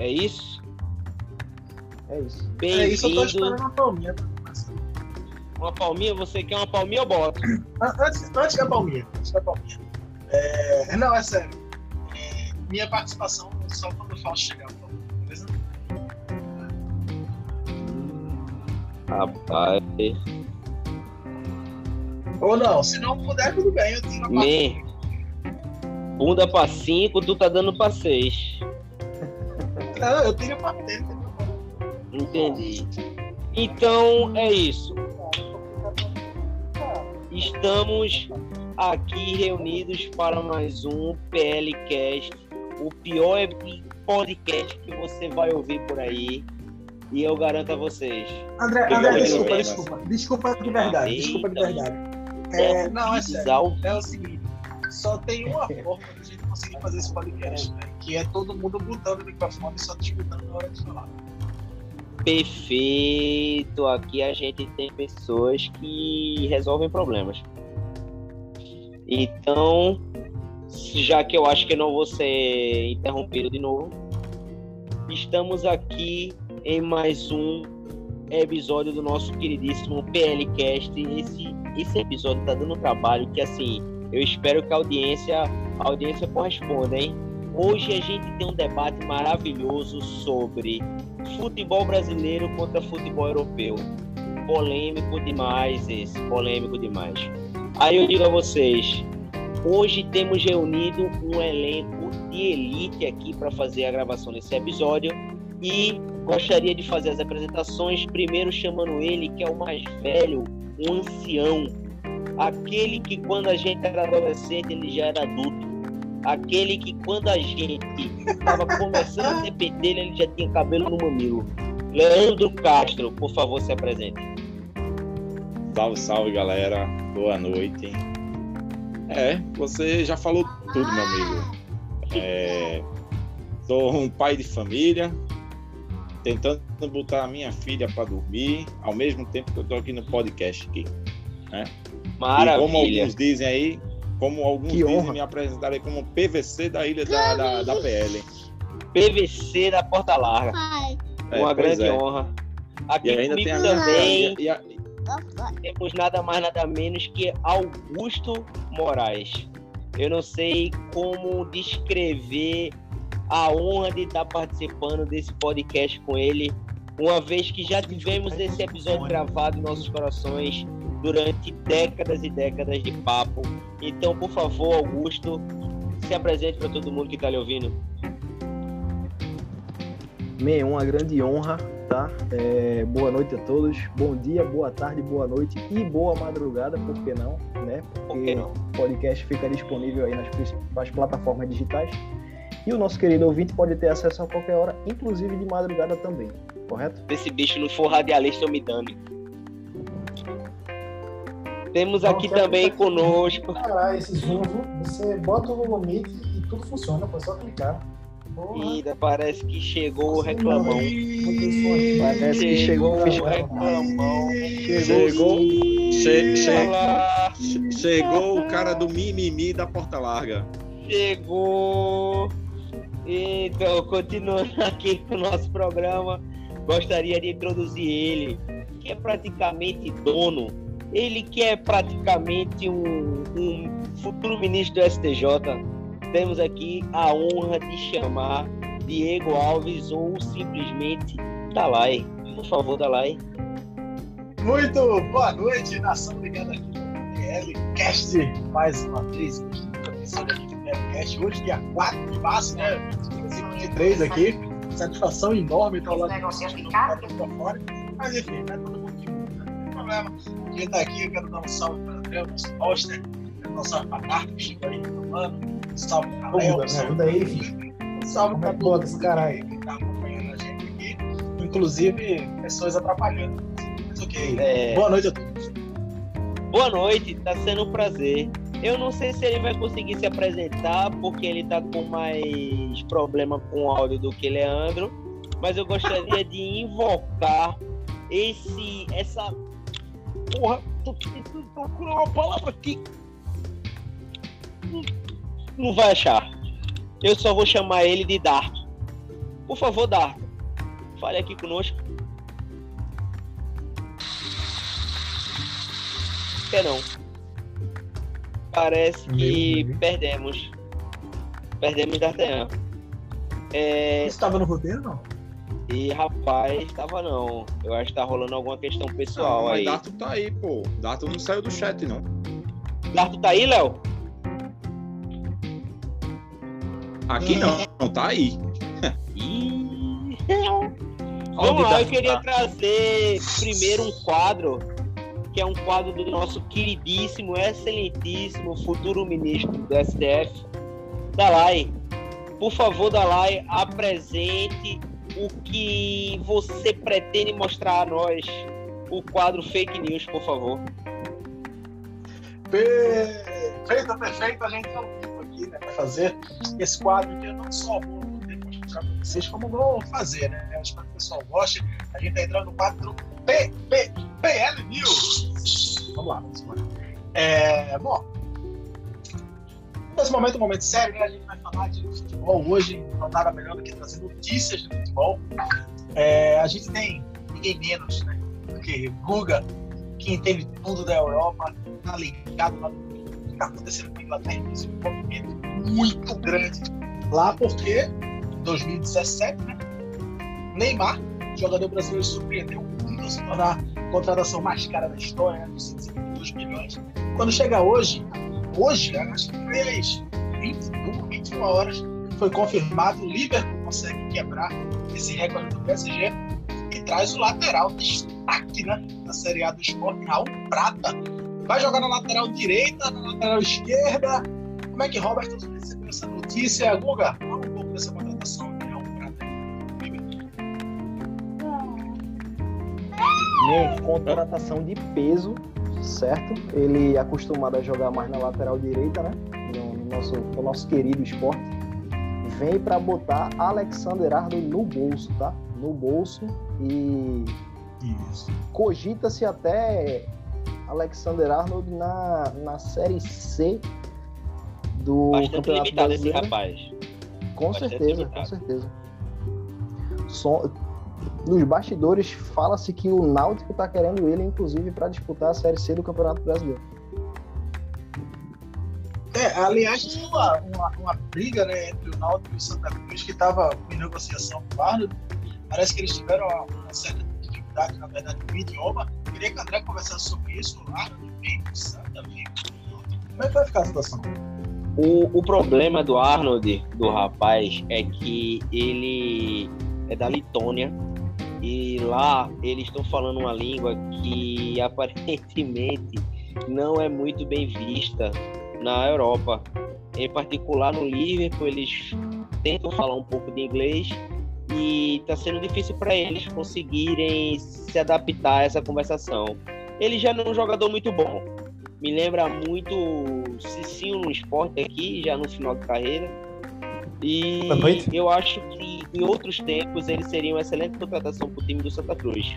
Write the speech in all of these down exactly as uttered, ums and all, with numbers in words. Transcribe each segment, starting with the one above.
É isso? É isso. Bem-vindos. É isso, eu tô esperando uma palminha. Uma palminha? Você quer uma palminha ou boto? Antes, antes da palminha. Antes da palminha. É... Não, é sério. É... Minha participação só quando o Fausto chegar. Beleza? Rapaz. Ou não, se não puder, tudo bem. Eu tiro a Me... Bunda pra cinco, tu tá dando pra seis. Não, eu tenho pra dele. Entendi. Então é isso. Estamos aqui reunidos para mais um P L Cast, o pior podcast que você vai ouvir por aí. E eu garanto a vocês. André, Eu André vou desculpa, ver, desculpa. Desculpa de verdade. Eita. Desculpa de verdade. É, É, não, é sério. Exal- É o seguinte. Só tem uma forma de a gente conseguir fazer esse podcast, né? Que é todo mundo mudando o microfone e só te escutando na hora de falar. Perfeito. Aqui a gente tem pessoas que resolvem problemas. Então, já que eu acho que eu não vou ser interrompido de novo, estamos aqui em mais um episódio do nosso queridíssimo P L Cast. Esse, esse episódio tá dando um trabalho que, assim, eu espero que a audiência, a audiência corresponda, hein? Hoje a gente tem um debate maravilhoso sobre futebol brasileiro contra futebol europeu. Polêmico demais esse, polêmico demais. Aí eu digo a vocês, hoje temos reunido um elenco de elite aqui para fazer a gravação desse episódio e gostaria de fazer as apresentações, primeiro chamando ele, que é o mais velho, um ancião, aquele que quando a gente era adolescente ele já era adulto, aquele que quando a gente estava começando a ter pentelho ele já tinha cabelo no mamilo. Leandro Castro, por favor, se apresente. Salve, salve, galera. Boa noite. É, você já falou tudo, meu amigo. É, sou um pai de família, tentando botar a minha filha para dormir, ao mesmo tempo que eu tô aqui no podcast aqui, né? Maravilha. E como alguns dizem aí, como alguns Que dizem, honra. me apresentarem como P V C da ilha da, da, da P L. P V C da Porta Larga. É, Uma pois grande é. honra. Aqui E ainda comigo tem a também e a- temos nada mais nada menos que Augusto Moraes. Eu não sei como descrever a honra de estar participando desse podcast com ele, uma vez que já tivemos esse episódio gravado em nossos corações durante décadas e décadas de papo. Então, por favor, Augusto, se apresente para todo mundo que está lhe ouvindo. Me, uma grande honra, tá? É, boa noite a todos. Bom dia, boa tarde, boa noite e boa madrugada, por que não, né? Por que não? O podcast fica disponível aí nas principais plataformas digitais. E o nosso querido ouvinte pode ter acesso a qualquer hora, inclusive de madrugada também, correto? Se esse bicho não for radialista, eu me dane. Temos aqui também conosco. Caralho, esse Zoom, você bota o Google Meet e tudo funciona, pô, é só clicar. Porra. Ainda parece que chegou o reclamão. Parece que chegou o o reclamão. Chegou, che- che- Olá. che- chegou o cara do mimimi da Porta Larga. Chegou. Então, continuando aqui com o nosso programa, gostaria de introduzir ele, que é praticamente dono, ele que é praticamente um, um futuro ministro do S T J. Temos aqui a honra de chamar Diego Alves ou simplesmente Dalai. Por favor, Dalai. Muito boa noite, nação ligada aqui no P L Cast, mais uma vez, quinto episódio aqui do P L Cast, hoje dia quatro de março, né, dois mil e vinte e três aqui, satisfação enorme estar lá com fora, mas enfim, né, todo mundo de mundo, né, não tem problema, a gente tá aqui, eu quero dar um salve para o André, o nosso Oster, quero dar um salve para a Marta, que chegou aí tomando, um salve para a Ô, Léo, Buda, um salve ajuda para aí, o filho. um salve Como para é que todo bota esse mundo cara aí? que está acompanhando a gente aqui, inclusive pessoas atrapalhando. Ok. É. Boa noite a todos. Boa noite, tá sendo um prazer. Eu não sei se ele vai conseguir se apresentar, porque ele tá com mais problema com o áudio do que Leandro, mas eu gostaria de invocar esse, essa... Porra, tô tentando procurar uma palavra aqui. Não, não vai achar. Eu só vou chamar ele de Dark. Por favor, Darton, fale aqui conosco. Quer não? Parece que Meu perdemos. Perdemos D'Artagnan. É... Isso estava no roteiro, não? E rapaz, tava não. Eu acho que tá rolando alguma questão pessoal Não, mas aí. Darton tá aí, pô. Darton não saiu do chat, não. Darton tá aí, Léo? Aqui não, não tá aí. Ih. Onde Vamos lá, Darton eu queria tá? trazer primeiro um quadro, que é um quadro do nosso queridíssimo, excelentíssimo futuro ministro do S T F, Dalai. Por favor, Dalai, apresente o que você pretende mostrar a nós. O quadro Fake News, por favor. Perfeito, perfeito. A gente tem um tempo aqui, né, para fazer esse quadro que eu não só vou demonstrar para vocês, como vou fazer, né? Eu espero que o pessoal goste. A gente está entrando no quadro P P P L News. Vamos lá, vamos embora. É, bom, nesse momento, um momento sério, né? A gente vai falar de futebol hoje, não nada melhor do que trazer notícias de futebol. É, a gente tem ninguém menos, né, do que Guga, que entende tudo da Europa, tá ligado lá no que está acontecendo na Inglaterra, esse movimento muito grande lá, porque em dois mil e dezessete, né, Neymar, jogador brasileiro, surpreendeu muito a se tornar a contratação mais cara da história, né, dos cento e cinquenta e dois milhões. Quando chega hoje, hoje, acho que fez vinte e duas, vinte e uma horas, foi confirmado, o Liverpool consegue quebrar esse recorde do P S G e traz o lateral destaque, né, da Série A do Sport, Raul Prata. Vai jogar na lateral direita, na lateral esquerda. Como é que Roberto recebeu essa notícia? Guga, fala um pouco dessa contratação de Raul Prata. Minha contratação de peso, certo? Ele é acostumado a jogar mais na lateral direita, né? No, no nosso, no nosso querido Sport. Vem para botar Alexander Arnold no bolso, tá? No bolso. E Isso. cogita-se até Alexander Arnold na, na Série C do Bastante Campeonato limitado esse Brasileiro. rapaz. Com Bastante certeza, limitado. com certeza. Só, nos bastidores fala-se que o Náutico está querendo ele, inclusive, para disputar a Série C do Campeonato Brasileiro. É, aliás, tinha uma, uma, uma briga, né, entre o Náutico e o Santa Cruz, que estava em negociação com o Arnold. Parece que eles tiveram uma, uma certa dificuldade, na verdade, no idioma. Queria que o André conversasse sobre isso. O Arnold veio do Santa, veio do Náutico. Como é que vai ficar a situação? O, o problema do Arnold, do rapaz, é que ele é da Letônia e lá eles estão falando uma língua que aparentemente não é muito bem vista na Europa. Em particular no Liverpool, eles tentam falar um pouco de inglês e está sendo difícil para eles conseguirem se adaptar a essa conversação. Ele já não é um jogador muito bom. Me lembra muito Cicinho no Sport aqui, já no final de carreira. E Boa noite. eu acho que em outros tempos ele seria uma excelente contratação para o time do Santa Cruz.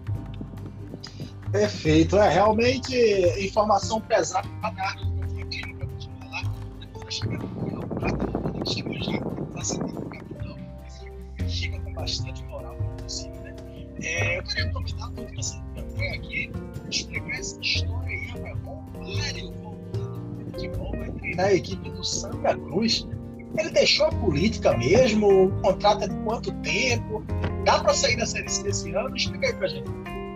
Perfeito. É, realmente, informação pesada para dar. Eu tinha aqui para continuar lá. Depois chegar no Raul Prata, ele chegou já, está sendo o capitão. Chega com bastante moral, inclusive, né? É, eu queria aproveitar muito que você também aqui, explicar essa história aí, rapaz. Romário voltando pro futebol, vai treinar a equipe do Santa Cruz. Ele deixou a política mesmo? O contrato é de quanto tempo? Dá para sair da Série C esse ano? Explica aí pra gente.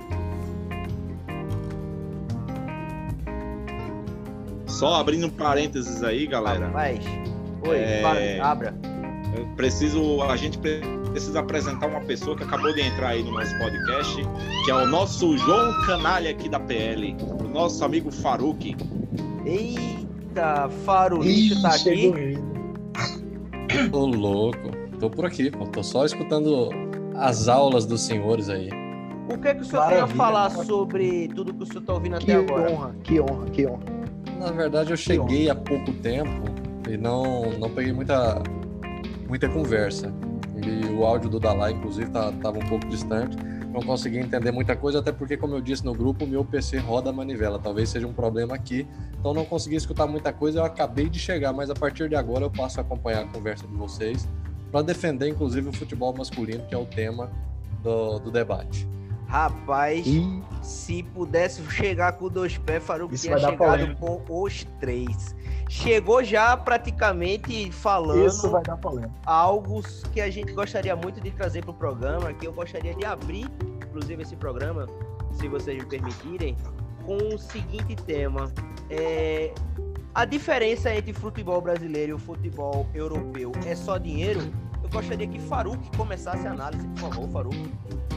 Só abrindo parênteses aí, galera. Rapaz, oi, É, fala, abra. Eu preciso, a gente precisa apresentar uma pessoa que acabou de entrar aí no nosso podcast, que é o nosso João Canalha aqui da P L, o nosso amigo Faruque. Eita, Faro Lixo tá chegou aqui. ele. Ô louco, tô por aqui, pô. Tô só escutando as aulas dos senhores aí. O que é que o senhor Maravilha. tem a falar sobre tudo que o senhor tá ouvindo Que até agora? honra, que honra, que honra. Na verdade, eu cheguei há pouco tempo e não, não peguei muita, muita conversa. E o áudio do Dalai, inclusive, tá, tava um pouco distante. Não consegui entender muita coisa, até porque, como eu disse no grupo, o meu P C roda a manivela. Talvez seja um problema aqui. Então, não consegui escutar muita coisa. Eu acabei de chegar, mas a partir de agora eu passo a acompanhar a conversa de vocês para defender, inclusive, o futebol masculino, que é o tema do, do debate. Rapaz, E se pudesse chegar com dois pés, Faruque Isso tinha vai dar chegado polêmica. com os três. Chegou já praticamente falando Isso vai dar polêmica. algo que a gente gostaria muito de trazer para o programa, que eu gostaria de abrir, inclusive, esse programa, se vocês me permitirem, com o seguinte tema. É... A diferença entre futebol brasileiro e o futebol europeu é só dinheiro? Eu gostaria que Faruque começasse a análise, por favor, Faruque.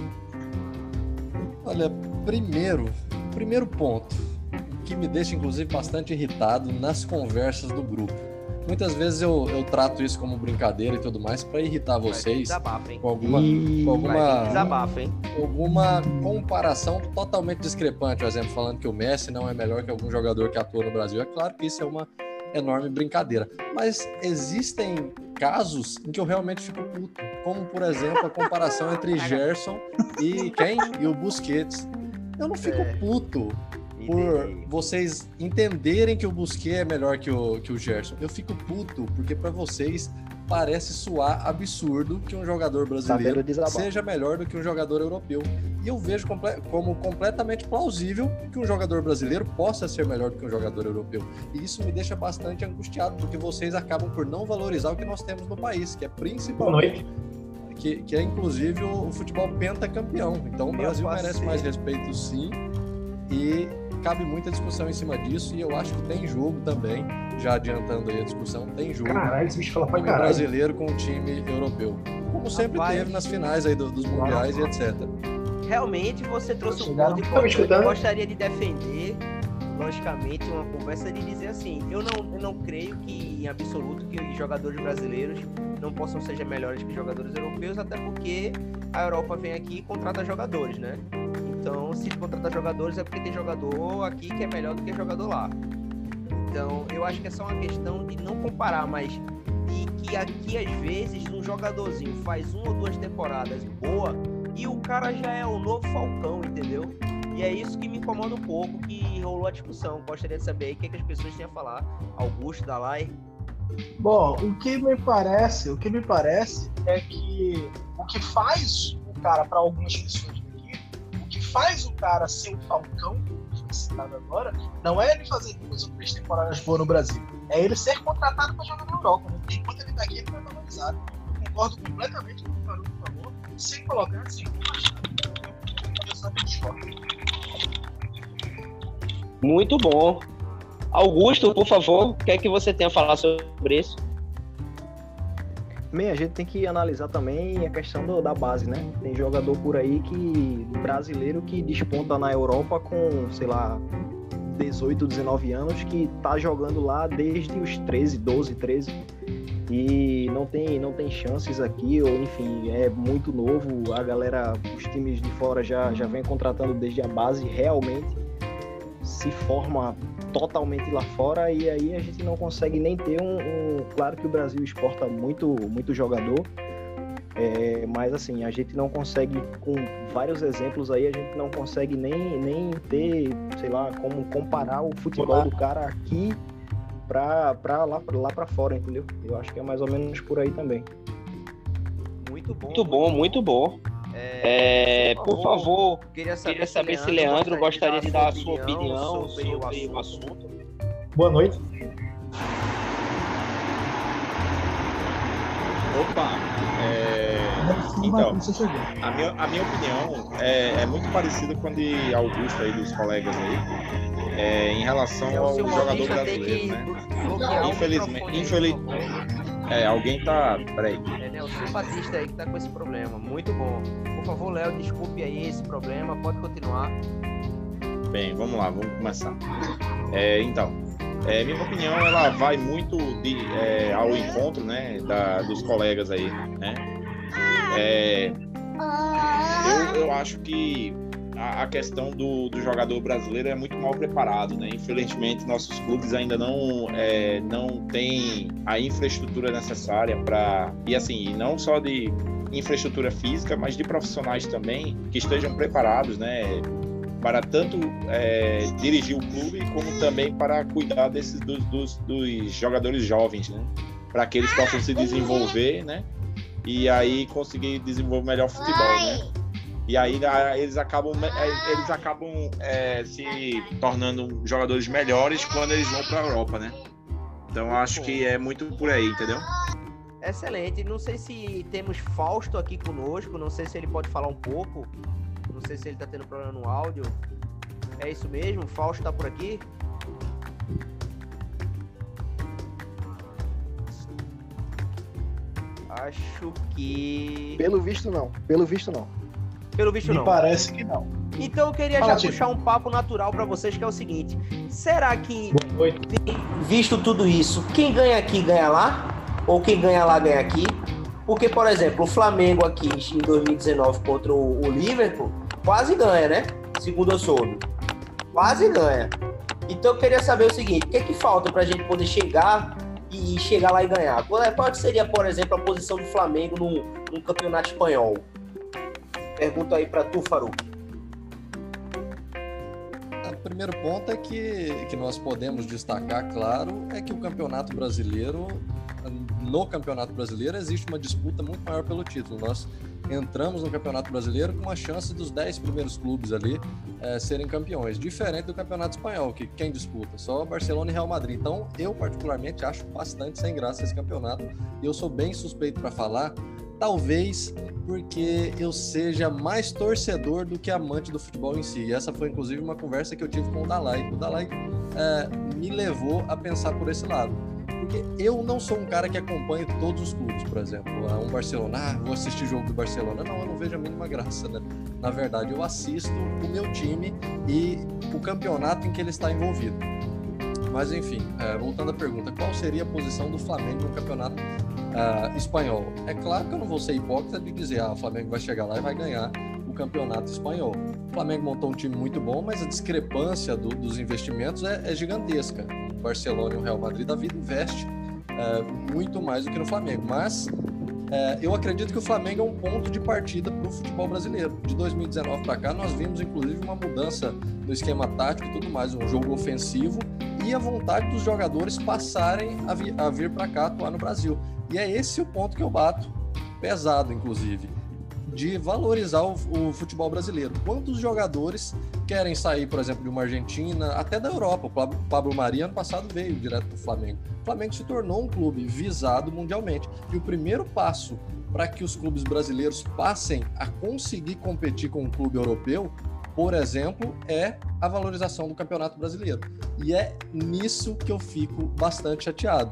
Olha, primeiro, primeiro ponto, que me deixa inclusive bastante irritado nas conversas do grupo. Muitas vezes eu, eu trato isso como brincadeira e tudo mais para irritar vocês Desabafo, hein? com alguma, E- com Vai ter alguma, desabafo, hein? alguma comparação totalmente discrepante. Por exemplo, falando que o Messi não é melhor que algum jogador que atua no Brasil. É claro que isso é uma enorme brincadeira. Mas existem casos em que eu realmente fico puto. Como, por exemplo, a comparação entre Gerson e quem? E o Busquets. Eu não fico É. puto por vocês entenderem que o Busquets é melhor que o, que o Gerson. Eu fico puto porque para vocês parece soar absurdo que um jogador brasileiro Tá desabafo. seja melhor do que um jogador europeu. E eu vejo comple- como completamente plausível que um jogador brasileiro possa ser melhor do que um jogador europeu. E isso me deixa bastante angustiado, porque vocês acabam por não valorizar o que nós temos no país, que é Boa principalmente, noite. que, que é inclusive o, o futebol pentacampeão. Então o Meu Brasil merece parceiro. mais respeito, sim, e cabe muita discussão em cima disso, e eu acho que tem jogo também, já adiantando aí a discussão, tem jogo Caralho, esse bicho fala pra time caralho. brasileiro com o time europeu. Como sempre Rapaz. teve nas finais aí do- dos mundiais e etcétera. Realmente você trouxe um Chegaram- ponto Tá me importante. Eu escutando? gostaria de defender, logicamente, uma conversa de dizer assim, eu não, eu não creio que, em absoluto, que os jogadores brasileiros não possam ser melhores que os jogadores europeus, até porque a Europa vem aqui e contrata jogadores, né? Então, se contrata jogadores é porque tem jogador aqui que é melhor do que jogador lá. Então, eu acho que é só uma questão de não comparar, mas de que aqui, às vezes, um jogadorzinho faz uma ou duas temporadas boa e o cara já é o novo Falcão, entendeu? E é isso que me incomoda um pouco, que rolou a discussão. Gostaria de saber aí o que, é que as pessoas têm a falar. Augusto, Dalai. Bom, o que me parece, o que me parece é que o que faz o cara, para algumas pessoas aqui, o que faz o cara ser o Falcão, que foi citado agora, não é ele fazer duas ou três temporadas boas no Brasil, é ele ser contratado para jogar na Europa. Né? Enquanto ele tá aqui, ele não é valorizado. Eu concordo completamente com o que o Faruque falou, sem colocar, sem achar. Eu só discordo. Muito bom. Augusto, por favor, o que é que você tem a falar sobre isso? Bem, a gente tem que analisar também a questão do- da base, né? Tem jogador por aí que brasileiro que desponta na Europa com, sei lá, dezoito, dezenove anos, que tá jogando lá desde os treze, doze, treze e não tem, não tem chances aqui, ou enfim, é muito novo. A galera, os times de fora já, já vem contratando desde a base, realmente se forma totalmente lá fora, e aí a gente não consegue nem ter um, um- claro que o Brasil exporta muito, muito jogador, é, mas assim, a gente não consegue, com vários exemplos aí, a gente não consegue nem, nem ter, sei lá, como comparar o futebol do cara aqui pra, pra lá, lá pra fora, entendeu? Eu acho que é mais ou menos por aí também. Muito bom. Muito bom, muito bom. É, por favor, queria saber, queria saber se Leandro gostaria de dar a sua opinião sobre o assunto. Boa noite. Opa! É, então, a minha, a minha opinião é, é muito parecida com a de Augusto aí, dos colegas aí, é, em relação É, o ao seu jogador Maurício tem brasileiro, que né? bloquear o Infelizmente, microfone aí, infeliz- por favor. É, alguém tá. Peraí. É, né, o seu Batista aí que tá com esse problema. Muito bom. Por favor, Léo, desculpe aí esse problema. Pode continuar. Bem, vamos lá, vamos começar. É, então, é, minha opinião, ela vai muito de, é, ao encontro, né, da, dos colegas aí, né? É, eu, eu acho que a, a questão do, do jogador brasileiro é muito mal preparado, né? Infelizmente, nossos clubes ainda não, é, não têm a infraestrutura necessária para... E assim, e não só de infraestrutura física, mas de profissionais também que estejam preparados, né? Para tanto é, dirigir o clube, como também para cuidar desses, dos, dos, dos jogadores jovens, né? Para que eles possam se desenvolver, né? e aí conseguir desenvolver melhor futebol, né? E aí eles acabam, eles acabam é, se tornando jogadores melhores quando eles vão para a Europa, né? Então acho que é muito por aí, entendeu? Excelente. Não sei se temos Fausto aqui conosco, não sei se ele pode falar um pouco, não sei se ele está tendo problema no áudio. É isso mesmo? Fausto está por aqui? Acho que... Pelo visto não, pelo visto não. Pelo visto Me não. parece que não. Então eu queria Fala, já Chico. puxar um papo natural para vocês, que é o seguinte: será que, visto tudo isso, quem ganha aqui ganha lá? Ou quem ganha lá ganha aqui? Porque, por exemplo, o Flamengo aqui em dois mil e dezenove contra o, o Liverpool quase ganha, né? Segundo eu soube. Quase ganha. Então eu queria saber o seguinte: o que é que falta para a gente poder chegar e chegar lá e ganhar? Qual, é, qual seria, por exemplo, a posição do Flamengo num, num campeonato espanhol? Pergunta aí para tu, Faruq. O primeiro ponto é que, que nós podemos destacar, claro, é que o Campeonato Brasileiro, no Campeonato Brasileiro existe uma disputa muito maior pelo título. Nós entramos no Campeonato Brasileiro com uma chance dos dez primeiros clubes ali é, serem campeões, diferente do Campeonato Espanhol, que quem disputa? Só Barcelona e Real Madrid. Então, eu particularmente acho bastante sem graça esse campeonato, e eu sou bem suspeito para falar, talvez porque eu seja mais torcedor do que amante do futebol em si. E essa foi, inclusive, uma conversa que eu tive com o Dalai. O Dalai é, me levou a pensar por esse lado. Porque eu não sou um cara que acompanha todos os clubes, por exemplo. Um Barcelona, ah, vou assistir jogo do Barcelona. Não, eu não vejo a mínima graça, né? Na verdade, eu assisto o meu time e o campeonato em que ele está envolvido. Mas, enfim, é, voltando à pergunta, qual seria a posição do Flamengo no campeonato uh, espanhol? É claro que eu não vou ser hipócrita de dizer, ah, o Flamengo vai chegar lá e vai ganhar o campeonato espanhol. O Flamengo montou um time muito bom, mas a discrepância do, dos investimentos é, é gigantesca. O Barcelona e o Real Madrid da vida investe uh, muito mais do que no Flamengo, mas uh, eu acredito que o Flamengo é um ponto de partida para o futebol brasileiro. De dois mil e dezenove para cá, nós vimos inclusive uma mudança no esquema tático e tudo mais, um jogo ofensivo, e a vontade dos jogadores passarem a, vi- a vir para cá atuar no Brasil. E é esse o ponto que eu bato, pesado inclusive, de valorizar o, o futebol brasileiro. Quantos jogadores querem sair, por exemplo, de uma Argentina, até da Europa? O Pablo, Pablo Mari ano passado veio direto do Flamengo. O Flamengo se tornou um clube visado mundialmente. E o primeiro passo para que os clubes brasileiros passem a conseguir competir com um clube europeu, por exemplo, é a valorização do Campeonato Brasileiro. E é nisso que eu fico bastante chateado.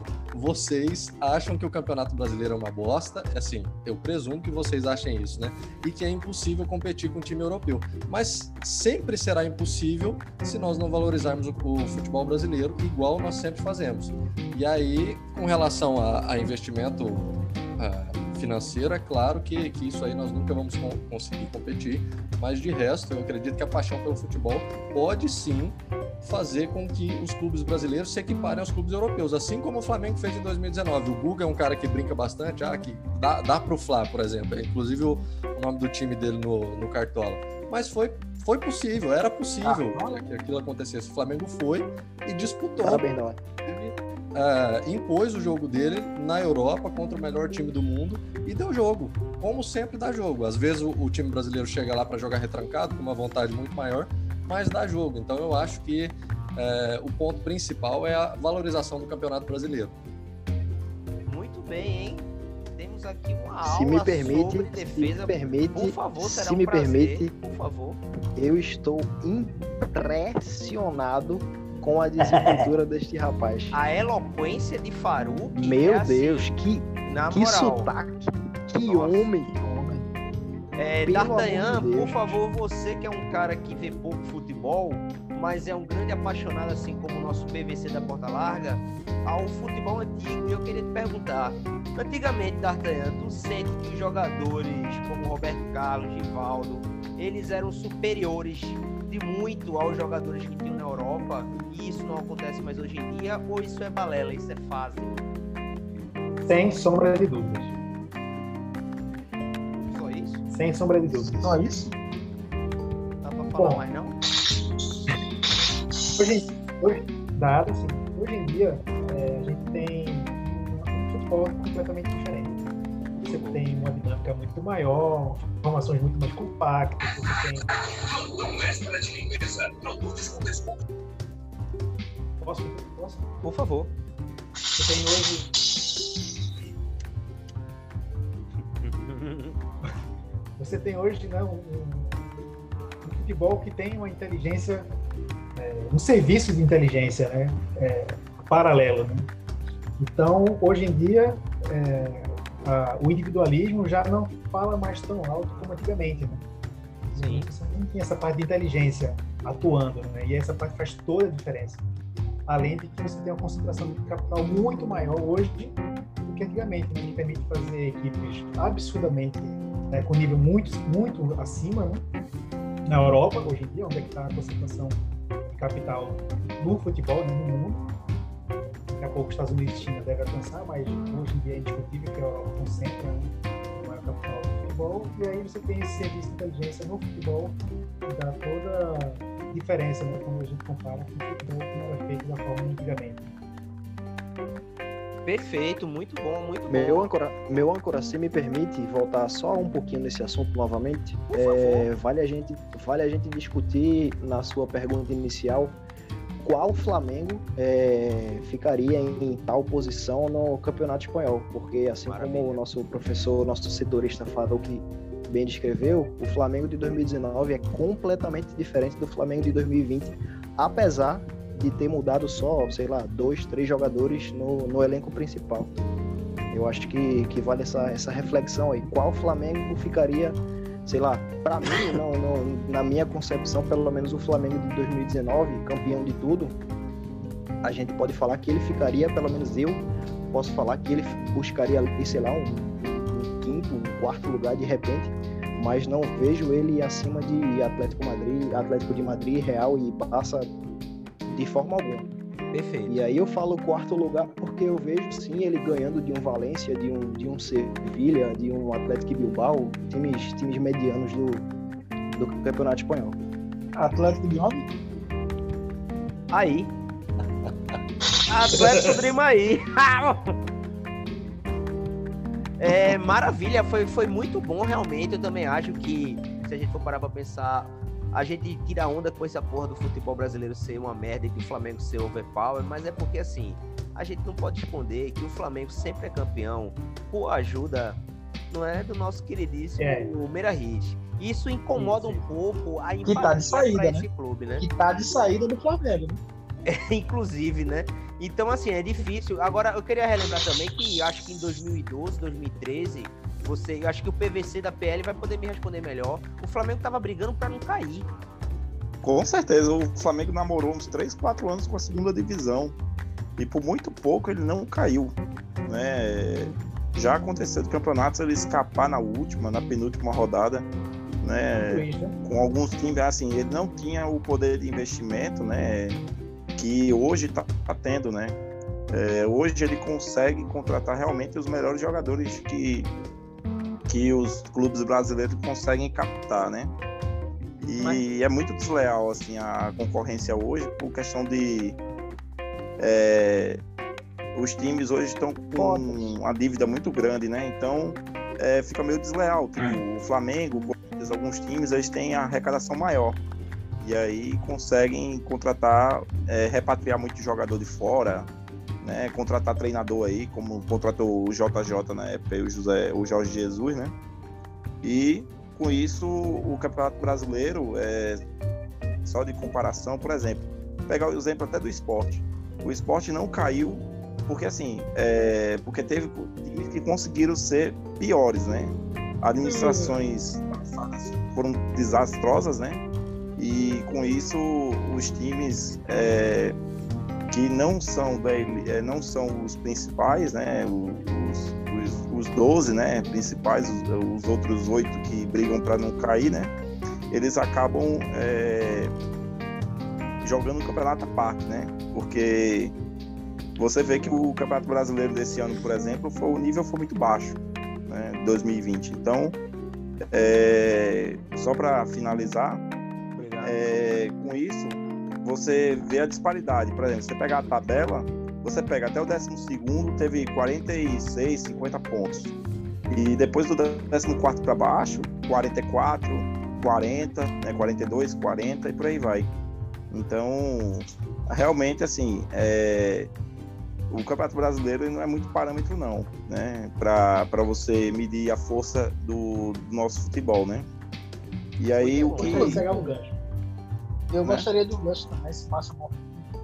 Vocês acham que o Campeonato Brasileiro é uma bosta? Assim, eu presumo que vocês achem isso, né? E que é impossível competir com o time europeu. Mas sempre será impossível se nós não valorizarmos o, o futebol brasileiro igual nós sempre fazemos. E aí, com relação a, a investimento uh, financeiro, é claro que, que isso aí nós nunca vamos com, conseguir competir, mas de resto, eu acredito que a paixão pelo futebol pode sim fazer com que os clubes brasileiros se equiparem aos clubes europeus, assim como o Flamengo fez em dois mil e dezenove. O Guga é um cara que brinca bastante, ah, que dá, dá pro Fla, por exemplo, é, inclusive o, o nome do time dele no, no Cartola. Mas foi, foi possível, era possível ah, que aquilo acontecesse. O Flamengo foi e disputou. Parabéns, Dalai. Uh, impôs o jogo dele na Europa contra o melhor time do mundo e deu jogo, como sempre dá jogo. Às vezes o, o time brasileiro chega lá para jogar retrancado com uma vontade muito maior, mas dá jogo. Então eu acho que uh, o ponto principal é a valorização do Campeonato Brasileiro. Muito bem, hein? Temos aqui uma aula se me permite, sobre defesa. Se me permite, por favor, será se um me prazer, permite, por favor. Eu estou impressionado com a desenvoltura deste rapaz. A eloquência de Faruq. Meu é Deus, assim, que, na que moral. sotaque, que Nossa. homem. É, Pelo D'Artagnan, amor de Deus. por favor, você que é um cara que vê pouco futebol, mas é um grande apaixonado, assim como o nosso P V C da Porta Larga, ao futebol antigo. E eu queria te perguntar, antigamente, D'Artagnan, tu sente que os jogadores como Roberto Carlos, Rivaldo, eles eram superiores de muito aos jogadores que tinham na Europa, e isso não acontece mais hoje em dia, ou isso é balela, isso é fase? Sem sombra de dúvidas. Só isso? Sem sombra de dúvidas. Só isso? Dá pra falar Bom. mais não? Hoje, hoje, dado assim, hoje em dia, é, a gente tem um futebol completamente diferente. Você tem uma dinâmica muito maior, formações muito mais compactas, você tem... Posso? Posso? Por favor. Você tem hoje... Você tem hoje, né, um, um futebol que tem uma inteligência, é, um serviço de inteligência, né, é, paralelo, né? Então, hoje em dia, é, a, o individualismo já não fala mais tão alto como antigamente, né? Sim. Você não tem essa parte de inteligência atuando, né? E essa parte faz toda a diferença. Além de que você tem uma concentração de capital muito maior hoje do que antigamente, né? Que permite fazer equipes absurdamente, né, com nível muito, muito acima, né? Na Europa, hoje em dia, onde é que está a concentração de capital no futebol, né, no mundo. Daqui a pouco os Estados Unidos e China devem alcançar, mas hoje em dia é indiscutível que a Europa concentra, né, o maior capital do futebol. E aí você tem esse serviço de inteligência no futebol que dá toda a diferença, né, quando a gente compara com o futebol que não é feito da forma antigamente. Perfeito, muito bom, muito bom. Meu âncora, meu âncora, se me permite voltar só um pouquinho nesse assunto novamente, Por é, favor. vale, a gente, vale a gente discutir na sua pergunta inicial qual Flamengo é, ficaria em, em tal posição no Campeonato Espanhol, porque assim Maravilha. como o nosso professor, nosso setorista falou que bem descreveu, o Flamengo de dois mil e dezenove é completamente diferente do Flamengo de dois mil e vinte, apesar de ter mudado só, sei lá, dois, três jogadores no, no elenco principal. Eu acho que, que vale essa, essa reflexão aí. Qual Flamengo ficaria, sei lá, para mim, não, não, na minha concepção, pelo menos o Flamengo de dois mil e dezenove, campeão de tudo, a gente pode falar que ele ficaria, pelo menos eu posso falar que ele buscaria, sei lá, um, um quinto, um quarto lugar de repente, mas não vejo ele acima de Atlético Madrid, Atlético de Madrid, Real e Barça de forma alguma. Perfeito. E aí eu falo quarto lugar porque eu vejo sim ele ganhando de um Valência, de um, de um Sevilha, de um Atlético Bilbao, times, times medianos do, do Campeonato Espanhol. Atlético de onde? Aí. Atlético Dream aí. É, maravilha, foi, foi muito bom realmente. Eu também acho que, se a gente for parar pra pensar, a gente tira onda com essa porra do futebol brasileiro ser uma merda e que o Flamengo ser overpower, mas é porque assim, a gente não pode esconder que o Flamengo sempre é campeão por ajuda, não é, do nosso queridíssimo É. Meira Rich. Isso incomoda Sim, sim. um pouco a Que tá de saída, pra né? esse clube, né? Que tá de saída do Flamengo, né? Inclusive, né? Então, assim, é difícil. Agora, eu queria relembrar também que acho que em dois mil e doze, dois mil e treze, você, eu acho que o P V C da P L vai poder me responder melhor. O Flamengo tava brigando pra não cair. Com certeza, o Flamengo namorou uns três, quatro anos com a segunda divisão. E por muito pouco ele não caiu, né? Já aconteceu de campeonatos ele escapar na última, na penúltima rodada, né? Luiz, né? Com alguns times, assim, ele não tinha o poder de investimento, né? Que hoje tá, tá tendo, né? É, hoje ele consegue contratar realmente os melhores jogadores que, que os clubes brasileiros conseguem captar, né? E Mas... é muito desleal, assim, a concorrência hoje, por questão de... É, os times hoje estão com uma dívida muito grande, né? Então, é, fica meio desleal. Tipo, o Flamengo, o Corinthians, alguns times, eles têm a arrecadação maior. E aí conseguem contratar, é, repatriar muito jogador de fora, né? Contratar treinador aí, como contratou o J J na época, e o, José, o Jorge Jesus, né? E com isso, o Campeonato Brasileiro, é, só de comparação, por exemplo, pegar o exemplo até do Sport. O Sport não caiu porque, assim, é, porque teve times que conseguiram ser piores, né? Administrações foram desastrosas, né? E com isso, os times é, que não são, é, não são os principais, né? Os, os, os doze, né? Principais, os, os outros oito que brigam para não cair, né? Eles acabam é, jogando o campeonato à parte, né? Porque você vê que o Campeonato Brasileiro desse ano, por exemplo, foi, o nível foi muito baixo, né? dois mil e vinte. Então, é, só para finalizar, é, com isso, você vê a disparidade. Por exemplo, você pegar a tabela, você pega até o décimo segundo, teve quarenta e seis, cinquenta pontos. E depois do décimo quarto para baixo, quarenta e quatro, quarenta, né, quarenta e dois, quarenta e por aí vai. Então, realmente, assim, é... o Campeonato Brasileiro não é muito parâmetro, não, né? Para você medir a força do, do nosso futebol, né? E aí, o que... Eu vou pegar um gancho. Eu Né? gostaria do gancho também, se passa bom.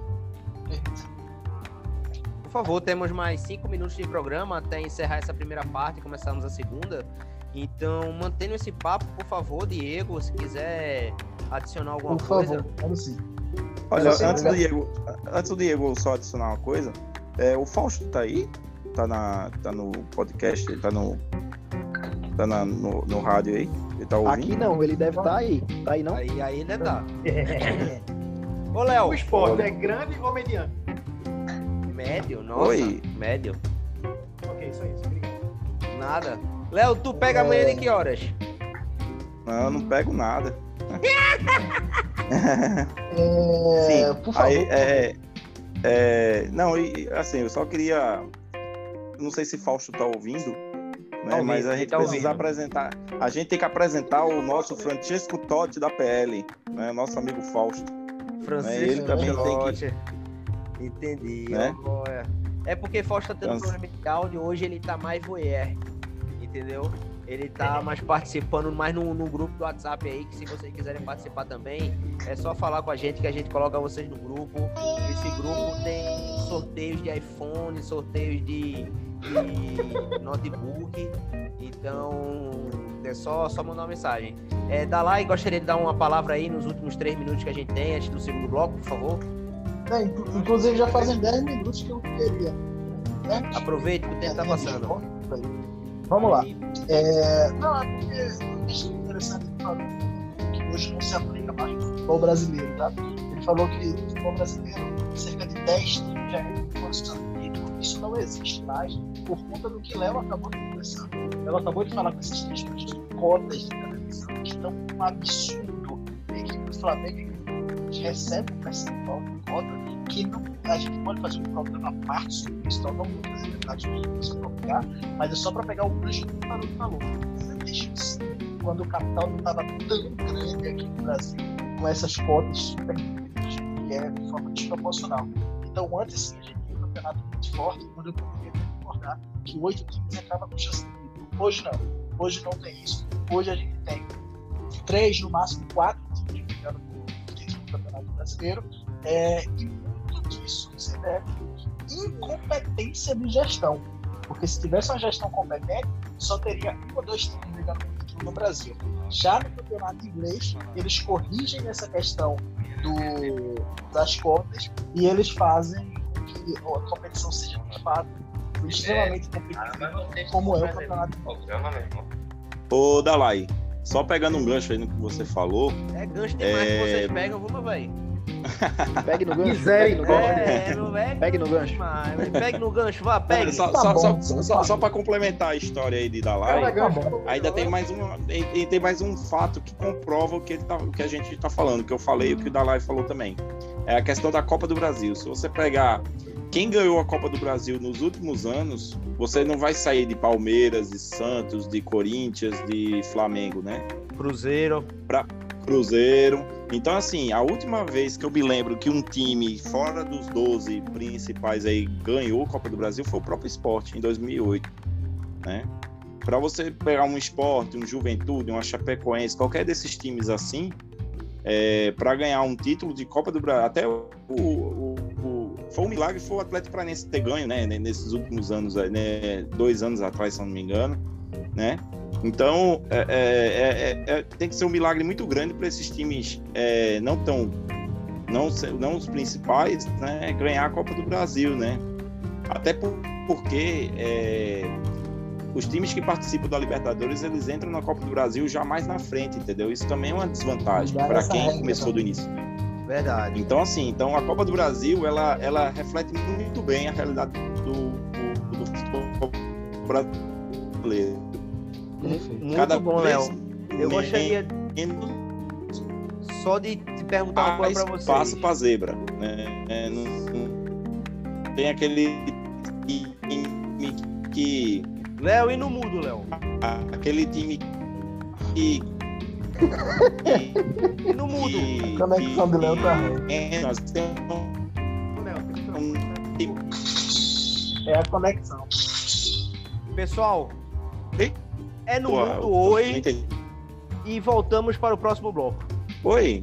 Por favor, temos mais cinco minutos de programa até encerrar essa primeira parte e começarmos a segunda. Então, mantendo esse papo, por favor, Diego, se quiser adicionar alguma Por coisa. favor, vamos sim. Olha, Sim, antes do, obrigado. Diego, antes do Diego só adicionar uma coisa, é, o Fausto tá aí? Tá, na, tá no podcast? Ele tá no, tá na, no, no rádio aí? Ele tá ouvindo? Aqui não, ele deve estar aí. Tá aí não? Aí, aí ainda tá. Ô, Léo, O esporte olha. é grande ou mediano? médio, nossa, Oi. médio. Ok, só isso. Obrigado. Nada. Léo, tu pega amanhã de que horas? Não, eu não pego nada. É, Sim, por favor. aí, é, é, não, e, assim, eu só queria, não sei se Fausto tá ouvindo, né, Tá ouvindo, mas a ele gente tá precisa ouvindo. apresentar, a gente tem que apresentar o nosso Francesco Totti da P L, né, nosso amigo Fausto. Francisco ele também tem Totti. Entendi. Né? Olha. É porque Fausto tá tendo Então, problema de áudio, hoje ele tá mais voyeur, entendeu? Ele tá mais participando mais no, no grupo do WhatsApp aí, que se vocês quiserem participar também, é só falar com a gente que a gente coloca vocês no grupo. Esse grupo tem sorteios de iPhone, sorteios de, de notebook, então é só, só mandar uma mensagem. É, Dalai, gostaria de dar uma palavra aí nos últimos três minutos que a gente tem, antes do segundo bloco, por favor. É, inclu- inclusive já fazem dez minutos que eu queria. Né? Aproveite que o tempo tá passando. Vamos lá. É, não, é porque eu achei interessante ele falou que hoje não se aplica mais no futebol brasileiro, tá? Ele falou que no futebol brasileiro cerca de dez times já entram em posição de título. Isso não existe mais por conta do que Léo acabou de conversar. Léo acabou de falar com esses questões de cotas de televisão que estão um absurdo. E que o Flamengo recebe um percentual de cota que não, a gente pode fazer um programa à parte sobre isso, então não vou fazer detalhes para você pegar, mas é só para pegar o gancho que o Maroto falou. Antes, quando o capital não estava tão grande aqui no Brasil, com essas cotas super grandes, que é de forma desproporcional. Então, antes sim, a gente tinha um campeonato muito forte, quando eu poderia recordar que oito times entravam com chance de título. Hoje não. Hoje não tem isso. Hoje a gente tem três, no máximo quatro times brigando por título do Campeonato Brasileiro. É, e muito disso se deve à incompetência de gestão. Porque se tivesse uma gestão competente, só teria um ou dois times brigando por título no Brasil. Já no campeonato inglês, eles corrigem essa questão do, das cotas e eles fazem com que a competição seja de fato extremamente competitiva, como é o campeonato inglês. Ô, Dalai, só pegando um gancho aí no que você falou, É gancho demais É. que vocês pegam, vamos, velho. Pegue no gancho. Quiserem, Pegue no gancho. É, não é Pegue no gancho. demais, mas pegue no gancho, vá, pegue. só, Tá só, bom, só, tá só, bom. só para complementar a história aí de Dalai, Tá bom. ainda tem mais um, e, e tem mais um fato que comprova o que, ele tá, o que a gente está falando, que eu falei e o que o Dalai falou também. É a questão da Copa do Brasil. Se você pegar quem ganhou a Copa do Brasil nos últimos anos, você não vai sair de Palmeiras, de Santos, de Corinthians, de Flamengo, né? Cruzeiro. Cruzeiro. Então, assim, a última vez que eu me lembro que um time fora dos doze principais aí ganhou a Copa do Brasil foi o próprio Sport, em dois mil e oito, né? Para você pegar um Sport, um Juventude, uma Chapecoense, qualquer desses times assim, é, para ganhar um título de Copa do Brasil, até o, o, o foi um milagre foi o Atlético Paranaense ter ganho, né? Nesses últimos anos, né? Dois anos atrás, se não me engano, né? Então, é, é, é, é, tem que ser um milagre muito grande para esses times é, não tão, não, não os principais, né, ganhar a Copa do Brasil, né? Até por, porque é, os times que participam da Libertadores, eles entram na Copa do Brasil já mais na frente, entendeu? Isso também é uma desvantagem para quem começou do início. Verdade. Então, assim, então a Copa do Brasil, ela, ela reflete muito bem a realidade do, do, do futebol brasileiro. Muito Cada bom, vez Léo. Eu gostaria só de te perguntar uma coisa pra você. Passa pra zebra, né? É, não, não tem aquele time que Léo, e no mudo, Léo? Aquele time que. E no mudo? A conexão do Léo tá ruim. É, nós temos Léo, um time. É a conexão. pessoal, Ei? é no Pô, mundo eu oi não entendi. e voltamos para o próximo bloco. Oi.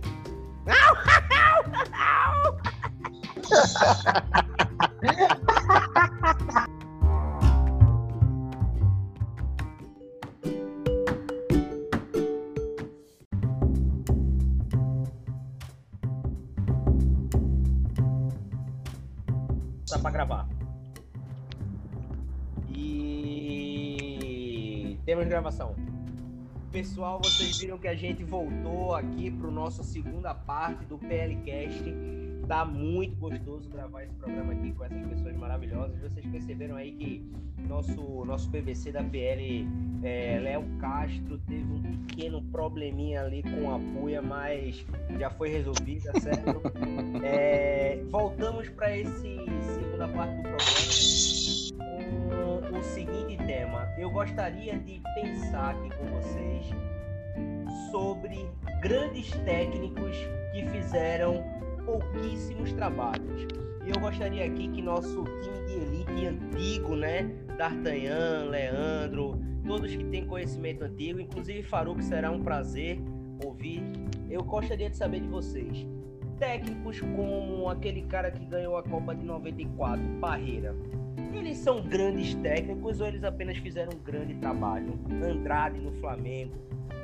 Tá pra gravar. E temos gravação. Pessoal, vocês viram que a gente voltou aqui pro nosso segunda parte do PLCast. Tá muito gostoso gravar esse programa aqui com essas pessoas maravilhosas. Vocês perceberam aí que nosso, nosso P V C da P L, é, Léo Castro, teve um pequeno probleminha ali com a puia, mas já foi resolvida, certo? É, voltamos para esse segunda parte do programa com o seguinte tema. Eu gostaria de pensar aqui com vocês sobre grandes técnicos que fizeram pouquíssimos trabalhos. E eu gostaria aqui que nosso time de elite antigo, né, D'Artagnan, Leandro, todos que têm conhecimento antigo, inclusive Faruque, será um prazer ouvir. Eu gostaria de saber de vocês, técnicos como aquele cara que ganhou a Copa de noventa e quatro, Parreira, eles são grandes técnicos ou eles apenas fizeram um grande trabalho? Andrade no Flamengo.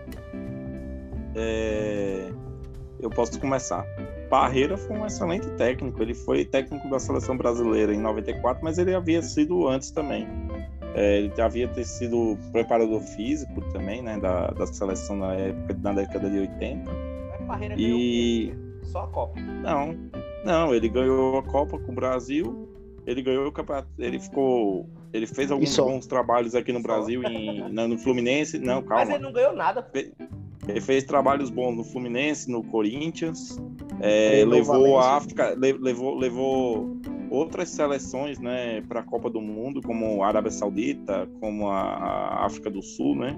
É... Eu posso começar. Parreira foi um excelente técnico. Ele foi técnico da seleção brasileira em noventa e quatro, mas ele havia sido antes também. É, ele havia ter sido preparador físico também, né, da, da seleção na época, na década de oitenta. Mas Parreira E ganhou só a Copa. não, não, ele ganhou a Copa com o Brasil. Ele ganhou o campeonato. Ele ficou, ele fez alguns só? bons trabalhos aqui no Brasil, em, na- no Fluminense. Não, Mas calma. ele não ganhou nada. Ele fez trabalhos bons no Fluminense, no Corinthians, é, Treinou levou Valência. a África, le- levou, levou outras seleções, né, para a Copa do Mundo, como a Arábia Saudita, como a, a África do Sul, né?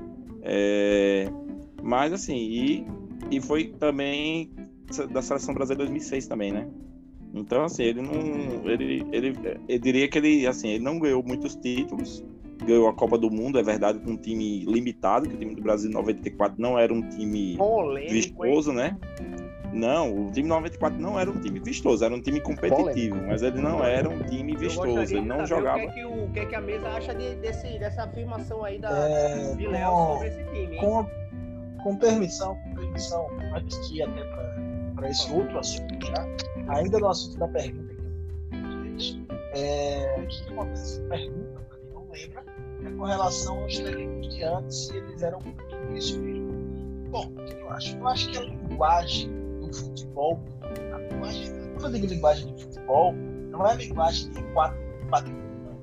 É, mas assim, e, e foi também da seleção brasileira dois mil e seis também, né? Então assim, ele não, ele, ele, eu diria que ele, assim, ele não ganhou muitos títulos. Ganhou a Copa do Mundo, é verdade, com um time limitado, que o time do Brasil em noventa e quatro não era um time Polêmico, hein? vistoso, né? Não, o time noventa e quatro não era um time vistoso, era um time competitivo, mas ele não era um time Eu vistoso, gostaria ele de não saber jogava. O que, é que, o, o que é que a mesa acha de, desse, dessa afirmação aí da, É, de Léo com- sobre esse time, hein? Com, com permissão, com permissão, antes de ir até para esse outro assunto já, ainda no assunto da pergunta que eu fiz, é, o que acontece? Pergunta, para quem não lembra, é com relação aos técnicos de antes, se eles eram tudo isso mesmo. Bom, o que eu acho? Eu acho que a linguagem do futebol, a linguagem, quando eu digo linguagem de futebol, não é a linguagem de quatro, quatro,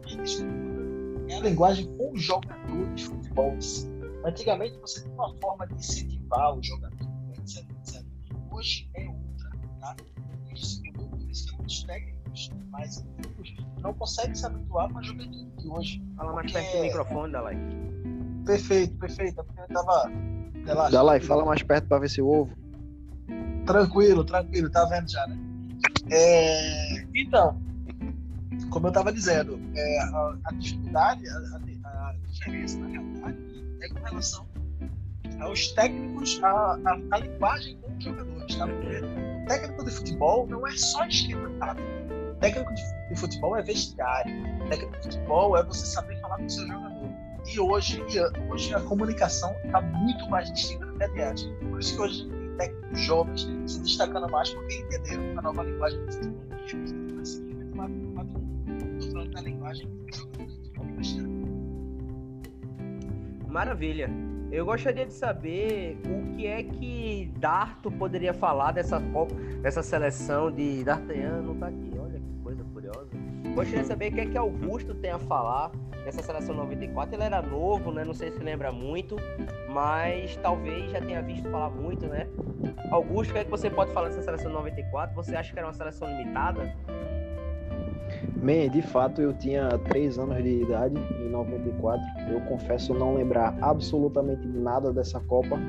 é a linguagem com os jogadores de futebol em si. Antigamente você tinha uma forma de incentivar o jogador, etc, etcétera. Hoje é outra, tá? Isso mudou, por isso que muitos técnicos mais antigos não conseguem se habituar com a juventude de hoje. Fala mais Porque- perto do microfone, Dalai. Perfeito, perfeito. É porque eu tava relaxado. Dá lá e fala mais perto pra ver se o ovo. Tranquilo, tranquilo, tá vendo já, né? É, então, como eu estava dizendo, é, a, a dificuldade, a, a- a diferença na realidade é com relação aos técnicos, a, a, a linguagem com os jogadores, tá? Porque o técnico de futebol não é só esquema tático. O técnico de, de futebol é vestiário. O técnico de futebol é você saber falar com o seu jogador. E hoje, e hoje a comunicação está muito mais distinta da mediática. Por isso que hoje tem técnicos jovens se destacando mais porque entenderam a nova linguagem do futebol. E eles estão seguindo Estou falando da linguagem do jogador de futebol e vestiário. Maravilha. Eu gostaria de saber o que é que Darto poderia falar dessa Copa, dessa seleção de D'Artagnan não tá aqui. Olha que coisa curiosa. Gostaria de saber o que é que Augusto tem a falar dessa seleção noventa e quatro. Ele era novo, né? Não sei se lembra muito, mas talvez já tenha visto falar muito, né? Augusto, o que é que você pode falar dessa seleção noventa e quatro? Você acha que era uma seleção limitada? Man, de fato, eu tinha três anos de idade em noventa e quatro. Eu confesso não lembrar absolutamente nada dessa Copa,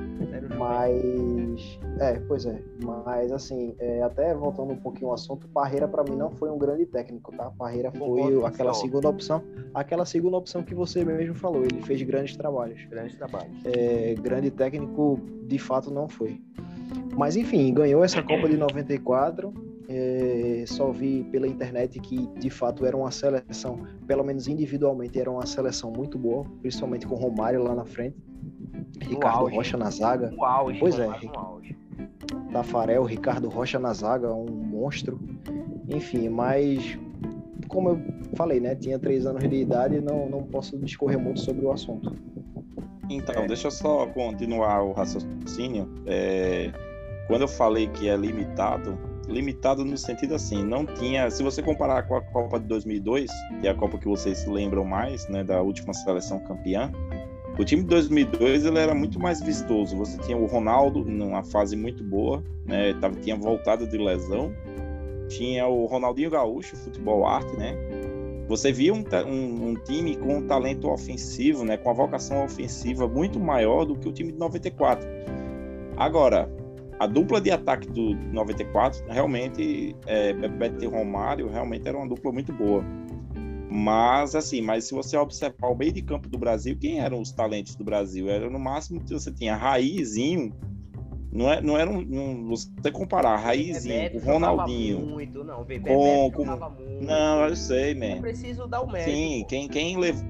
mas... É, pois é. Mas, assim, é, até voltando um pouquinho ao assunto, Parreira, para mim, não foi um grande técnico, tá? Parreira foi aquela segunda opção, aquela segunda opção que você mesmo falou. Ele fez grandes trabalhos. Grandes trabalhos. É, grande técnico, de fato, não foi. Mas, enfim, ganhou essa Copa de noventa e quatro. É, só vi pela internet que de fato era uma seleção, pelo menos individualmente era uma seleção muito boa, principalmente com Romário lá na frente, Ricardo auge, Rocha na zaga, no auge, pois é, no auge. Tafarel, Ricardo Rocha na zaga, um monstro, enfim, mas como eu falei, né, tinha três anos de idade e não, não posso discorrer muito sobre o assunto. Então, deixa eu só continuar o raciocínio. É, quando eu falei que é limitado, limitado no sentido assim, não tinha, se você comparar com a Copa de dois mil e dois, que é a Copa que vocês se lembram mais, né, da última seleção campeã, o time de dois mil e dois ele era muito mais vistoso. Você tinha o Ronaldo numa fase muito boa, né, tava, tinha voltado de lesão, tinha o Ronaldinho Gaúcho, futebol arte, né, você via um, um, um time com um talento ofensivo, né, com a vocação ofensiva muito maior do que o time de noventa e quatro. Agora, a dupla de ataque do noventa e quatro, realmente, é, Bebeto e Romário, realmente era uma dupla muito boa. Mas, assim, mas se você observar o meio de campo do Brasil, quem eram os talentos do Brasil? Era no máximo que você tinha Raizinho, não, é, não era um, um... Você comparar Raizinho com Ronaldinho... Muito, não, Bebeto com, com... muito. Não, eu sei, man. Eu preciso dar o mérito. Sim, quem, quem levou...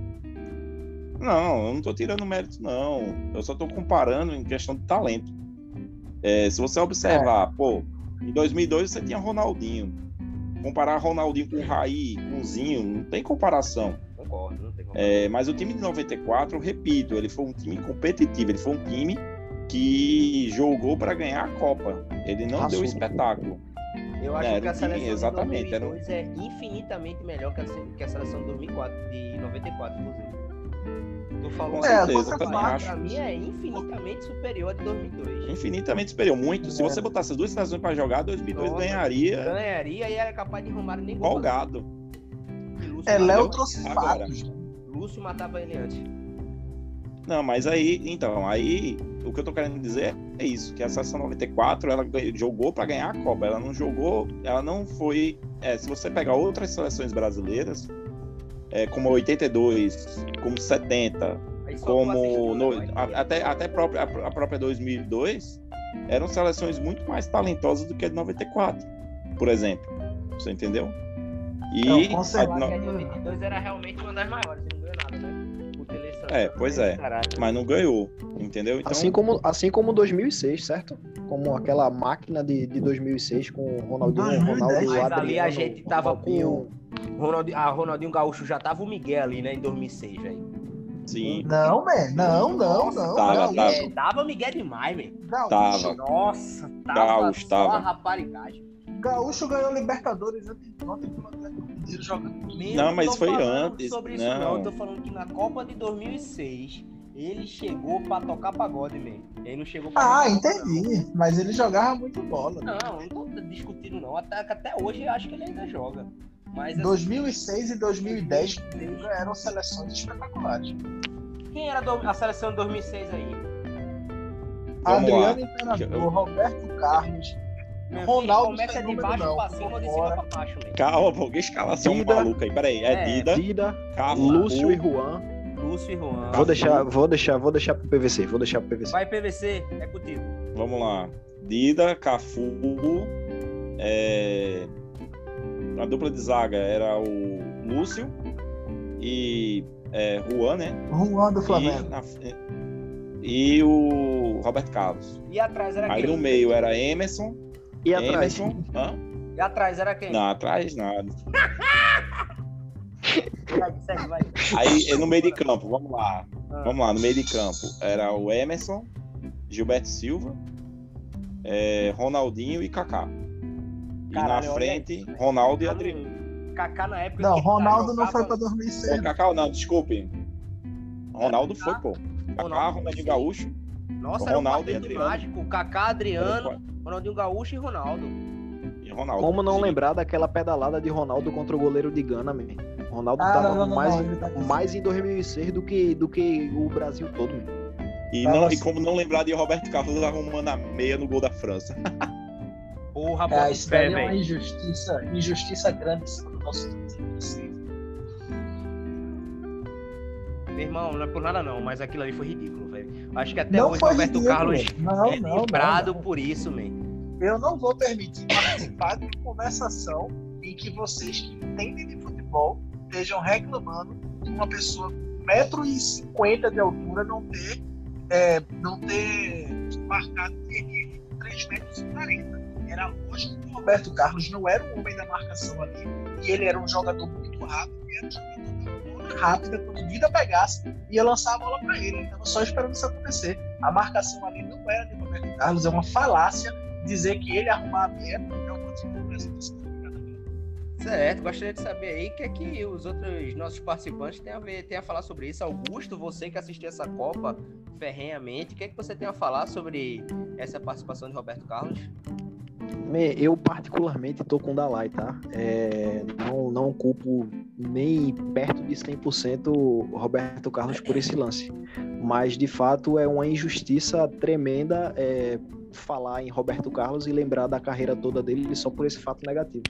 Não, eu não tô tirando mérito, não. Eu só tô comparando em questão de talento. É, se você observar, é. pô, em dois mil e dois você tinha Ronaldinho. Comparar Ronaldinho com o Raí, com o Zinho, não tem comparação. Concordo, não tem comparação. É, mas o time de noventa e quatro, eu repito, ele foi um time competitivo, ele foi um time que jogou para ganhar a Copa. Ele não Assunto. deu espetáculo. Eu acho é, que a seleção time, exatamente, de dois mil e dois era... é infinitamente melhor que a, que a seleção de dois mil e quatro, de noventa e quatro, inclusive. Tu falou Com assim, certeza, eu também acho. Pra mim é infinitamente superior a de dois mil e dois. Infinitamente superior, muito. Se você botasse as duas seleções para jogar, dois mil e dois Nossa, ganharia. Ganharia e era capaz de Romário nem folgado. É, Léo trouxe fatos. Lúcio matava ele antes. Não, mas aí, então, aí o que eu tô querendo dizer é isso, que a seleção noventa e quatro, ela jogou para ganhar a Copa, ela não jogou, ela não foi, é, se você pegar outras seleções brasileiras, é, como oitenta e dois, como setenta, como no, a, até, até própria, a própria dois mil e dois, eram seleções muito mais talentosas do que a de noventa e quatro, por exemplo, você entendeu? E não, com certeza, a de noventa e dois era realmente uma das maiores, não ganhou nada, né? É, pois é, mas não ganhou, entendeu? Então... Assim como assim como dois mil e seis, certo? Como aquela máquina de, de dois mil e seis com o Ronaldinho, Ronaldo, mas Adriano, ali a gente tava Ronaldinho... com Ronaldinho, a Ronaldinho Gaúcho já tava o Miguel ali, né, em dois mil e seis, velho. Sim. Não, man, não, não, não. Tava, não, tava. É, tava Miguel demais, velho. Tava. Nossa, tava Gaúcho, só tava. a raparigagem. Gaúcho ganhou Libertadores ontem pelo Atlético Mineiro jogando. Não, mas foi antes. Sobre isso, não. não, eu tô falando que na Copa de dois mil e seis ele chegou pra tocar pagode mesmo. Ele não chegou pra. Ah, entendi. Não. Mas ele jogava muito bola. Não, não tô discutindo, não. Até, até hoje eu acho que ele ainda joga. Mas, assim, dois mil e seis e dois mil e dez eram seleções espetaculares. Quem era a seleção de dois mil e seis aí? Vamos Adriano lá. Imperador, Eu... Roberto Carlos. Meu Ronaldo filho, começa de baixo não, pra cima ou de cima pra baixo, velho. Calma, pô, que escalação Dida, maluca aí. Peraí, é, é Dida, Dida Cafu, Lúcio e Juan. Lúcio e Juan. Vou deixar, vou deixar, vou deixar pro P V C, vou deixar pro P V C. Vai P V C, é contigo. Vamos lá. Dida, Cafu, é... a dupla de zaga era o Lúcio e é, Juan, né? Juan do Flamengo. E, na... e o Roberto Carlos. E atrás era aí quem? no meio era Emerson. E atrás? Emerson, hã? E atrás era quem? Não, atrás nada. Vai, segue, vai. Aí no meio de campo, vamos lá. Ah. Vamos lá, no meio de campo era o Emerson, Gilberto Silva, é, Ronaldinho e Kaká. E Caralho, na frente, olha, Ronaldo e Adriano. Kaká na época. Não, que Ronaldo jogava... não foi pra dois mil e seis. Ô, Kaká não, desculpe. Ronaldo foi, pô. Kaká, Ronaldo Ronaldinho Gaúcho. Nossa, Ronaldo era um e quarteto Adriano. mágico. Kaká, Adriano, Ronaldinho Gaúcho e Ronaldo. E Ronaldo. Como não Sim. lembrar daquela pedalada de Ronaldo contra o goleiro de Gana, man? Ronaldo Ah, tava não, não, não, mais, não, ele tá com- mais em dois mil e seis do que, do que o Brasil todo, man. E, Tava não, assim. e como não lembrar de Roberto Carlos arrumando a meia no gol da França. Porra, É, bota isso fé, daí é uma velho. injustiça, injustiça grande em cima do nosso time. Meu irmão, não é por nada não, mas aquilo ali foi ridículo, velho. Acho que até Não hoje o foi Roberto ridículo. Carlos Não, é não, lembrado não, não. por isso, man. Eu não vou permitir participar de uma conversação em que vocês que entendem de futebol estejam reclamando de uma pessoa com um metro e cinquenta de altura não ter, é, não ter marcado ele com três metros e quarenta. Era lógico que o Roberto Carlos não era um homem da marcação ali, e ele era um jogador muito rápido, e era um jogador da bola rápida, quando a vida pegasse, ia lançar a bola para ele. Ele estava só esperando isso acontecer. A marcação ali não era de Roberto Carlos, é uma falácia dizer que ele arrumar a meia é um motivo de apresentação. Certo, gostaria de saber aí o que é que os outros nossos participantes têm a ver, têm a falar sobre isso. Augusto, você que assistiu essa Copa ferrenhamente, o que é que você tem a falar sobre essa participação de Roberto Carlos? Me- Eu particularmente tô com o Dalai, tá? É, não, não culpo nem perto de cem por cento o Roberto Carlos por esse lance. Mas, de fato, é uma injustiça tremenda é, falar em Roberto Carlos e lembrar da carreira toda dele só por esse fato negativo.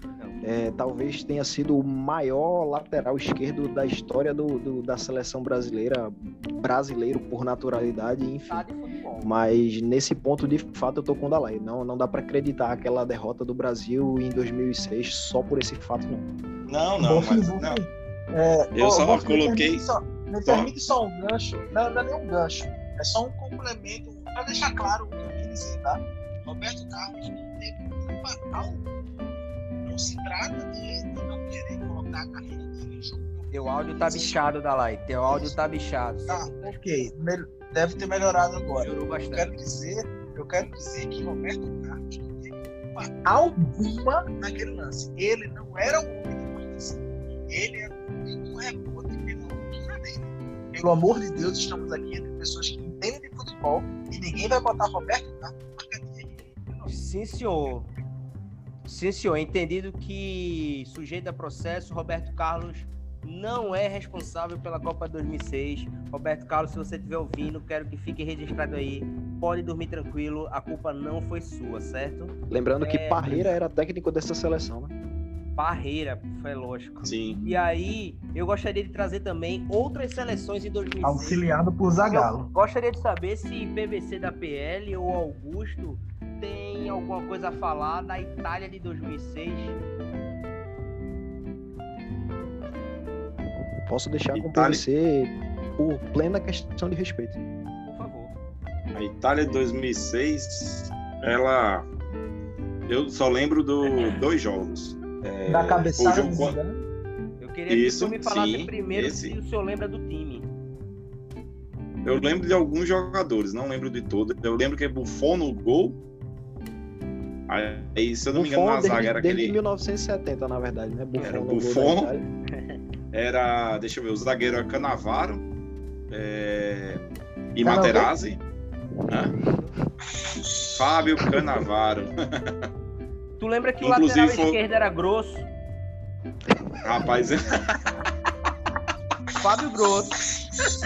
É, talvez tenha sido o maior lateral esquerdo da história do, do- da seleção brasileira, brasileiro por naturalidade, enfim. Tá de futebol. Mas nesse ponto, de fato, eu tô com o Dalai. Não, não dá pra acreditar aquela derrota do Brasil em dois mil e seis só por esse fato, não. Não, não, Bom, mas bom, não. É, Eu ô, só Wolf, me coloquei- permite só- Me Só- permite só um gancho. Não, não é nem um gancho. É só um complemento para deixar claro o que eu quis dizer, tá? Roberto Carlos não teve culpa alguma. Não se trata de, de não querer colocar a carreira dele em jogo. Teu áudio tá bichado, Dalai. Teu áudio tá bichado. Tá, ok. Mel- Deve ter melhorado agora. Melhorou Eu bastante. quero dizer, eu quero dizer que Roberto Carlos não teve culpa alguma naquele lance. Ele não era o homem de marcação. Ele era o homem do rebote pela altura dele. Pelo amor de Deus, estamos aqui entre pessoas que entendem de futebol e ninguém vai botar Roberto Carlos na marcatinha aqui. Sim, senhor. Sim, senhor. Entendido que, sujeito a processo, Roberto Carlos não é responsável pela Copa dois mil e seis. Roberto Carlos, se você estiver ouvindo, quero que fique registrado aí. Pode dormir tranquilo, a culpa não foi sua, certo? Lembrando que É, Parreira era técnico dessa seleção, né? Barreira, foi lógico. Sim. E aí, eu gostaria de trazer também outras seleções em dois mil e seis. Auxiliado por Eu Zagallo. gostaria de saber se P V C da P L ou Augusto tem alguma coisa a falar da Itália de dois mil e seis. Posso deixar com o P Itália. V C por plena questão de respeito. Por favor. A Itália de dois mil e seis, ela. Eu só lembro dos dois jogos. É, Da o cabeçada jogo do con- Zidane. Eu queria Isso, que tu me falasse sim, primeiro esse. se o senhor lembra do time. Eu lembro de alguns jogadores, não lembro de todos. Eu lembro que é Buffon no gol. Aí, se eu não me engano, Buffon na desde, zaga era desde aquele. mil novecentos e setenta, na verdade, né? Buffon Era no gol da Buffon. Itália. Era, deixa eu ver, o zagueiro era Cannavaro é, e Tá, Materazzi. Hã? Fábio Cannavaro. Tu lembra que Inclusive, o lateral foi- esquerdo era grosso? Rapaz, Fábio Grosso.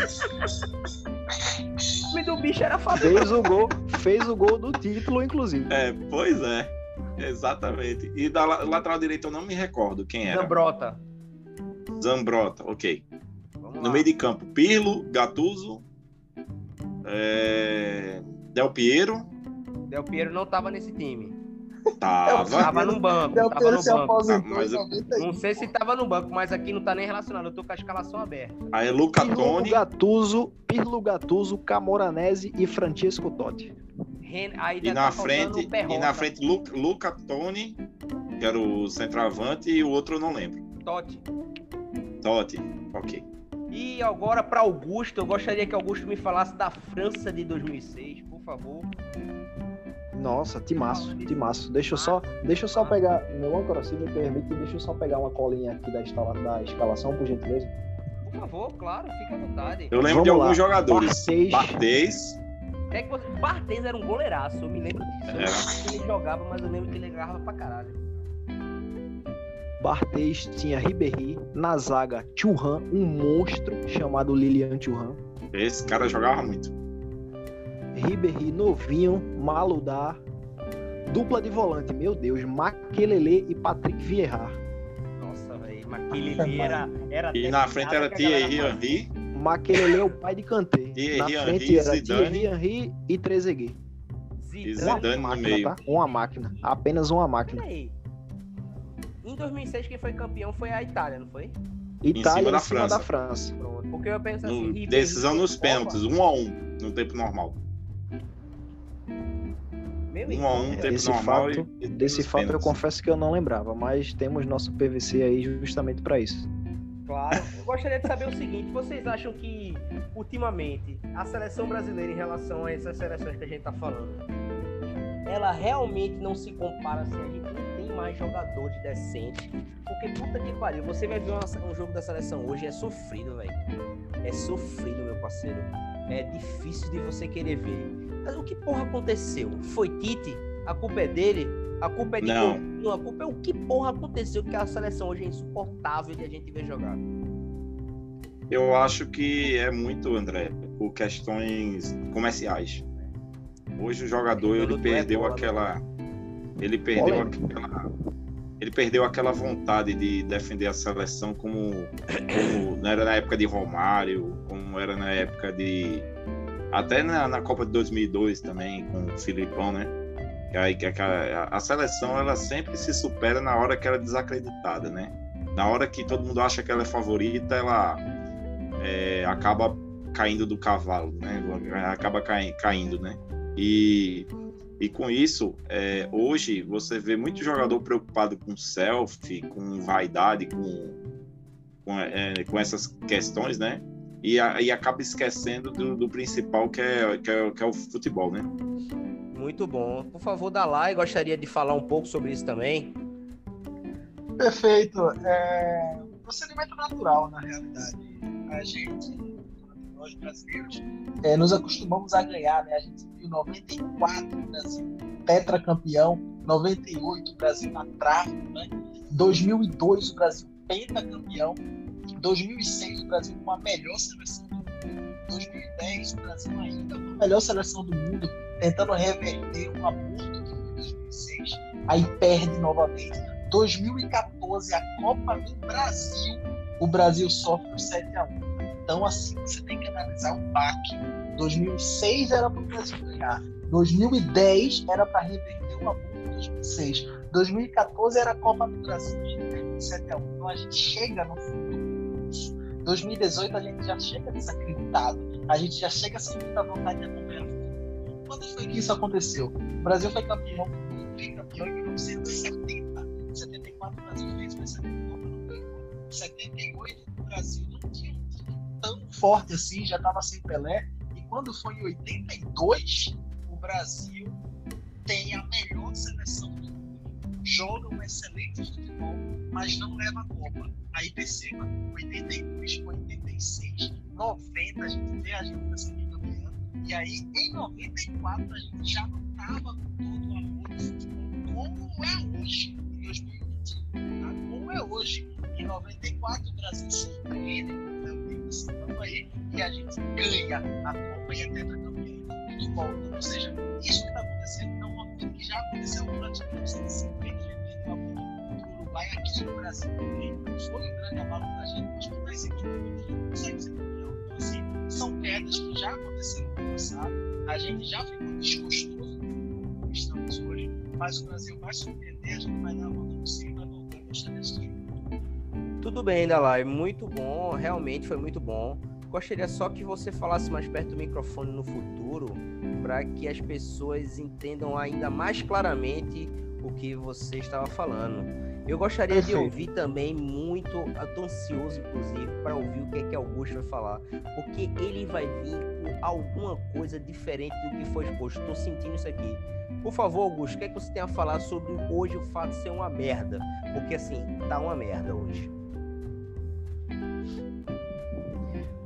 O nome do bicho era Fábio Fez o gol, fez o gol do título, inclusive. é, pois é, exatamente. E da la- lateral direita eu não me recordo quem era. Zambrota. Zambrota, ok. Vamos No lá. meio de campo, Pirlo, Gattuso, é, Del Piero, Del Piero não tava nesse time. tava. Tava no banco. Del Tava Piero no se banco. aposentou Ah, mas em eu- noventa e um. Não sei se tava no banco, mas aqui não tá nem relacionado. Eu tô com a escalação aberta. Aí Luca Pirlo Toni, Gattuso, Pirlo Gattuso, Camoranesi e Francesco Totti. Ren... Aí e ainda na tá faltando frente, o Perrota. e na frente Lu- Luca Toni, que era o centroavante, e o outro eu não lembro. Totti. Totti, ok. E agora para Augusto, eu gostaria que Augusto me falasse da França de dois mil e seis, por favor. Nossa, timaço, timaço. Deixa eu só, deixa eu só pegar, meu âncora, se me permite, deixa eu só pegar uma colinha aqui da, instala, da escalação, por gentileza. Por favor, claro, fica à vontade. Eu lembro Vamos de lá. alguns jogadores. Barthez. Barthez, que é que você... Barthez era um goleiraço, eu me lembro disso. Eu Era. não sei se ele jogava, mas eu lembro que ele agarrava pra caralho. Barthez tinha Ribéry, na zaga Thuram, um monstro chamado Lilian Thuram. Esse cara jogava muito. Ribéry, novinho, Maludar, dupla de volante, meu Deus, Makelele e Patrick Vieira. Nossa, velho, mas aquele ali era, era E até na piada frente era que a galera Thierry fazia. Henry. Makelele é o pai de Kanté. Thierry Na Henry, frente era Zidane. Thierry Henry e Trezeguet. E Zidane. Zidane no Máquina, meio. tá? Uma máquina, apenas uma máquina. Peraí. Em dois mil e seis, quem foi campeão foi a Itália, não foi? Itália cima da em cima da França. França. Pronto. Porque eu ia pensar assim, No- Ribéry decisão foi nos Copa. pênaltis, um a um no tempo normal. Meu Um a um, irmão, tempo Desse normal fato, e- e desse nos fato eu pênaltis. confesso que eu não lembrava, mas temos nosso P V C aí justamente para isso. Claro. Eu gostaria de saber o seguinte, vocês acham que, ultimamente, a seleção brasileira em relação a essas seleções que a gente tá falando, ela realmente não se compara assim, a gente não tem mais jogadores decentes, porque puta que pariu, você vai ver uma- um jogo da seleção hoje, é sofrido, velho. É sofrido, meu parceiro. É difícil de você querer ver. Mas o que porra aconteceu? Foi Tite? A culpa é dele? A culpa é de Não. Coutinho? A culpa é o que porra aconteceu que a seleção hoje é insuportável de a gente ver jogar. Eu acho que é muito, André, por questões comerciais. Hoje o jogador ele Tudo é perdeu bola, aquela, ele perdeu Polêmica. aquela, ele perdeu aquela vontade de defender a seleção como, como não era na época de Romário, como era na época de até na, na Copa de dois mil e dois também com o Filipão, né? Que aí que a, a seleção ela sempre se supera na hora que ela é desacreditada, né? Na hora que todo mundo acha que ela é favorita, ela é, acaba caindo do cavalo, né? Acaba cai, caindo, né? E, e com isso, é, hoje você vê muito jogador preocupado com selfie, com vaidade, com, com, é, com essas questões, né? E, a, e acaba esquecendo do, do principal que é, que, é, que é o futebol, né? Muito bom. Por favor, Dalai, gostaria de falar um pouco sobre isso também. Perfeito. É um procedimento natural, na realidade. A gente, nós brasileiros, é, nos acostumamos a ganhar, né? A gente viu noventa e quatro o Brasil tetracampeão, noventa e oito o Brasil na trave, né? dois mil e dois o Brasil pentacampeão, dois mil e seis o Brasil com a melhor seleção do mundo, dois mil e dez o Brasil ainda com a melhor seleção do mundo, tentando reverter um aborto que foi em dois mil e seis, aí perde novamente. dois mil e quatorze, a Copa do Brasil, o Brasil sofre o sete a um. Então, assim, você tem que analisar o baque. dois mil e seis era para o Brasil ganhar. dois mil e dez era para reverter o aborto de dois mil e seis. dois mil e quatorze era a Copa do Brasil, a gente perde sete a um. Então, a gente chega no fundo disso. dois mil e dezoito, a gente já chega desacreditado. A gente já chega sem muita vontade de acompanhar. Quando foi que isso aconteceu? O Brasil foi campeão, foi campeão em mil novecentos e setenta. setenta e quatro o Brasil fez, mas setenta e quatro não ganhou. setenta e oito o Brasil não tinha um time tão forte assim, já estava sem Pelé. E quando foi em oitenta e dois, o Brasil tem a melhor seleção do mundo, joga um excelente futebol, mas não leva a Copa. Aí perceba, oitenta e dois, oitenta e seis, noventa a gente vê a gente da semi-campeã. E aí, em noventa e quatro, a gente já não estava com todo o amor do futebol como é hoje, em dois mil e vinte, tá? Como é hoje. Em noventa e quatro, o Brasil surpreende com o tempo citando aí, e a gente ganha a Copa e é tetracampeão. Tudo volta. Ou seja, isso que está acontecendo é uma coisa que já aconteceu durante mil novecentos e cinquenta, a gente perdeu a Copa do Uruguai aqui no Brasil também. Foi um grande abalo para a gente, mas por mais equipe que não consegue ser campeão. Então, assim, são quedas que já aconteceram no passado, a gente já ficou desgostoso como estamos hoje, mas o Brasil vai surpreender, a gente vai dar a volta por cima e vai voltar a gostar desse time. Tudo bem, Dalai, muito bom, realmente foi muito bom. Gostaria só que você falasse mais perto do microfone no futuro, para que as pessoas entendam ainda mais claramente o que você estava falando. Eu gostaria Perfeito. de ouvir também muito, eu tô ansioso inclusive para ouvir o que é que Augusto vai falar, porque ele vai vir com alguma coisa diferente do que foi exposto. Tô sentindo isso aqui. Por favor, Augusto, o que é que você tem a falar sobre hoje o fato de ser uma merda? Porque assim, tá uma merda hoje.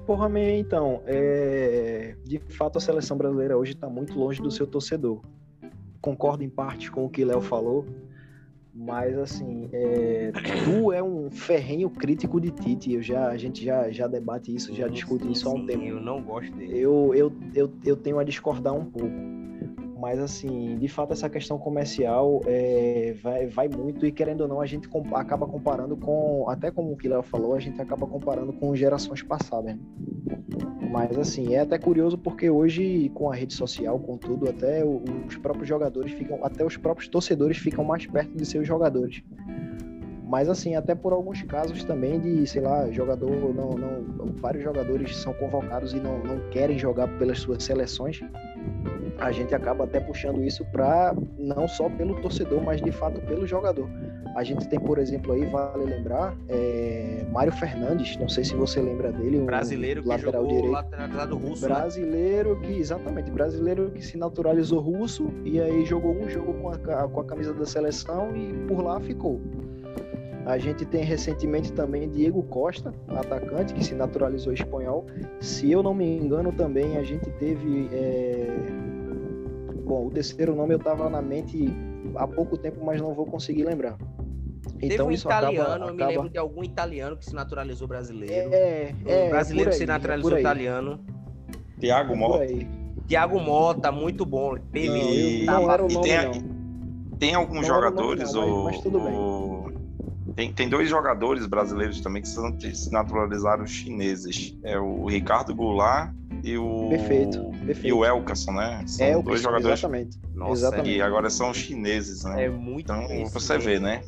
Porra, man, então, é... de fato a seleção brasileira hoje está muito longe do seu torcedor. Concordo em parte com o que Léo falou, mas assim, é... tu é um ferrenho crítico de Tite, eu já, a gente já, já debate isso, já Sim, discute sim, isso há um sim, tempo. Eu não gosto dele. Eu, eu, eu, eu tenho a discordar um pouco, mas assim, de fato essa questão comercial é, vai, vai muito e querendo ou não a gente comp- acaba comparando com, até como o que Léo falou, a gente acaba comparando com gerações passadas, né? Mas assim, é até curioso porque hoje com a rede social, com tudo, até o- os próprios jogadores ficam, até os próprios torcedores ficam mais perto de seus jogadores. Mas assim, até por alguns casos também de, sei lá, jogador, não, não, vários jogadores são convocados e não, não querem jogar pelas suas seleções, a gente acaba até puxando isso para não só pelo torcedor, mas de fato pelo jogador. A gente tem, por exemplo, aí, vale lembrar, é, Mário Fernandes, não sei se você lembra dele, um Brasileiro que lateral jogou direito. lateralizado russo, né? Brasileiro que, exatamente, brasileiro que se naturalizou russo e aí jogou um jogo com a, com a camisa da seleção e por lá ficou. A gente tem recentemente também Diego Costa, atacante, que se naturalizou espanhol. Se eu não me engano também, a gente teve... É... Bom, o terceiro nome eu estava na mente há pouco tempo, mas não vou conseguir lembrar. Teve Então um isso italiano, acaba, eu me acaba... lembro de algum italiano que se naturalizou brasileiro. É, é, um brasileiro é que se por aí, naturalizou é por aí, italiano. Thiago é por Mota. aí. Thiago Mota, muito bom. Teve Não, E- eu, não era o e nome, tem a- não. Tem alguns Não era o nome, jogadores, não, mas- o, mas tudo bem. o- Tem, tem dois jogadores brasileiros também que são- se naturalizaram chineses. É o Ricardo Goulart e o, Perfeito, perfeito. e o Elkerson, né? São É o dois que- jogadores exatamente. Nossa, exatamente. que agora são chineses, né? É muito Então, conhecido. você vê, né?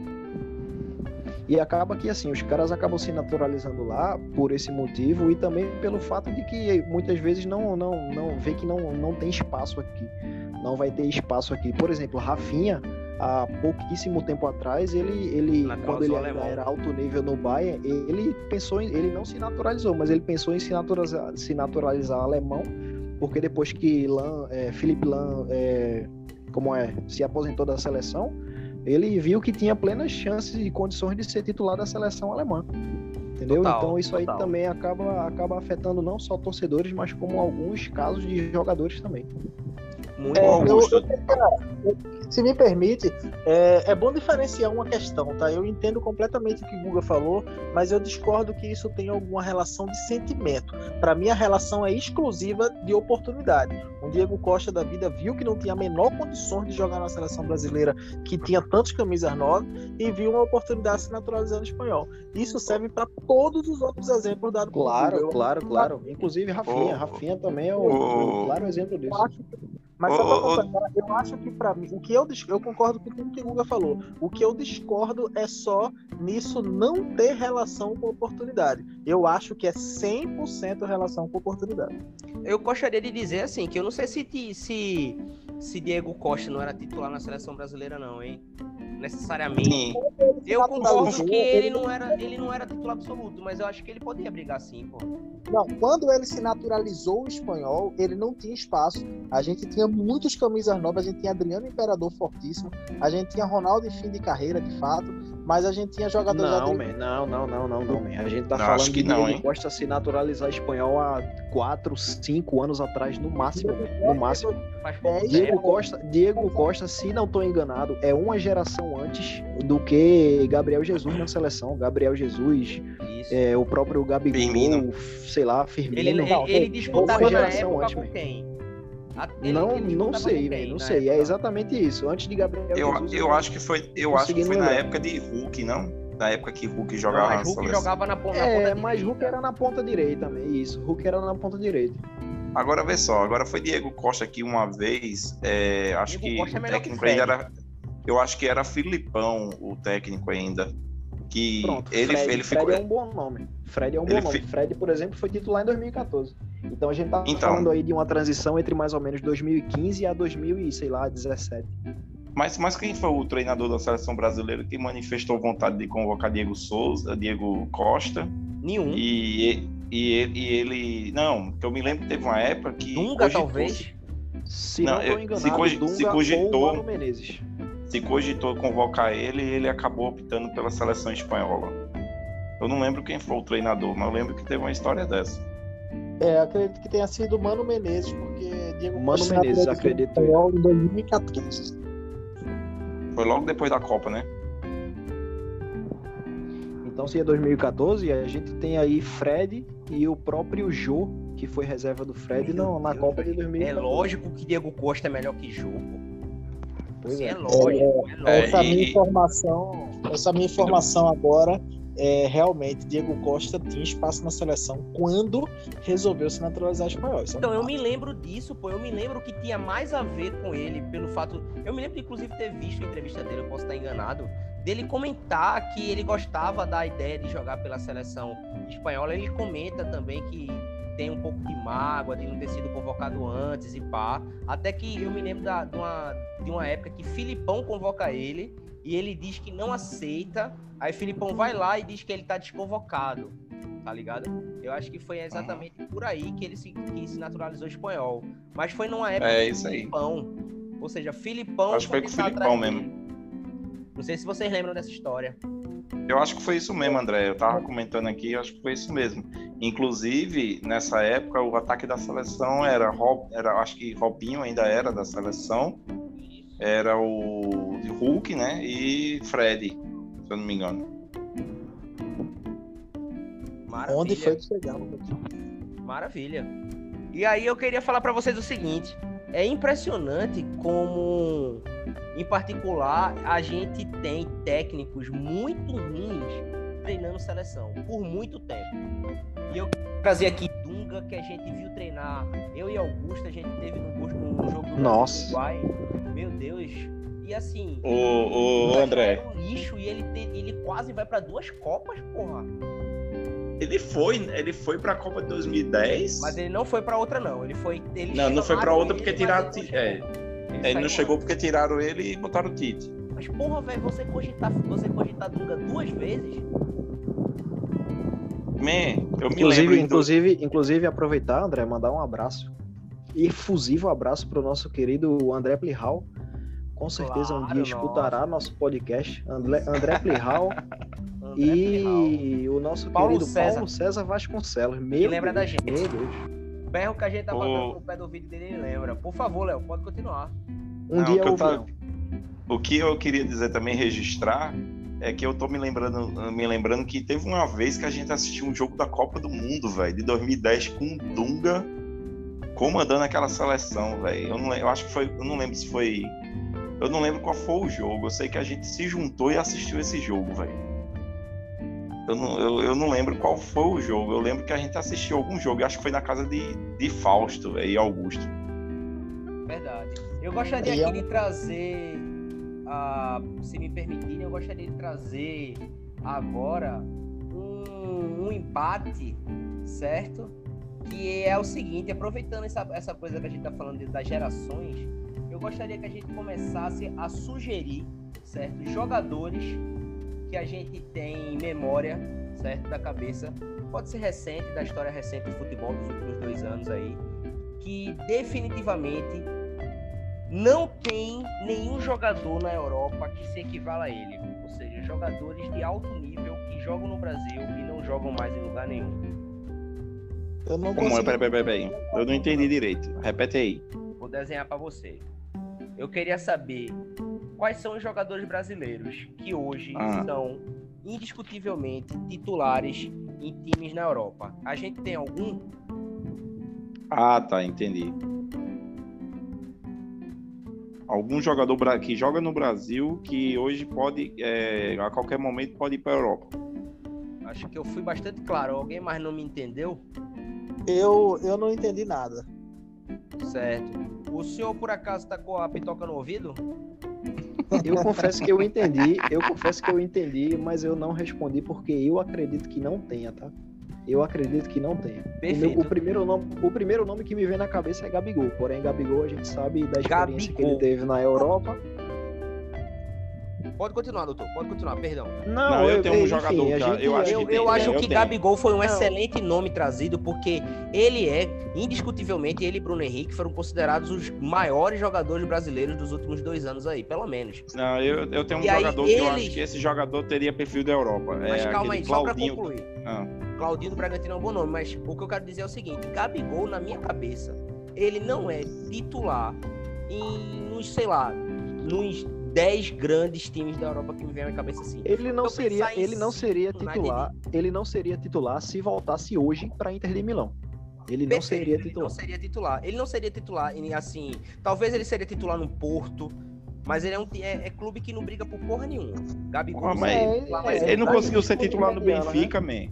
E acaba que assim, os caras acabam se naturalizando lá por esse motivo e também pelo fato de que muitas vezes não não não vê que não, não tem espaço aqui. Não vai ter espaço aqui. Por exemplo, Rafinha, há pouquíssimo tempo atrás, ele ele Naturalizou quando ele alemão. ainda era alto nível no Bayern, ele pensou em, ele não se naturalizou, mas ele pensou em se naturalizar, se naturalizar alemão, porque depois que Lahm, é, Philipp Lahm, é, como é, se aposentou da seleção, ele viu que tinha plenas chances e condições de ser titular da seleção alemã. Entendeu? Total, Então isso aí total. também acaba, acaba afetando não só torcedores, mas como alguns casos de jogadores também. Muito É, bom. eu, Augusto. eu- cara, eu- se me permite, é, é bom diferenciar uma questão, tá? Eu entendo completamente o que o Guga falou, mas eu discordo que isso tenha alguma relação de sentimento. Para mim, a relação é exclusiva de oportunidade. O Diego Costa da vida viu que não tinha a menor condições de jogar na seleção brasileira, que tinha tantas camisas nove, e viu uma oportunidade de se naturalizar no espanhol. Isso serve para todos os outros exemplos dados por Claro, Guga. Eu- claro, claro. Inclusive Rafinha. Ô, Rafinha também é o, ô, um claro exemplo disso. Eu acho que- Mas Ô, só pra ô, ô. completar, eu acho que pra mim, o que eu, dis- eu concordo com tudo que o Guga falou. O que eu discordo é só nisso não ter relação com oportunidade. Eu acho que é cem por cento relação com oportunidade. Eu gostaria de dizer assim, que eu não sei se, ti- se, se Diego Costa não era titular na seleção brasileira, não, hein? Necessariamente. Sim. Eu naturalizou, concordo que ele ele- não, era, ele não era titular absoluto, mas eu acho que ele poderia brigar sim, pô. Não, quando ele se naturalizou o espanhol, ele não tinha espaço. A gente tinha muitos camisas novas, a gente tinha Adriano Imperador fortíssimo, a gente tinha Ronaldo em fim de carreira, de fato, mas a gente tinha jogadores... Não, Adri- man, não, não, não, não, não, man. A gente tá Não, falando acho que de não, Diego hein? Costa se naturalizar espanhol há quatro, cinco anos atrás, no máximo, man, no máximo. Faz pouco É, Diego tempo. Costa, Diego Costa, se não estou enganado, é uma geração antes do que Gabriel Jesus na seleção. Gabriel Jesus, Isso. é, o próprio Gabigol, Firmino. sei lá, Firmino. Ele, ele, Não, ele não, disputava uma na geração época antes, com man. quem? A- ele- não, ele não disputava sei, com velho, quem não na sei. É época? exatamente isso. Antes de Gabriel Eu, Jesus. eu acho que foi, eu acho que conseguindo foi na lembrar. época de Hulk, não? Na época que Hulk Não, jogava na mas Hulk seleção. jogava na, pon- na ponta É, mas direita. Hulk era na ponta direita também. Isso, Hulk era na ponta direita. Agora vê só, agora foi Diego Costa aqui uma vez. é, acho Diego que Costa é o melhor que técnico ainda Fred. era. Eu acho que era Filipão, o técnico ainda. Que Pronto, ele, Fred, ele Fred ficou. é um bom nome. Fred é um bom Ele nome. fi- Fred, por exemplo, foi titular em dois mil e catorze. Então a gente tá Então. falando aí de uma transição entre mais ou menos dois mil e quinze a dois mil e, sei lá, dezessete. Mas, mas quem foi o treinador da seleção brasileira que manifestou vontade de convocar Diego Souza, Diego Costa? Nenhum. E, e, ele, e ele. Não, que eu me lembro que teve uma época que. Dunga, cogitou- talvez. Se Não, não, eu- tô enganado, se cogi- Dunga se cogitou- ou Mano Menezes. Se cogitou convocar ele, ele acabou optando pela seleção espanhola. Eu não lembro quem foi o treinador, mas eu lembro que teve uma história dessa. É, acredito que tenha sido Mano Menezes, porque Diego Mano Costa Menezes, na acredito Espanhol em dois mil e quatorze. Foi logo depois da Copa, né? Então, se é dois mil e quatorze, a gente tem aí Fred e o próprio Jô, que foi reserva do Fred Meu no, na Deus, Copa de dois mil e É quatorze. lógico que Diego Costa é melhor que Jô, pô. Pois Sim, é. é lógico, é lógico. É, Essa e- minha informação, essa minha informação agora é realmente Diego Costa tinha espaço na seleção quando resolveu se naturalizar espanhol. Isso é um Então, eu fato. me lembro disso, pô. Eu me lembro que tinha mais a ver com ele, pelo fato. Eu me lembro de, inclusive, ter visto a entrevista dele, eu posso estar enganado, dele comentar que ele gostava da ideia de jogar pela seleção espanhola. Ele comenta também que tem um pouco de mágoa de não ter sido convocado antes e pá. Até que eu me lembro da- de, uma, de uma época que Filipão convoca ele e ele diz que não aceita. Aí Filipão vai lá e diz que ele tá desconvocado, tá ligado? Eu acho que foi exatamente por aí que ele se, que se naturalizou espanhol. Mas foi numa época É com isso aí. Filipão. Ou seja, Filipão... Acho que foi com o tentar Filipão atrás mesmo. dele. Não sei se vocês lembram dessa história. Eu acho que foi isso mesmo, André. Eu tava comentando aqui, eu acho que foi isso mesmo. Inclusive, nessa época, o ataque da seleção era, Rob, era acho que Robinho ainda era da seleção, era o Hulk, né? E Fred, se eu não me engano. Maravilha. Onde foi que chegaram? Maravilha. E aí eu queria falar pra vocês o seguinte. É impressionante como, em particular, a gente tem técnicos muito ruins treinando seleção por muito tempo. E eu quero trazer aqui Dunga, que a gente viu treinar. Eu e Augusto, a gente teve no, no jogo do Nossa. Uruguai. Meu Deus. E assim, O, o, Dunga André, já era um lixo e ele, te- ele quase vai pra duas Copas, porra. ele foi, ele foi pra Copa de dois mil e dez. Mas ele não foi pra outra, não. Ele foi. Ele Não, não foi pra chamaram outra ele, porque mas tiraram. ele não É, chegou. ele saiu não chegou antes. porque tiraram ele e botaram o Tite. Mas porra, velho, você cogitar, você cogitar Dunga duas vezes? Man, eu me Inclusive, lembro. inclusive, inclusive, aproveitar, André, mandar um abraço. Efusivo abraço para o nosso querido André Plihal. Com certeza um Claro, dia escutará nosso podcast. André, André Plihal André Plihal. e o nosso Paulo querido César. Paulo César Vasconcelos. Que Meu lembra Deus, da gente. Meu Deus. O berro que a gente tá Ô. botando no pé do vídeo dele, ele lembra. Por favor, Léo, pode continuar. Um Não, dia o que eu eu tava- O que eu queria dizer também, registrar, é que eu tô me lembrando, me lembrando que teve uma vez que a gente assistiu um jogo da Copa do Mundo, velho, de dois mil e dez, com o Dunga comandando aquela seleção, velho. Eu, não lem- eu acho que foi. Eu não lembro se foi. Eu não lembro qual foi o jogo. Eu sei que a gente se juntou e assistiu esse jogo, velho. Eu não, eu, eu não lembro qual foi o jogo. Eu lembro que a gente assistiu algum jogo. Eu acho que foi na casa de, de Fausto, véio, e Augusto. Verdade. Eu gostaria E é aqui de trazer, ah, se me permitirem, eu gostaria de trazer agora um, um embate, certo? Que é o seguinte, aproveitando essa, essa coisa que a gente tá falando de- das gerações, eu gostaria que a gente começasse a sugerir, certo? Jogadores que a gente tem em memória, certo? Da cabeça, pode ser recente, da história recente do futebol dos últimos dois anos aí, que definitivamente não tem nenhum jogador na Europa que se equivala a ele. Ou seja, jogadores de alto nível que jogam no Brasil e não jogam mais em lugar nenhum. Eu não Como é? consigo... Peraí, peraí, peraí. Eu não entendi direito. Repete aí. Vou desenhar para você. Eu queria saber quais são os jogadores brasileiros que hoje Ah. são indiscutivelmente titulares em times na Europa. A gente tem algum? Ah, tá, entendi. Algum jogador bra- que joga no Brasil que hoje pode, é, a qualquer momento, pode ir para a Europa. Acho que eu fui bastante claro. Alguém mais não me entendeu? Eu, eu não entendi nada. Certo. O senhor, por acaso, tá com a pitoca no ouvido? Eu confesso que eu entendi, eu confesso que eu entendi, mas eu não respondi porque eu acredito que não tenha, tá? Eu acredito que não tenha. O, meu- Perfeito. o primeiro nome, o primeiro nome que me vem na cabeça é Gabigol, porém Gabigol a gente sabe da experiência que ele Gabigol. teve na Europa. Pode continuar, doutor. Pode continuar, perdão. Não, eu tenho um jogador a que eu gente- acho Eu, que tem, eu acho eu que tenho. Gabigol foi um Não. excelente nome trazido, porque ele é, indiscutivelmente, ele e Bruno Henrique foram considerados os maiores jogadores brasileiros dos últimos dois anos aí, pelo menos. Não, eu, eu tenho um E aí, jogador que eu eles- acho que esse jogador teria perfil da Europa. Mas é calma aquele aí, só pra Claudinho. concluir. Ah, Claudinho do Bragantino é um bom nome, mas o que eu quero dizer é o seguinte: Gabigol, na minha cabeça, ele não é titular em, nos, sei lá, nos dez grandes times da Europa que me vem à minha cabeça assim. Ele não Eu seria, pensar em ele não seria United, titular, ele não seria titular se voltasse hoje para Inter de Milão. Ele não Perfeito, seria ele titular. não seria titular. Ele não seria titular, em, assim, talvez ele seria titular no Porto, mas ele é um ti- é, é clube que não briga por porra nenhuma. Gabigol Ah, não mas, seria titular, mas mas ele não tá conseguiu em ser clube titular no mediano, Benfica, man.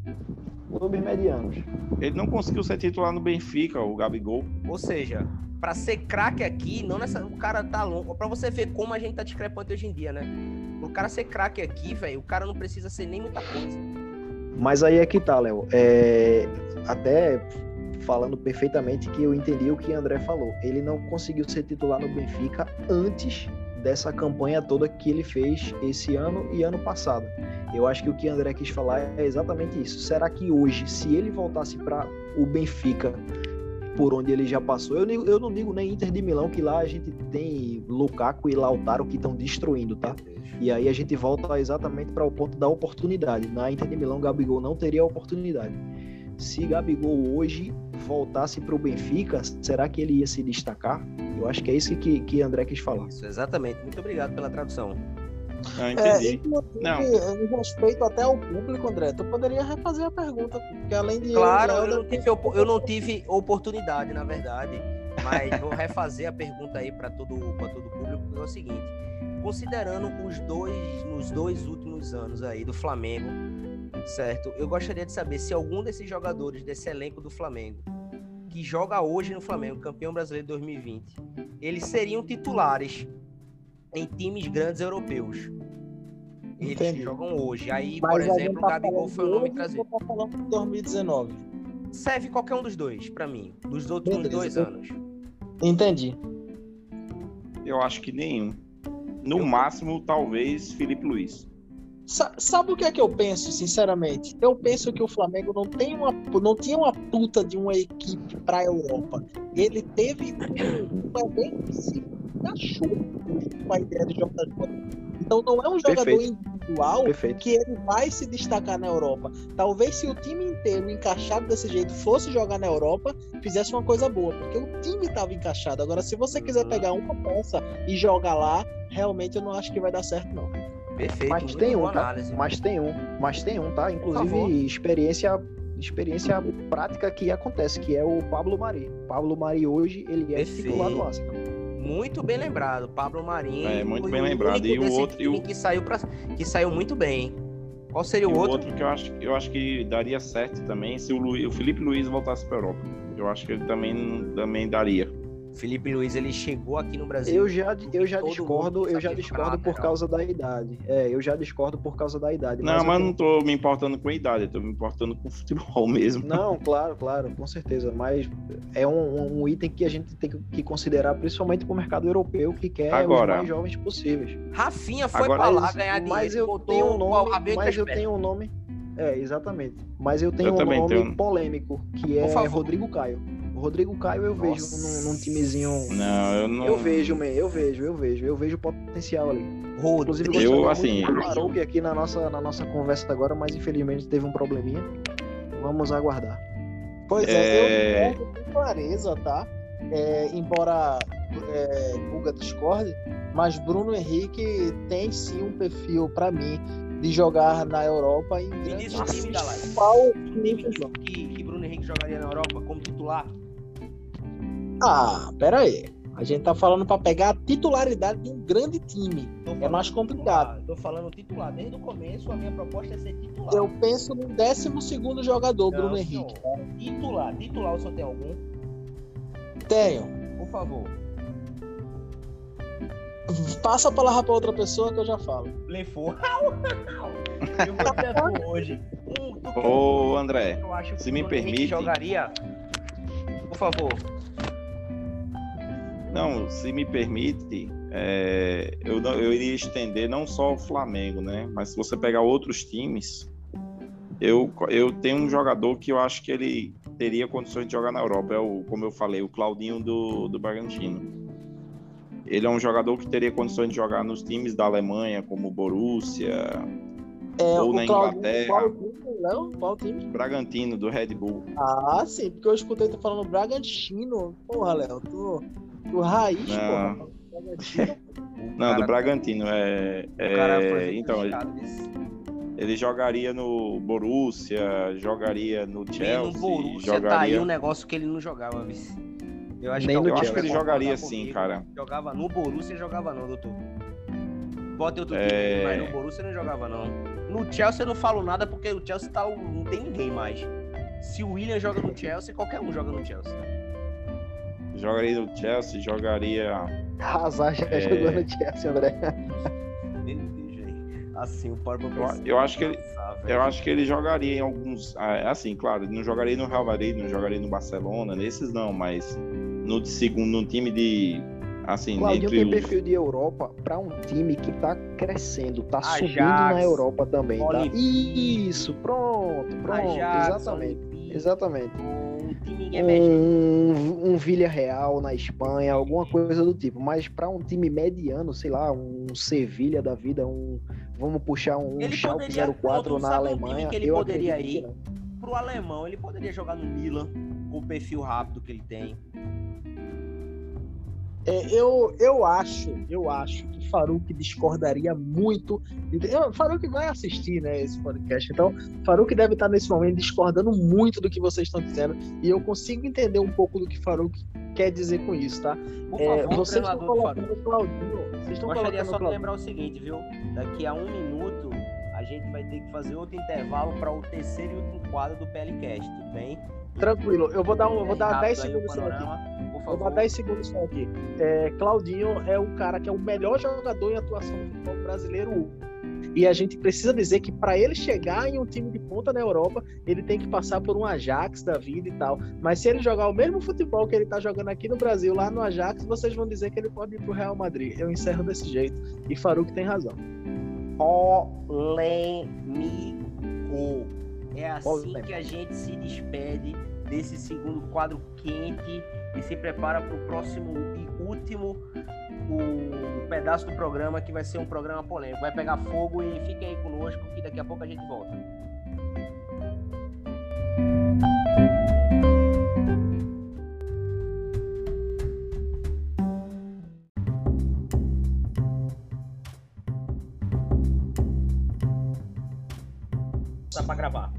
Clubes medianos. Ele não conseguiu ser titular no Benfica, o Gabigol. Ou seja, pra ser craque aqui, não nessa, o cara tá longo. Pra você ver como a gente tá discrepante hoje em dia, né? O cara ser craque aqui, velho, o cara não precisa ser nem muita coisa. Mas aí é que tá, Léo. É, até falando perfeitamente que eu entendi o que André falou. Ele não conseguiu ser titular no Benfica antes dessa campanha toda que ele fez esse ano e ano passado. Eu acho que o que André quis falar é exatamente isso. Será que hoje, se ele voltasse para o Benfica, por onde ele já passou, eu, digo- eu não digo nem Inter de Milão, que lá a gente tem Lukaku e Lautaro que estão destruindo, tá? E aí a gente volta exatamente para o ponto da oportunidade. Na Inter de Milão, Gabigol não teria a oportunidade. Se Gabigol hoje voltasse para o Benfica, será que ele ia se destacar? Eu acho que é isso que, que André quis falar. Isso, exatamente. Muito obrigado pela tradução. Ah, É, entendi. inclusive, Não. em respeito até ao público, André, tu poderia refazer a pergunta, porque além de Claro, eu, eu Léo, não, tive, opo- eu não tive oportunidade, na verdade, mas vou refazer a pergunta aí para todo, pra todo o público, que é o seguinte: considerando os dois, nos dois últimos anos aí do Flamengo, certo? Eu gostaria de saber se algum desses jogadores desse elenco do Flamengo, que joga hoje no Flamengo, campeão brasileiro de dois mil e vinte, eles seriam titulares em times grandes europeus. Eles que Entendi. jogam hoje. Aí, Mas por a gente exemplo, o tá Gabigol falando foi o nome hoje, trazido. ou tá falando de dois mil e dezenove. Serve qualquer um dos dois, pra mim, dos últimos Beleza. dois anos. Entendi. Eu acho que nenhum. No máximo, talvez, Felipe Luiz. Sa- Sabe o que é que eu penso, sinceramente? Eu penso que o Flamengo não, tem uma, não tinha uma puta de uma equipe pra Europa. Ele teve um, um elenco que se encaixou com a ideia de jogar de Então não é um jogador Perfeito. individual Perfeito. que ele vai se destacar na Europa. Talvez se o time inteiro encaixado desse jeito fosse jogar na Europa, fizesse uma coisa boa, porque o time estava encaixado. Agora, se você quiser Uhum. pegar uma peça e jogar lá, realmente eu não acho que vai dar certo, não. Perfeito, Mas muito tem um, boa tá? análise. Mas tem um. Mas tem um, tá? favor. Inclusive, experiência, experiência prática que acontece, que é o Pablo Mari. Pablo Mari hoje, ele é Perfeito. titular do Arsenal. Muito bem lembrado, Pablo Marinho. É, muito foi bem o lembrado. único E o desse outro- e o- time que saiu pra, que saiu muito bem. Qual seria E o o outro? outro que eu acho, eu acho que daria certo também se o, Lu- o Felipe Luiz voltasse para Europa. Eu acho que ele também, também daria. Felipe Luiz, ele chegou aqui no Brasil. Eu já, eu já Todo discordo, mundo eu já sabia discordo jogar por lateral. causa da idade. É, eu já discordo por causa da idade. Não, eu mas tenho- não tô me importando com a idade, eu tô me importando com o futebol mesmo. Não, claro, claro, com certeza. Mas é um, um item que a gente tem que considerar, principalmente para o mercado europeu, que quer Agora- os mais jovens possíveis. Rafinha foi Agora- pra lá Mas, ganhar dinheiro. mas eu botou tenho um o nome, rabinho mas entre eu as pernas. tenho um nome. É, exatamente. Mas eu tenho Eu um também nome tenho. polêmico, que Por é favor. Rodrigo Caio. O Rodrigo Caio eu vejo Nossa. num, num timezinho. Não, eu não. Eu vejo, man, eu vejo, eu vejo, eu vejo potencial ali. Inclusive, Rodrigo. Eu, gostaria assim- muito do Marouque aqui na nossa, na nossa conversa agora, mas infelizmente teve um probleminha. Vamos aguardar. Pois é, É. eu concordo com clareza, tá? É, embora é, Guga discorde, mas Bruno Henrique tem sim um perfil, pra mim, de jogar na Europa em Me grandes diz o time da live. Qual Time que, que Bruno Henrique jogaria na Europa como titular? Ah, pera aí. A gente tá falando pra pegar a titularidade de um grande time. Tô É falando mais complicado. titular. Tô falando titular. Desde o começo, a minha proposta é ser titular. Eu penso no décimo segundo jogador, Não, Bruno senhor. Henrique. Titular. Titular, o senhor tem algum? Tenho. Por favor. Passa a palavra pra outra pessoa que eu já falo. Lefou. Eu vou ter Lefou hoje. Um, tu quer- Ô, André, eu acho que se o me Bruno Henrique permite- jogaria. Por favor. não, se me permite, é, eu, não- eu iria estender não só o Flamengo, né? Mas se você pegar outros times, eu, eu tenho um jogador que eu acho que ele teria condições de jogar na Europa. É o, como eu falei, o Claudinho do, do Bragantino. Ele é um jogador que teria condições de jogar nos times da Alemanha, como o Borussia, É, ou o na Claudinho, Inglaterra. qual time, Léo? Qual time? Bragantino, do Red Bull. Ah, sim, porque eu escutei tu falando Bragantino. Porra, Léo, tu, tu raiz, Não. porra. Bragantino. Não, do Bragantino. É, O cara é, foi então, ele, criticado nisso. ele jogaria no Borussia, jogaria no E Chelsea, no Borussia jogaria... tá aí um negócio que ele não jogava, vice. Eu acho Nem que, no Eu acho que ele Chelsea. jogaria concordar sim, comigo. cara. Jogava no Borussia, jogava não, doutor. Bota outro time É. aí, mas no Borussia não jogava não. No Chelsea eu não falo nada porque o Chelsea tá, não tem ninguém mais. Se o William joga no Chelsea, qualquer um joga no Chelsea. Jogaria no Chelsea, jogaria... Hazard já É. jogou no Chelsea, André. Meu Deus, velho. Assim, o Pablo Eu, eu acho que ele, eu acho que ele jogaria em alguns... ah, Assim, claro, ele não jogaria no Real Madrid, não jogaria no Barcelona, nesses não, mas no segundo, no time de... Assim, Claudinho entre tem os... perfil de Europa para um time que tá crescendo, tá Ajax, subindo na Europa também, tá? Olympique. Isso, pronto, pronto, Ajax, exatamente, Olympique, exatamente. um time emergente. Um, um Villarreal na Espanha, alguma coisa do tipo, mas para um time mediano, sei lá, um Sevilha da vida, um vamos puxar um Ele Schalke poderia- zero quatro pronto, na sabe um time Alemanha, que ele eu poderia acredito ir? que não. Pro alemão, ele poderia jogar no Milan, com o perfil rápido que ele tem. É, eu, eu acho, eu acho que Faruque discordaria muito. Eu, Faruque vai assistir, né, esse podcast, então Faruque deve estar nesse momento discordando muito do que vocês estão dizendo, e eu consigo entender um pouco do que Faruque quer dizer com isso, tá? Por É, favor, vocês estão treinador do colocando Faruque. o Claudinho. Vocês estão Gostaria colocando só o de Claudinho. lembrar o seguinte, viu? Daqui a um minuto a gente vai ter que fazer outro intervalo para o terceiro e último quadro do P L Cast, tudo bem? Tranquilo, eu vou dar, um, eu vou dar Rápido dez aí o segundos só aqui. panorama, por Vou favor. dar dez segundos só aqui. É, Claudinho é o cara que é o melhor jogador em atuação do futebol brasileiro. E a gente precisa dizer que para ele chegar em um time de ponta na Europa, ele tem que passar por um Ajax da vida e tal. Mas se ele jogar o mesmo futebol que ele tá jogando aqui no Brasil, lá no Ajax, vocês vão dizer que ele pode ir pro Real Madrid. Eu encerro desse jeito. E Faruque tem razão. Polêmico. É assim Polêmico. que a gente se despede desse segundo quadro quente e se prepara para o próximo e último o pedaço do programa, que vai ser um programa polêmico. Vai pegar fogo e fiquem aí conosco que daqui a pouco a gente volta. Tá para gravar.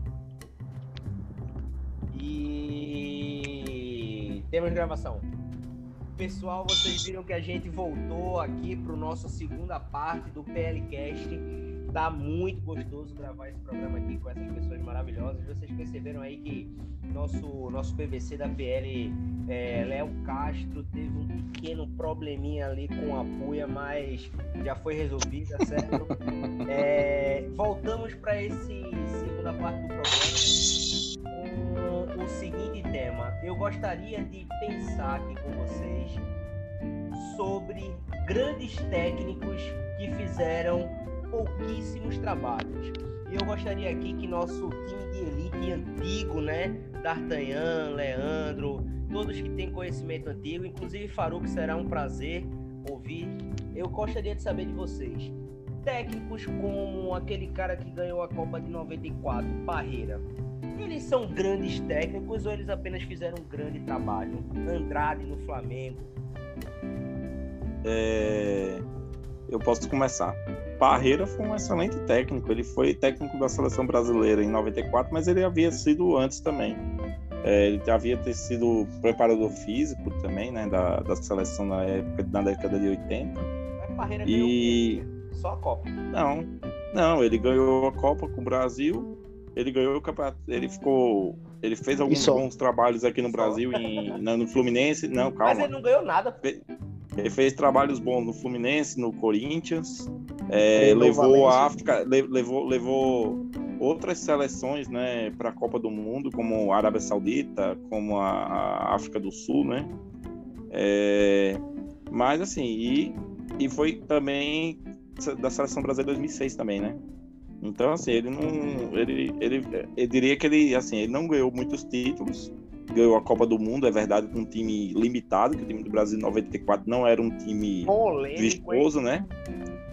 E temos gravação. Pessoal, vocês viram que a gente voltou aqui para o nosso segunda parte do P L Cast. Tá muito gostoso gravar esse programa aqui com essas pessoas maravilhosas. Vocês perceberam aí que nosso, nosso P V C da P L, é, Léo Castro, teve um pequeno probleminha ali com a Puia, mas já foi resolvida, certo? É, voltamos para esse segunda parte do programa com o seguinte tema. Eu gostaria de pensar aqui com vocês sobre grandes técnicos que fizeram pouquíssimos trabalhos. E eu gostaria aqui que nosso time de elite antigo, né, D'Artagnan, Leandro, todos que têm conhecimento antigo, inclusive Faruque, será um prazer ouvir. Eu gostaria de saber de vocês. Técnicos como aquele cara que ganhou a Copa de noventa e quatro, Parreira, eles são grandes técnicos ou eles apenas fizeram um grande trabalho? Andrade no Flamengo. É, eu posso começar. Parreira foi um excelente técnico. Ele foi técnico da seleção brasileira em noventa e quatro, mas ele havia sido antes também. É, ele havia ter sido preparador físico também, né, da, da seleção na época, na década de oitenta. Mas Parreira E ganhou só a Copa. não, não, ele ganhou a Copa com o Brasil. Ele ganhou o campeonato. Ele ficou, ele fez alguns só. bons trabalhos aqui no Brasil, em, na- no Fluminense. Não, calma. Mas ele não ganhou nada. Ele fez trabalhos bons no Fluminense, no Corinthians, é, Treinou levou a Valência. África, le- levou, levou outras seleções, né, para a Copa do Mundo, como a Arábia Saudita, como a, a África do Sul, né? É, mas assim, e, e foi também da seleção brasileira dois mil e seis também, né? Então assim, ele não, ele, ele, eu diria que ele, assim, ele não ganhou muitos títulos. Ganhou a Copa do Mundo, é verdade, com um time limitado, que o time do Brasil em noventa e quatro não era um time Polêmico, hein? vistoso, né?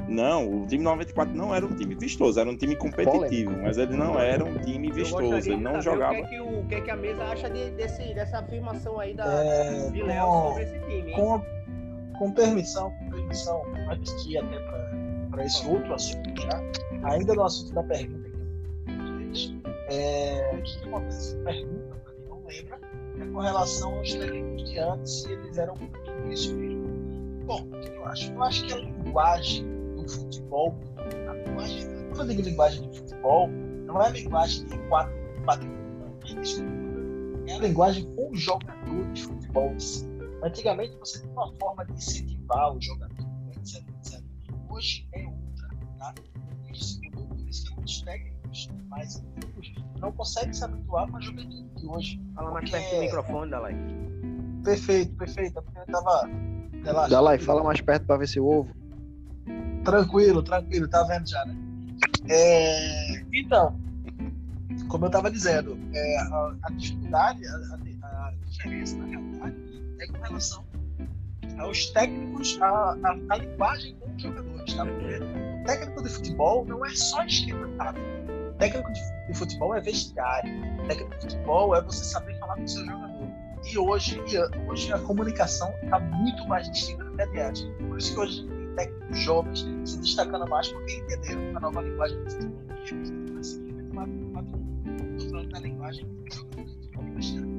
Não, o time noventa e quatro não era um time vistoso, era um time competitivo, Polêmico. mas ele não era um time Eu vistoso, gostaria ele de não saber jogava. O que, é que, o, o que é que a mesa acha de, desse, dessa afirmação aí da É, de Léo com- sobre esse time, hein? Com, com permissão, com permissão, antes de ir até para esse outro assunto já, ainda no assunto da pergunta que é, o que, que acontece? Pergunta, para quem não lembra, é com relação aos técnicos de antes, se eles eram isso mesmo. Bom, o que eu acho? Eu acho que a linguagem do futebol, a linguagem, quando eu digo linguagem de futebol, não é a linguagem de quatro, quatro, é a linguagem com o jogador de futebol em si. Antigamente você tinha uma forma de incentivar o jogador, etc, etcétera. Hoje é outra, tá? Isso que os técnicos mais antigos não conseguem se habituar com a juventude de hoje. Fala mais Porque- perto do microfone, Dalai. Perfeito, perfeito. Porque eu tava relaxado. Dalai, fala mais perto pra ver se eu ouvo. Tranquilo, tranquilo, tá vendo já, né? É, então, como eu tava dizendo, é, a, a dificuldade, a, a, a diferença na realidade é com relação aos técnicos, a, a, a linguagem com os jogadores, tá? Porque o técnico de futebol não é só esquema tático. O técnico de, de futebol é vestiário. O técnico de futebol é você saber falar com o seu jogador. E hoje, e hoje a comunicação está muito mais distinta do que a de antes. Por isso que hoje tem técnicos jovens se destacando mais porque entenderam a nova linguagem do futebol. E é vai seguir estou falando da linguagem do jogador de futebol e vestiário.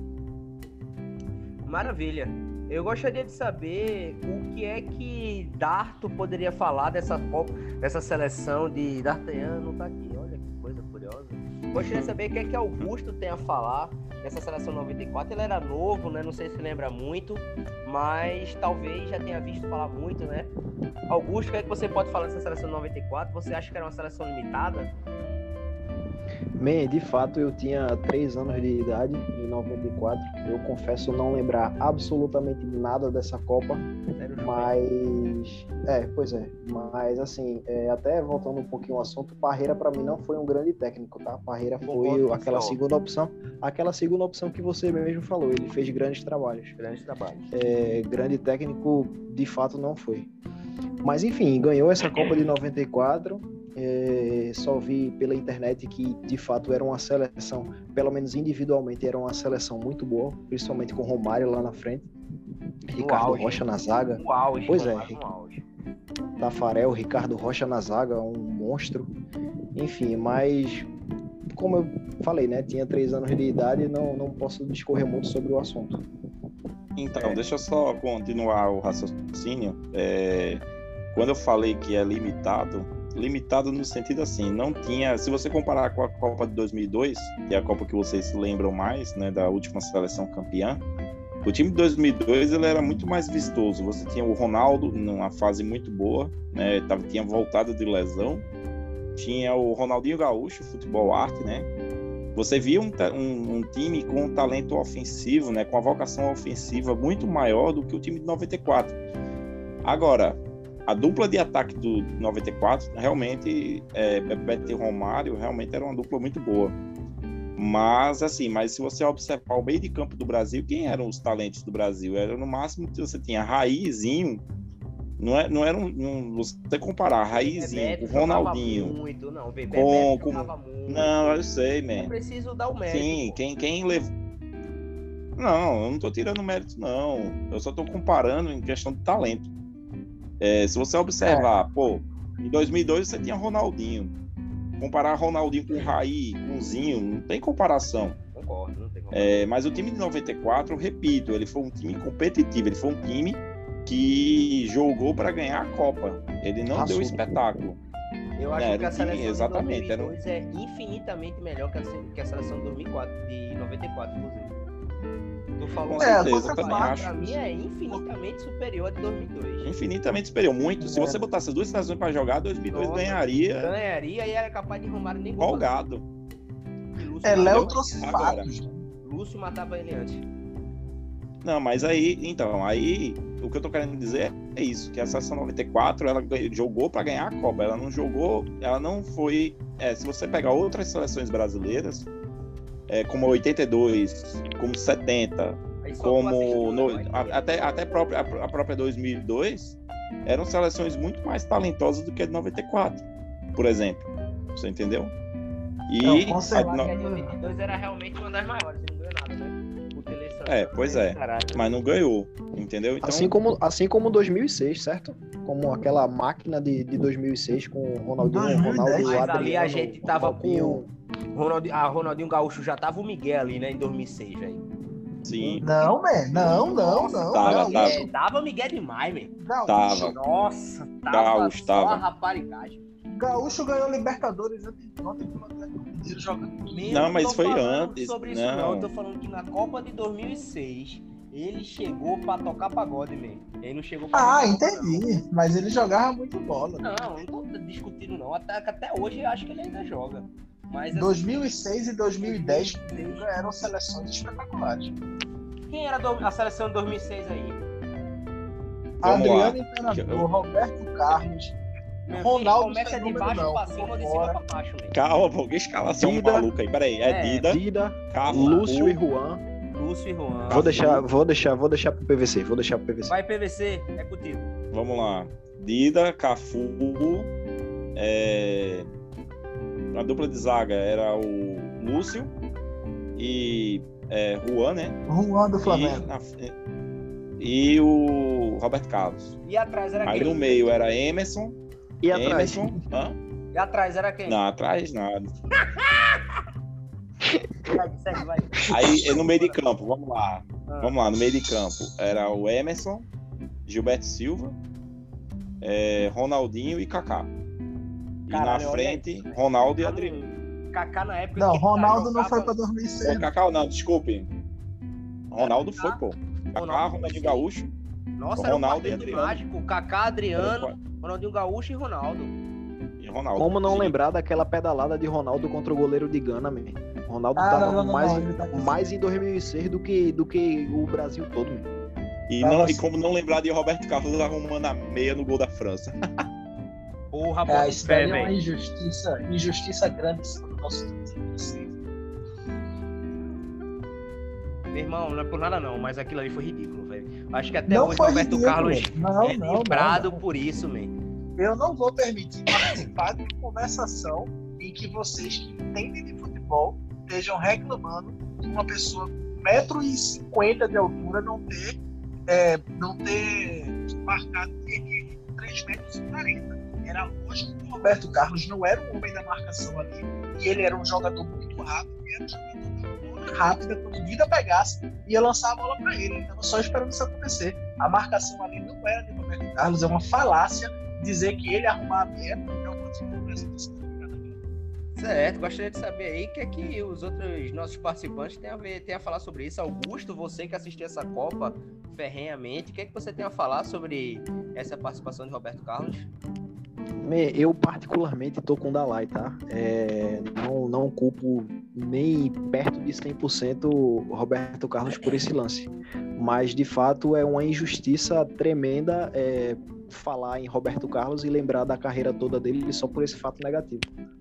Maravilha. Eu gostaria de saber o que é que Darto poderia falar dessa, Copa- dessa seleção de D'Artagnan não tá aqui. Olha que coisa curiosa. Gostaria de saber o que é que Augusto tem a falar dessa seleção noventa e quatro. Ele era novo, né? Não sei se lembra muito, mas talvez já tenha visto falar muito, né? Augusto, o que é que você pode falar dessa seleção noventa e quatro? Você acha que era uma seleção limitada? Man, de fato, eu tinha três anos de idade em noventa e quatro. Eu confesso não lembrar absolutamente nada dessa Copa, Sério, mas... É, pois é. Mas, assim, é, até voltando um pouquinho ao assunto, Parreira, pra mim, não foi um grande técnico, tá? Parreira foi Concordo com aquela você, segunda opção, aquela segunda opção que você mesmo falou. Ele fez grandes trabalhos. Grande trabalho. É, grande técnico, de fato, não foi. Mas, enfim, ganhou essa Copa de noventa e quatro. É, só vi pela internet que de fato era uma seleção, pelo menos individualmente, era uma seleção muito boa, principalmente com Romário lá na frente, Ricardo auge. Rocha na zaga, Um auge. Pois é. Romário, um auge. Tafarel, Ricardo Rocha na zaga, um monstro. Enfim, mas como eu falei, né, tinha três anos de idade e não, não posso discorrer muito sobre o assunto. Então, deixa eu só continuar o raciocínio. É, quando eu falei que é limitado, limitado no sentido assim, não tinha, se você comparar com a Copa de dois mil e dois, que é a Copa que vocês se lembram mais, né, da última seleção campeã, o time de dois mil e dois ele era muito mais vistoso. Você tinha o Ronaldo numa fase muito boa, né, tava, tinha voltado de lesão, tinha o Ronaldinho Gaúcho, futebol arte, né, você via um, um, um time com um talento ofensivo, né, com a vocação ofensiva muito maior do que o time de noventa e quatro. Agora, a dupla de ataque do noventa e quatro, realmente, é, Bebeto e Romário, realmente era uma dupla muito boa. Mas, assim, mas se você observar o meio de campo do Brasil, quem eram os talentos do Brasil? Era no máximo que você tinha Raizinho, não, é, não era um, um... Você comparar Raizinho Bebeto com Ronaldinho... jogava muito, não. Bebeto Com, com... jogava muito. Não, eu sei, É man. preciso dar o mérito. Sim, pô. quem, quem levou... Não, eu não tô tirando mérito, não. Eu só tô comparando em questão de talento. É, se você observar, pô, em dois mil e dois você tinha Ronaldinho. Comparar Ronaldinho com Raí, com Zinho, não tem comparação. Concordo, não tem como. É, mas o time de noventa e quatro, eu repito, ele foi um time competitivo, ele foi um time que jogou para ganhar a Copa. Ele não Raçudo. deu espetáculo. Eu acho era que a um time- seleção exatamente, de dois mil e dois é infinitamente melhor que a, se- que a seleção de dois mil e quatro, de noventa e quatro, inclusive. Tu falou Com assim, certeza, pra eu também mim, acho. pra mim é infinitamente superior a de dois mil e dois. Infinitamente superior, muito. Se É. você botasse as duas seleções para jogar, dois mil e dois Nossa, ganharia Ganharia e era capaz de Romário nem gol fazer. folgado. E Lúcio É, Léo matava- trouxe Agora. fatos. né? Lúcio matava ele antes. Não, mas aí, então, aí o que eu tô querendo dizer é isso, que a seleção noventa e quatro, ela ganhou- jogou para ganhar a Copa, ela não jogou, ela não foi, é, se você pegar outras seleções brasileiras, é, como oitenta e dois, como setenta, Aí só tu assistiu, como né, no- vai a- ter. até, até própria, a própria dois mil e dois, eram seleções muito mais talentosas do que a de noventa e quatro, por exemplo. Você entendeu? E Não, a de conservar no- A de noventa e dois era realmente uma das maiores, não ganhou nada, né? O seleção. É, pois é. Caralho. mas não ganhou, entendeu? Então, Assim como, assim como dois mil e seis, certo? Como aquela máquina de, de dois mil e seis com o Ronaldinho, dois mil e dez. Ronaldo, Mas ali Adriano, a gente tava Ronaldinho. com. Ronaldinho, a Ronaldinho Gaúcho já tava o Miguel ali, né? Em dois mil e seis, velho. sim, Não, man. Não, não, não. Tava, não. tava. É, dava Miguel demais, velho. Gaúcho, Tava. Nossa, tava Gaúcho, só tava. a raparigagem. Gaúcho ganhou Libertadores ontem ontem com o Atlético Mineiro jogando. Meu, Não, não mas tô foi falando antes, sobre isso, não. não. Eu tô falando que na Copa de dois mil e seis ele chegou pra tocar pagode, velho. Ele não chegou pra. Ah, jogar, entendi. Mas ele jogava muito bola. Não, não, não tô discutindo, não. Até, até hoje eu acho que ele ainda joga. Mas assim, dois mil e seis e dois mil e dez eram seleções espetaculares. quem era do- a seleção de dois mil e seis aí? Vamos lá. Adriano Imperador, Roberto Carlos, Meu Ronaldo filho, começa de Fenômeno baixo não, pra cima ou de fora. cima pra baixo, velho. calma, pô, que escalação Dida. maluca aí. Peraí, é, É, Dida, Dida, Cafu, Lúcio e Juan. Lúcio e Juan. Vou deixar, vou deixar, vou deixar pro P V C, vou deixar pro P V C. Vai P V C, é contigo. Vamos lá. Dida, Cafu, é... a dupla de zaga era o Lúcio e é, Juan, né? Juan do Flamengo. E, na- e o Roberto Carlos. E atrás era Aí quem? no meio era Emerson. E atrás? Emerson. Hã? E atrás era quem? Não, atrás nada. Segue, segue, vai. Aí no meio de campo, vamos lá. Ah. Vamos lá, no meio de campo era o Emerson, Gilberto Silva, é, Ronaldinho e Kaká. E Caralho, na olha frente, isso, velho. Ronaldo e Adriano. Kaká na época. Não, que Ronaldo não jogava- foi pra dois mil e seis. Ô, Kaká não, desculpe. Ronaldo foi, pô. Kaká, Ronaldo Ronaldinho foi. Gaúcho. Nossa, era um Ronaldo e quarteto Adriano. mágico. Kaká, Adriano, Ronaldinho Gaúcho e Ronaldo. E Ronaldo. Como não Sim. lembrar daquela pedalada de Ronaldo contra o goleiro de Gana, man? Ronaldo Ah, tava não, não, não, mais, não, ele tá- mais em dois mil e seis do que, do que o Brasil todo, man. E, Tava não, e assim. como não lembrar de Roberto Carlos arrumando a meia no gol da França. Porra, É, bota isso fé, daí é uma velho. injustiça, injustiça grande em cima do nosso time. Meu irmão, não é por nada não, mas aquilo ali foi ridículo, velho. Acho que até Não hoje foi Roberto ridículo. Carlos Não, é não, lembrado não, não. por isso, man. Eu não vou permitir participar de uma conversação em que vocês que entendem de futebol estejam reclamando de uma pessoa com um metro e cinquenta de altura não ter, é, não ter marcado ele com três metros e quarenta. Era lógico que o Roberto Carlos não era um homem da marcação ali, e ele era um jogador muito rápido, e era um jogador da bola rápida, quando o Dida pegasse, ia lançar a bola para ele. Ele estava só esperando isso acontecer. A marcação ali não era de Roberto Carlos, é uma falácia dizer que ele arrumar a meia é o motivo do Brasil. Certo, gostaria de saber aí o que é que os outros nossos participantes têm a ver, têm a falar sobre isso. Augusto, você que assistiu essa Copa ferrenhamente, o que é que você tem a falar sobre essa participação de Roberto Carlos? Me- Eu particularmente tô com o Dalai, tá? É, não, não culpo nem perto de cem por cento o Roberto Carlos por esse lance. Mas, de fato, é uma injustiça tremenda é, falar em Roberto Carlos e lembrar da carreira toda dele só por esse fato negativo.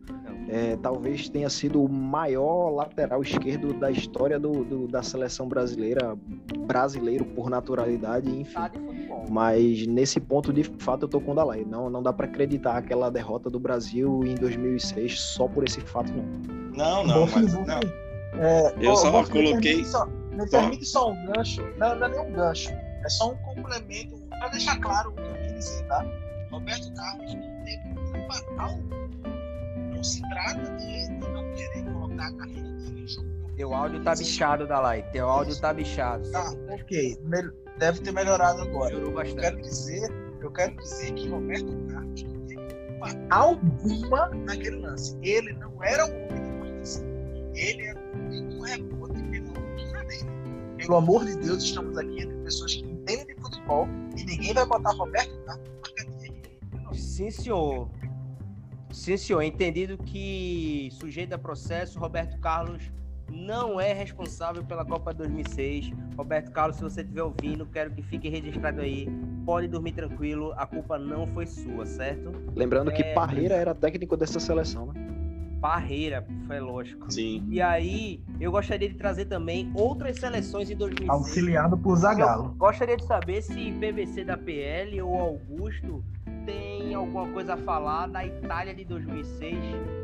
É, talvez tenha sido o maior lateral esquerdo da história do, do- da seleção brasileira, brasileiro por naturalidade, enfim. Tá de futebol. Mas nesse ponto, de fato, eu tô com o Dalai. Não, não dá pra acreditar aquela derrota do Brasil em dois mil e seis só por esse fato, não. Não, não, Bonfim, mas Bonfim. não. É, Eu ô, só Bonfim, me coloquei- permite só- Me só- permite só um gancho. Não, não é nem um gancho. É só um complemento para deixar claro o que eu quis dizer, tá? Roberto Carlos não teve culpa alguma. Não se trata de, de não querer colocar a carreira dele em jogo. Teu áudio tá bichado, Dalai. Teu áudio tá bichado. Tá, ok. Mel- Deve ter melhorado agora. Melhorou Eu bastante. quero dizer, eu quero dizer que Roberto Carlos não teve culpa alguma naquele lance. Ele não era o homem de marcação. Ele era o homem do rebote pela altura dele. Pelo amor de Deus, estamos aqui entre pessoas que entendem de futebol e ninguém vai botar Roberto Carlos na marcatinha. Sim, senhor. Sim, senhor. Entendido que, sujeito a processo, Roberto Carlos não é responsável pela Copa dois mil e seis. Roberto Carlos, se você estiver ouvindo, quero que fique registrado aí. Pode dormir tranquilo, a culpa não foi sua, certo? Lembrando que É, Parreira era técnico dessa seleção, né? Barreira, foi lógico. Sim. E aí, eu gostaria de trazer também outras seleções em dois mil e seis. Auxiliado por Zagallo. Eu gostaria de saber se P V C da P L ou Augusto tem alguma coisa a falar da Itália de dois mil e seis.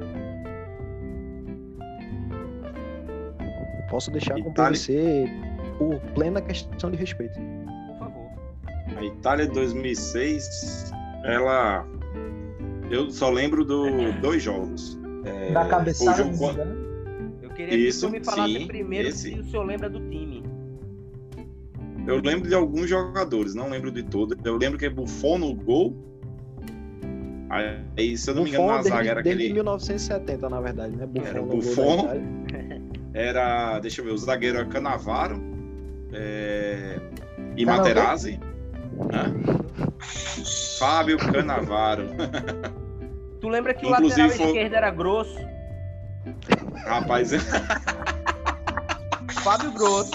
Posso deixar com o P Itália. V C por plena questão de respeito. Por favor. A Itália de dois mil e seis, ela... Eu só lembro dos dois jogos. É, Da cabeçada o jogo do quando- Zidane. Eu queria Isso, que tu me falasse sim, primeiro esse. se o senhor lembra do time. Eu lembro de alguns jogadores, não lembro de todos. Eu lembro que é Buffon no gol. Aí, se eu não me engano, Buffon na desde, zaga era desde aquele... mil novecentos e setenta, na verdade, né? Buffon Era o no gol da Buffon. Itália. Era, deixa eu ver, o zagueiro era Cannavaro é, e Tá, Materazzi. Hã? Fábio Cannavaro. Tu lembra que Inclusive, o lateral foi- esquerdo era grosso? Rapaz, Fábio Grosso.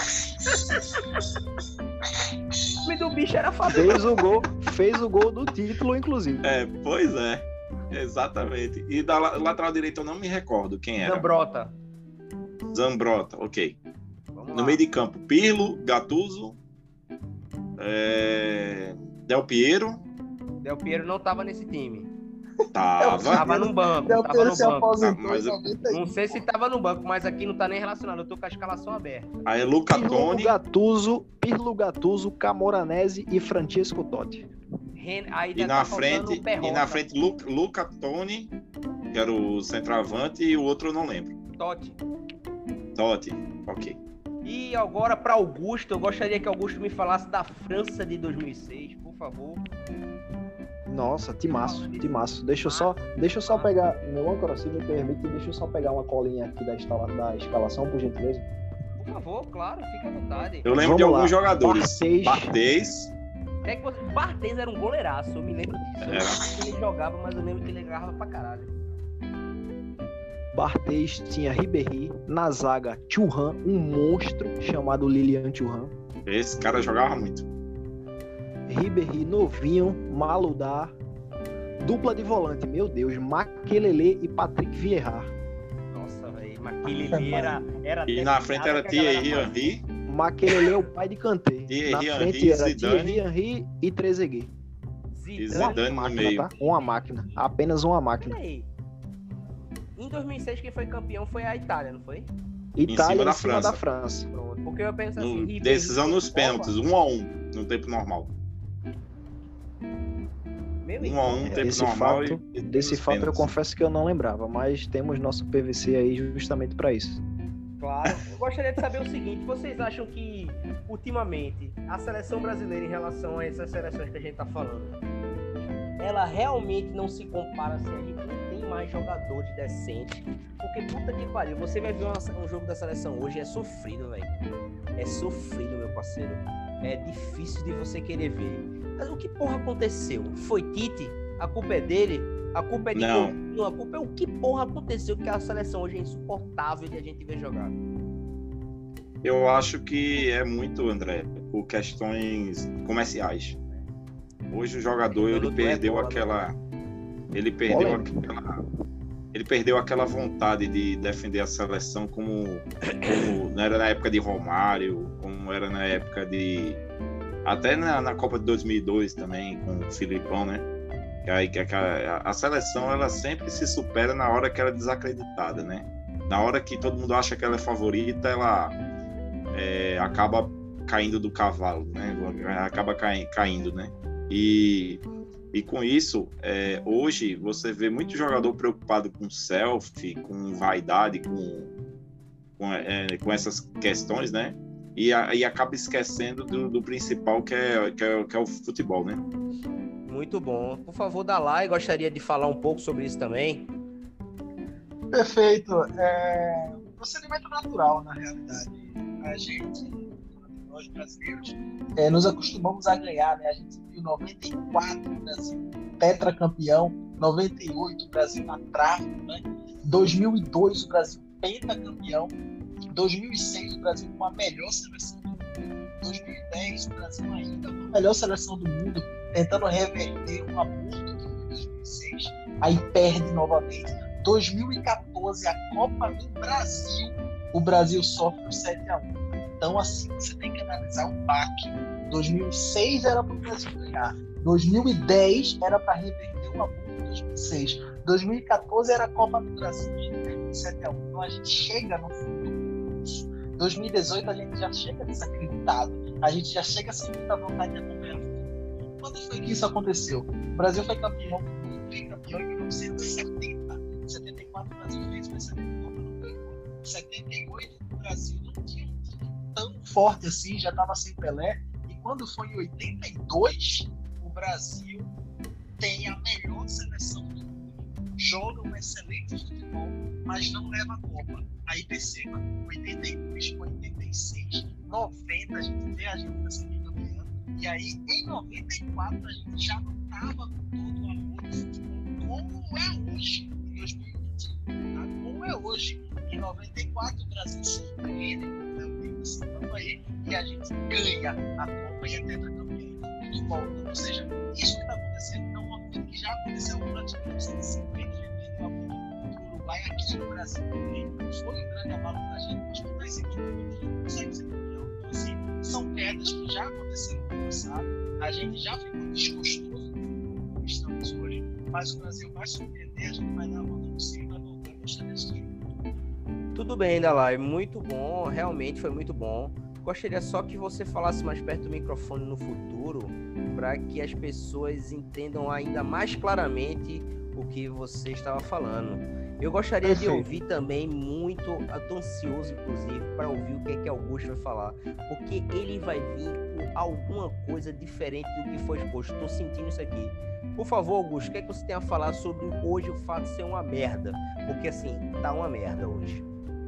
O nome do bicho era Fábio Fez o gol, fez o gol do título, inclusive. é, pois é, exatamente. E da la- lateral direito eu não me recordo quem era. Zambrota. Zambrota, ok. Vamos No lá. meio de campo, Pirlo, Gattuso, é, Del Piero, Del Piero não tava nesse time. tava. Tava no banco. Del Tava Piero no se banco. aposentou Ah, mas em eu- noventa e um. Não sei se tava no banco, mas aqui não tá nem relacionado. Eu tô com a escalação aberta. Aí Luca Pirlo Toni, Gattuso, Pirlo Gattuso, Camoranesi e Francesco Totti. Ren... Aí e ainda na tá faltando frente, o Perrota. e na frente Lu- Luca Toni, que era o centroavante, e o outro eu não lembro. Totti. Totti, ok. E agora para Augusto, eu gostaria que Augusto me falasse da França de dois mil e seis, por favor. Nossa, timaço, timaço. Deixa eu só, deixa eu só pegar, meu âncora, se me permite, deixa eu só pegar uma colinha aqui da, instala, da escalação, por gentileza. Por favor, claro, fica à vontade. Eu lembro Vamos de lá. alguns jogadores. Barthez. Barthez, É que você... Barthez era um goleiraço, eu me lembro disso. Eu não Era. sei se ele jogava, mas eu lembro que ele agarrava pra caralho. Barthez tinha Ribéry, na zaga Thuram, um monstro chamado Lilian Thuram. esse cara jogava muito. Ribéry novinho, Maludar, dupla de volante, meu Deus, Makelele e Patrick Vieira. Nossa, velho, mas aquele ali era, era E até na piada frente era que a galera Thierry fazia. Henry, Makelele é o pai de Kanté. Thierry Na Henry, frente era Zidane. Thierry Henry e Trezeguet. e Zidane. Zidane no Máquina, meio. tá? Uma máquina, apenas uma máquina. Peraí. Em dois mil e seis quem foi campeão foi a Itália, não foi? Itália cima da em cima da França. França. Pronto. Porque eu penso assim, No- Ribéry decisão nos Copa, pênaltis, um a um, no tempo normal. Meu Um a um, irmão, tempo Esse normal. fato, e- e Desse nos fato eu pênaltis. confesso que eu não lembrava, mas temos nosso P V C aí justamente para isso. Claro. Eu gostaria de saber o seguinte, vocês acham que, ultimamente, a seleção brasileira em relação a essas seleções que a gente tá falando, ela realmente não se compara se a gente não tem mais jogadores decentes? Porque, puta que pariu, você vai ver uma- um jogo da seleção hoje, é sofrido, velho. É sofrido, meu parceiro. É difícil de você querer ver. Mas o que porra aconteceu? Foi Tite? A culpa é dele? A culpa é de Não. Coutinho? A culpa é o que porra aconteceu que a seleção hoje é insuportável de a gente ver jogar. Eu acho que é muito, André, por questões comerciais. Hoje o jogador ele Tudo é perdeu bola, aquela, ele perdeu Polêmico. aquela, ele perdeu aquela vontade de defender a seleção como, como não era na época de Romário, como era na época de até na, na Copa de dois mil e dois também com o Filipão, né? Que aí que a, a seleção ela sempre se supera na hora que ela é desacreditada, né? Na hora que todo mundo acha que ela é favorita, ela é, acaba caindo do cavalo, né? Acaba cai, caindo, né? E, e com isso, é, hoje você vê muito jogador preocupado com selfie, com vaidade, com, com, é, com essas questões, né? E, a, e acaba esquecendo do, do principal que é, que, é, que é o futebol, né? Muito bom. Por favor, Dalai, gostaria de falar um pouco sobre isso também. Perfeito. É um procedimento natural, na realidade. A gente, nós brasileiros, é, nos acostumamos a ganhar, né? A gente viu noventa e quatro o Brasil tetracampeão, noventa e oito o Brasil na trave, né? dois mil e dois o Brasil pentacampeão, dois mil e seis o Brasil com a melhor seleção do mundo, dois mil e dez o Brasil ainda com a melhor seleção do mundo, tentando reverter um aborto que foi dois mil e seis, aí perde novamente. dois mil e quatorze, a Copa do Brasil, o Brasil sofre o sete a um. Então, assim, você tem que analisar o baque. dois mil e seis era para o Brasil ganhar. dois mil e dez era para reverter uma bola em dois mil e seis. dois mil e quatorze era a Copa do Brasil, a gente perdeu sete a um. Então, a gente chega no fundo disso. dois mil e dezoito, a gente já chega desacreditado. A gente já chega sem muita vontade de acompanhar. Quando foi que isso aconteceu? O Brasil foi campeão, foi campeão em mil novecentos e setenta. Em setenta e quatro, o Brasil fez, mas setenta e quatro não ganhou. Em setenta e oito, o Brasil não tinha um time tão forte assim, já estava sem Pelé. E quando foi em oitenta e dois, o Brasil tem a melhor seleção do mundo, joga um excelente futebol, mas não leva a Copa. Aí perceba, oitenta e dois, oitenta e seis, noventa, a gente vê a gente ser campeã. E aí, em noventa e quatro, a gente já não estava com todo o amor do futebol, como é hoje, em dois mil e vinte, tá? Como é hoje. Em noventa e quatro, o Brasil surpreende com o Léo Silva aí, e a gente ganha a Copa e é tetracampeão. Tudo volta. Ou seja, isso que está acontecendo é uma coisa que já aconteceu durante mil novecentos e cinquenta, a gente perdeu a Copa do Uruguai aqui no Brasil também. Foi um grande abalo para a gente, mas quando esse equipe não consegue ser campeão. Então, assim, são quedas que já aconteceram no passado. A gente já ficou desgostoso do que estamos hoje, mas o Brasil vai surpreender, a gente vai dar a volta por cima e vai voltar a gostar desse time. Tudo bem, Dalai, muito bom, realmente foi muito bom. Gostaria só que você falasse mais perto do microfone no futuro, para que as pessoas entendam ainda mais claramente o que você estava falando. Eu gostaria Perfeito. de ouvir também muito, estou ansioso inclusive, para ouvir o que é que Augusto vai falar, porque ele vai vir com alguma coisa diferente do que foi exposto. Estou sentindo isso aqui. Por favor, Augusto, o que é que você tem a falar sobre hoje o fato de ser uma merda? Porque assim, tá uma merda hoje.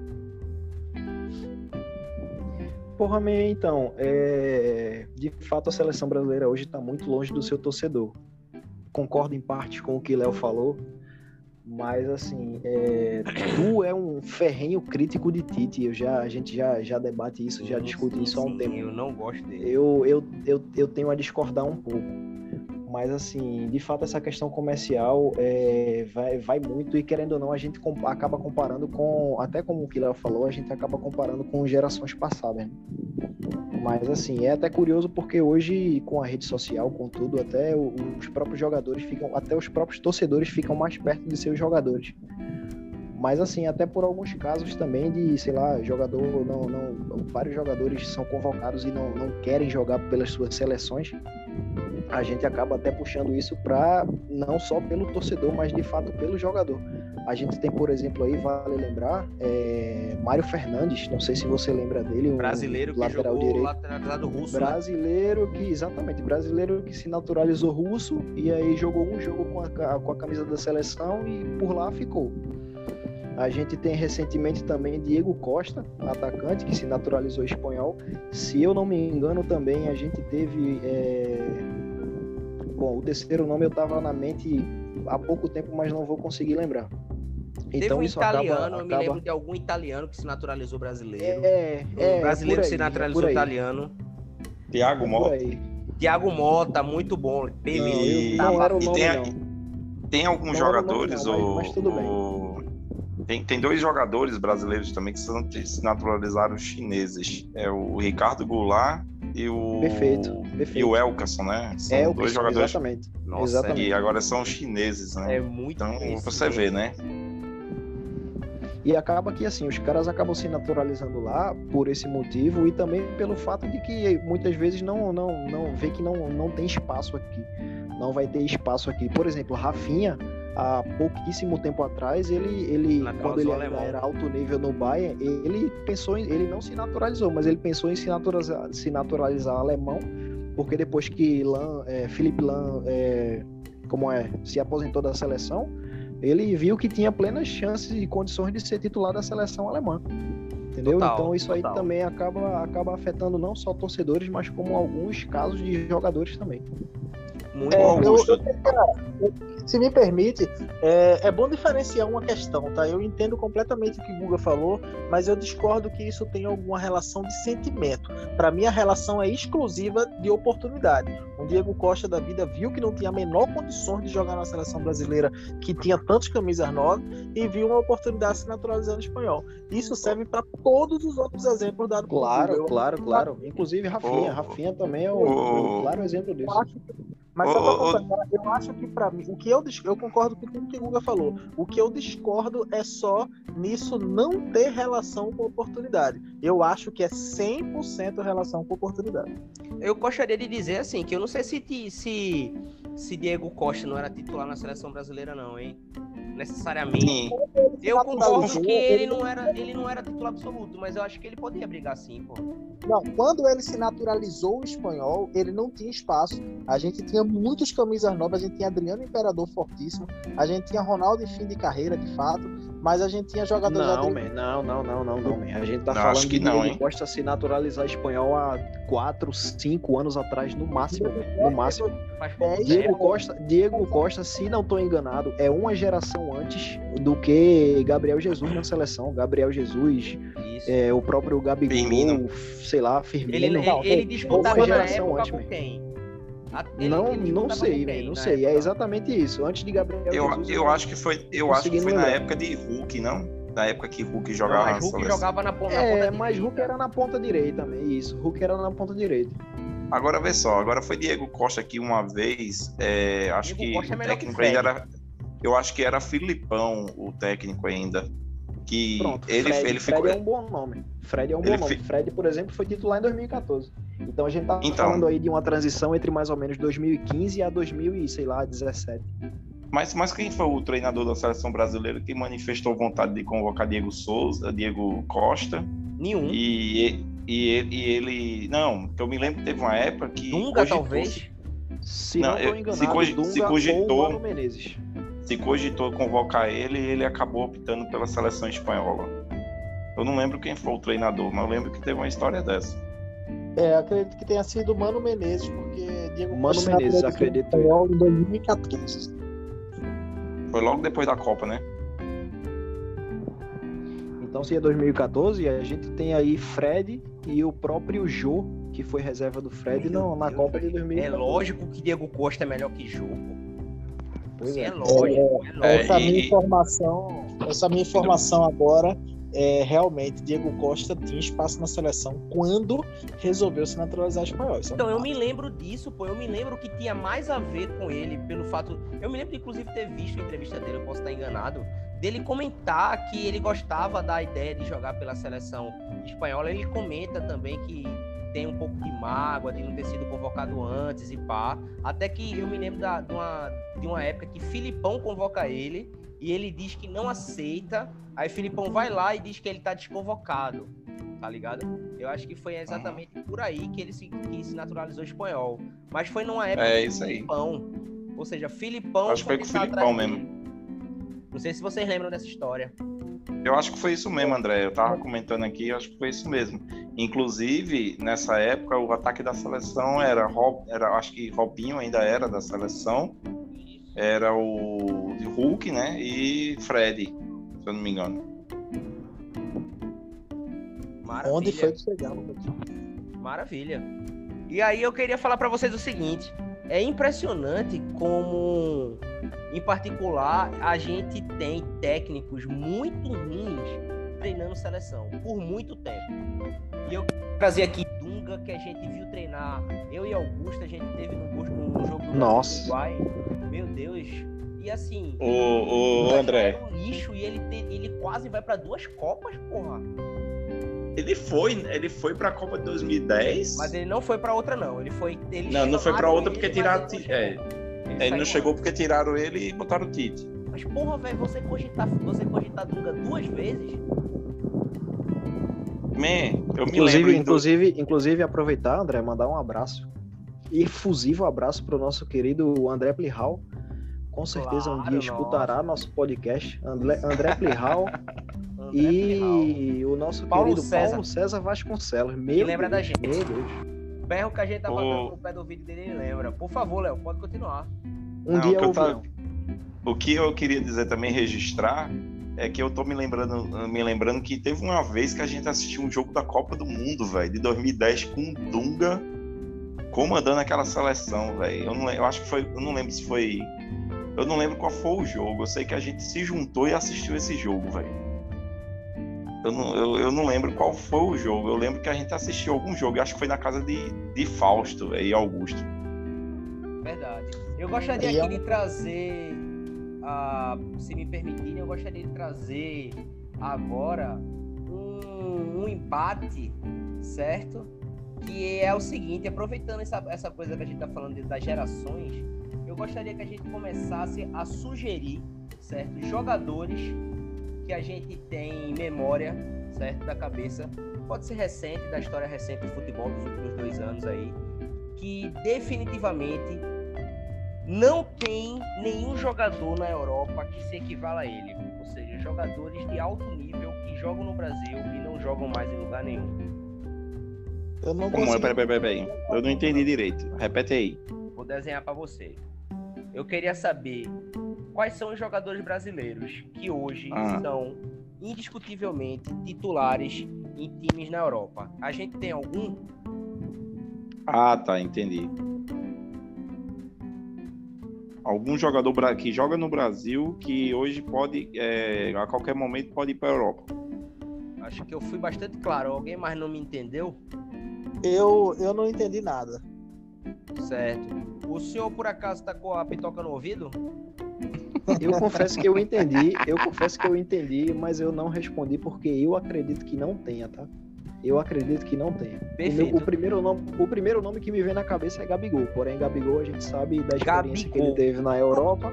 Porra, man, então, é... de fato a seleção brasileira hoje está muito longe do seu torcedor. Concordo em parte com o que Léo falou, mas assim, é... tu é um ferrenho crítico de Tite, eu já, a gente já, já debate isso, já discute sim, isso há um sim, tempo. Eu não gosto dele. Eu, eu, eu, eu tenho a discordar um pouco. Mas, assim, de fato, essa questão comercial é, vai, vai muito e, querendo ou não, a gente comp- acaba comparando com, até como o que Léo falou, a gente acaba comparando com gerações passadas, né? Mas, assim, é até curioso porque hoje, com a rede social, com tudo, até os próprios jogadores ficam, até os próprios torcedores ficam mais perto de seus jogadores. Mas, assim, até por alguns casos também de, sei lá, jogador, não, não, vários jogadores são convocados e não, não querem jogar pelas suas seleções. A gente acaba até puxando isso para não só pelo torcedor, mas de fato pelo jogador. A gente tem, por exemplo, aí, vale lembrar, é, Mário Fernandes, não sei se você lembra dele, um brasileiro que lateral jogou direito. lateral russo. Brasileiro né? que, exatamente, brasileiro que se naturalizou russo e aí jogou um jogo com a, com a camisa da seleção e por lá ficou. A gente tem recentemente também Diego Costa, atacante, que se naturalizou espanhol. Se eu não me engano também, a gente teve... É... Bom, o terceiro nome eu estava na mente há pouco tempo, mas não vou conseguir lembrar. Teve então, um isso italiano, acaba, eu acaba... me lembro de algum italiano que se naturalizou brasileiro. É, é, um brasileiro é que se naturalizou é italiano. Thiago Mota. Thiago Mota, muito bom. Não, não, não era o nome, tem, não. Tem alguns não jogadores, nome, não, ou, mas, mas tudo bem. ou... Tem, tem dois jogadores brasileiros também que se naturalizaram chineses. É o Ricardo Goulart e o, perfeito, perfeito. E o Elkerson, né? São Elkerson, dois jogadores. Exatamente. Nossa, exatamente. E agora são chineses, né? É muito Então, isso, você vê, né? E acaba que, assim, os caras acabam se naturalizando lá por esse motivo e também pelo fato de que muitas vezes não, não, não vê que não, não tem espaço aqui. Não vai ter espaço aqui. Por exemplo, Rafinha, há pouquíssimo tempo atrás, ele, ele quando ele ainda era alto nível no Bayern, ele pensou em, ele não se naturalizou, mas ele pensou em se naturalizar, se naturalizar alemão, porque depois que Lahm, é, Philipp Lahm, é, como é, se aposentou da seleção, ele viu que tinha plenas chances e condições de ser titular da seleção alemã. Entendeu? Total, então isso total. Aí também acaba, acaba afetando não só torcedores, mas como alguns casos de jogadores também. Muito. É, Ô, eu, Augusto. eu, cara, eu- se me permite, é, é bom diferenciar uma questão, tá? Eu entendo completamente o que o Guga falou, mas eu discordo que isso tenha alguma relação de sentimento. Para mim, a relação é exclusiva de oportunidade. O Diego Costa da vida viu que não tinha a menor condições de jogar na seleção brasileira, que tinha tantos camisas nove, e viu uma oportunidade de se naturalizar no espanhol. Isso serve para todos os outros exemplos dados pelo Claro, Guga. Eu- claro, claro. Inclusive Rafinha. Ô, Rafinha também é o, ô, o claro exemplo disso. Eu acho que- Mas Ô, só pra ô, ô. completar, eu acho que pra mim, o que eu, dis- eu concordo com tudo que o Guga falou. O que eu discordo é só nisso não ter relação com oportunidade. Eu acho que é cem por cento relação com oportunidade. Eu gostaria de dizer assim, que eu não sei se, ti- se, se Diego Costa não era titular na seleção brasileira, não, hein? Necessariamente. Sim. Eu concordo Naturalizou, que ele não, era, ele não era titular absoluto, mas eu acho que ele poderia brigar sim, pô. Não, quando ele se naturalizou o espanhol, ele não tinha espaço. A gente tinha muitos camisas novas, a gente tinha Adriano Imperador fortíssimo, a gente tinha Ronaldo em fim de carreira, de fato, mas a gente tinha jogadores Não, Adri- man, não, não, não, não, não, man. A gente tá Não, falando acho que de não, Diego hein? Costa se naturalizar espanhol há quatro, cinco anos atrás, no máximo, man, no máximo. Faz pouco É, Diego tempo. Costa, Diego Costa, se não tô enganado, é uma geração antes do que Gabriel Jesus na seleção. Gabriel Jesus, Isso. é, o próprio Gabigol, Firmino. sei lá, Firmino. Ele, ele, Não, ele uma disputava na geração época antes, com man. quem? A- ele- Não, ele não disputava sei, com velho, quem não na sei. É época? exatamente isso. Antes de Gabriel Eu, Jesus. eu acho que foi, eu acho que conseguindo foi na lembrar. época de Hulk, não? Na época que Hulk Não, jogava mas na Hulk seleção. jogava na, pon- na É, ponta mas direita. Hulk era na ponta direita também, isso. Hulk era na ponta direita. Agora vê só, agora foi Diego Costa aqui uma vez. é, acho Diego que Costa é o melhor que técnico ainda Fred. era. Eu acho que era Filipão, o técnico ainda. Que Pronto, ele, Fred, ele Fred ficou. é um bom nome. Fred é um Ele bom nome. fi- Fred, por exemplo, foi titular em dois mil e quatorze. Então a gente tá Então. falando aí de uma transição entre mais ou menos dois mil e quinze a dois mil e, sei lá, dezessete. Mas, mas quem foi o treinador da seleção brasileira que manifestou vontade de convocar Diego Souza, Diego Costa? Nenhum. E, e, ele, e ele. Não, que eu me lembro que teve uma época que. Nunca, cogitou- talvez. Se Não, não, eu- tô enganado, se cogi- Dunga se cogitou- ou Mano Menezes. Se cogitou convocar ele, ele acabou optando pela seleção espanhola. Eu não lembro quem foi o treinador, mas eu lembro que teve uma história dessa. É, acredito que tenha sido Mano Menezes, porque Diego Mano Costa Menezes, naturalizou acredito o espanhol em dois mil e quatorze. Foi logo depois da Copa, né? Então, se é dois mil e quatorze, a gente tem aí Fred e o próprio Jô, que foi reserva do Fred Meu no- na Deus, Copa de velho. dois mil e É quatorze. lógico que Diego Costa é melhor que Jô, pô. Pois Sim, é. é lógico, é lógico. É, Essa minha e- informação, essa minha informação agora é realmente Diego Costa tinha espaço na seleção quando resolveu se naturalizar espanhol. Isso é um Então, eu fato. me lembro disso, pô. Eu me lembro que tinha mais a ver com ele, pelo fato. Eu me lembro de, inclusive, ter visto a entrevista dele, eu posso estar enganado, dele comentar que ele gostava da ideia de jogar pela seleção espanhola. Ele comenta também que tem um pouco de mágoa de não ter sido convocado antes e pá. Até que eu me lembro da- de, uma, de uma época que Filipão convoca ele e ele diz que não aceita. Aí Filipão vai lá e diz que ele tá desconvocado. Tá ligado? Eu acho que foi exatamente por aí que ele se, que se naturalizou espanhol. Mas foi numa época É, com isso aí. Filipão. Ou seja, Filipão. Acho que foi com o tentar Filipão atrás mesmo. dele. Não sei se vocês lembram dessa história. Eu acho que foi isso mesmo, André. Eu tava comentando aqui, eu acho que foi isso mesmo. Inclusive, nessa época, o ataque da seleção era, Rob, era acho que Robinho ainda era da seleção, era o Hulk, né? E Fred, se eu não me engano. Maravilha. Onde foi que chegamos? Maravilha. E aí eu queria falar pra vocês o seguinte. É impressionante como, em particular, a gente tem técnicos muito ruins treinando seleção por muito tempo. E eu quero trazer aqui Dunga, que a gente viu treinar. Eu e Augusto, a gente teve no, no jogo do Nossa. Uruguai. Meu Deus. E assim, O, o Dunga André, era um lixo e ele, te- ele quase vai pra duas Copas, porra. ele foi, ele foi pra Copa de dois mil e dez. Mas ele não foi pra outra, não. Ele foi. Ele Não, não foi pra chamaram outra ele, porque mas tiraram. ele não É, chegou. Ele ele não saiu chegou antes. porque tiraram ele e botaram o Tite. Mas porra, velho, você cogitar, você cogitar Dunga duas vezes? Man, eu me Inclusive, lembro. do- inclusive, inclusive, aproveitar, André, mandar um abraço. Efusivo abraço pro nosso querido André Plihal. Com certeza um Claro, dia escutará nosso podcast. André, André Plihal André Plihal. e o nosso Paulo querido César. Paulo César Vasconcelos. Meu Que lembra Deus, da gente. Meu Deus. berro que a gente tá Ô. fazendo no pé do vídeo dele, ele lembra. Por favor, Léo, pode continuar. Um Não, dia o que eu eu tava- vi. O que eu queria dizer também, registrar, é que eu tô me lembrando, me lembrando que teve uma vez que a gente assistiu um jogo da Copa do Mundo, velho, de dois mil e dez, com o Dunga comandando aquela seleção, velho. Eu, não, eu acho que foi, eu não lembro se foi, eu não lembro qual foi o jogo. Eu sei que a gente se juntou e assistiu esse jogo, velho. Eu não, eu, eu não lembro qual foi o jogo. Eu lembro que a gente assistiu algum jogo. Eu acho que foi na casa de, de Fausto, véio, e Augusto. Verdade. Eu gostaria E é aqui de trazer, ah, se me permitirem, eu gostaria de trazer agora um, um empate, certo? Que é o seguinte, aproveitando essa, essa coisa que a gente está falando de- das gerações, eu gostaria que a gente começasse a sugerir, certo? Jogadores que a gente tem memória, certo? Da cabeça, pode ser recente, da história recente do futebol dos últimos dois anos aí, que definitivamente não tem nenhum jogador na Europa que se equivala a ele. Ou seja, jogadores de alto nível que jogam no Brasil e não jogam mais em lugar nenhum. Eu não Como é? consigo. Peraí, peraí, peraí. Eu não entendi direito. Repete aí. Vou desenhar para você. Eu queria saber quais são os jogadores brasileiros que hoje Ah. são indiscutivelmente titulares em times na Europa. A gente tem algum? Ah, tá, entendi. Algum jogador bra- que joga no Brasil que hoje pode, é, a qualquer momento, pode ir para a Europa. Acho que eu fui bastante claro. Alguém mais não me entendeu? Eu, eu não entendi nada. Certo. O senhor, por acaso, tá com a pitoca no ouvido? Eu confesso que eu entendi, eu confesso que eu entendi, mas eu não respondi porque eu acredito que não tenha, tá? Eu acredito que não tenha. O, meu- Perfeito. o primeiro nome, o primeiro nome que me vem na cabeça é Gabigol, porém Gabigol a gente sabe da experiência que Gabigol. ele teve na Europa.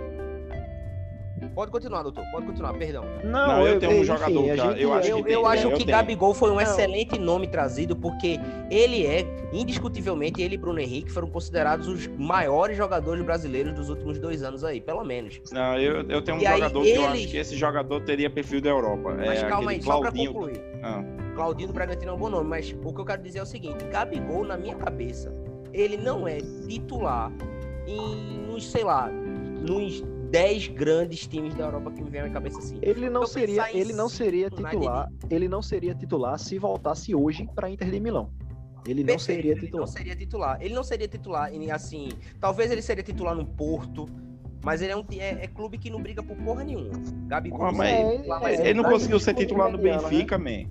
Pode continuar, doutor. Pode continuar, perdão. Não, eu tenho um jogador, a cara, gente- eu a acho Eu, gente- que eu tem, acho eu que tenho. Gabigol foi um Não. excelente nome trazido, porque ele é, indiscutivelmente, ele e Bruno Henrique foram considerados os maiores jogadores brasileiros dos últimos dois anos aí, pelo menos. Não, eu, eu tenho um E aí, jogador que eu eles- acho que esse jogador teria perfil da Europa. Mas é calma aquele aí, só pra Claudinho. concluir. Ah, Claudinho do Bragantino é um bom nome, mas o que eu quero dizer é o seguinte: Gabigol, na minha cabeça, ele não é titular em, nos, sei lá, nos dez grandes times da Europa que me vem à minha cabeça assim. Ele não Eu seria, pensar em ele não seria United, titular, ele não seria titular se voltasse hoje para Inter de Milão. Ele não Perfeito, seria ele titular. não seria titular. Ele não seria titular, em, assim, talvez ele seria titular no Porto, mas ele é um ti- é, é clube que não briga por porra nenhuma. Gabigol Ah, não mas- seria titular, mas é, ele não mas conseguiu ser clube titular no mediano, Benfica, man.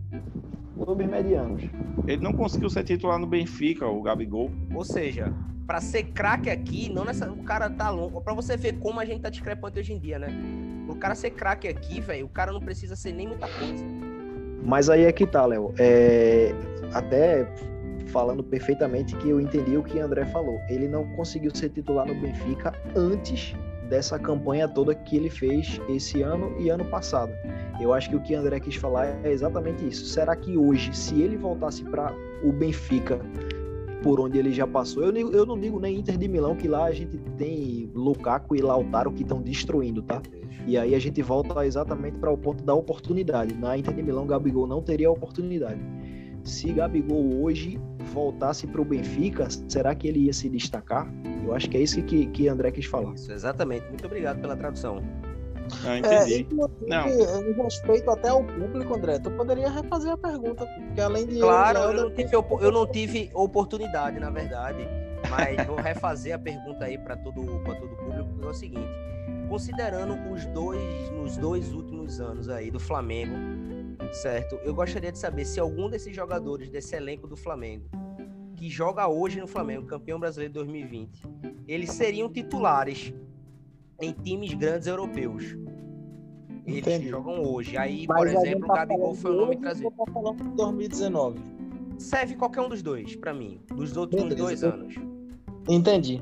Clubes medianos. Ele não conseguiu ser titular no Benfica, o Gabigol. Ou seja, pra ser craque aqui, não nessa, o cara tá longo. Pra você ver como a gente tá discrepante hoje em dia, né? O cara ser craque aqui, velho, o cara não precisa ser nem muita coisa. Mas aí é que tá, Léo. É, até falando perfeitamente que eu entendi o que André falou. Ele não conseguiu ser titular no Benfica antes dessa campanha toda que ele fez esse ano e ano passado. Eu acho que o que André quis falar é exatamente isso. Será que hoje, se ele voltasse para o Benfica, por onde ele já passou, eu, digo- eu não digo nem Inter de Milão, que lá a gente tem Lukaku e Lautaro que estão destruindo, tá? E aí a gente volta exatamente para o ponto da oportunidade. Na Inter de Milão, Gabigol não teria a oportunidade. Se Gabigol hoje voltasse para o Benfica, será que ele ia se destacar? Eu acho que é isso que, que André quis falar. Isso, exatamente. Muito obrigado pela tradução. Ah, É, entendi. inclusive, Não. em respeito até ao público, André, tu poderia refazer a pergunta, porque além de Claro, eu, eu Léo, não, tive, opo- eu não tive oportunidade, na verdade, mas vou refazer a pergunta aí para todo, pra todo o público, que é o seguinte: considerando os dois, nos dois últimos anos aí do Flamengo, certo? Eu gostaria de saber se algum desses jogadores desse elenco do Flamengo, que joga hoje no Flamengo, campeão brasileiro de dois mil e vinte, eles seriam titulares em times grandes europeus. Eles Entendi. que jogam hoje. Aí, mas por a gente exemplo, o tá Gabigol falando foi o de nome hoje, trazido. ou tá falando de dois mil e dezenove. Serve qualquer um dos dois, pra mim, dos últimos Beleza. dois anos. Entendi.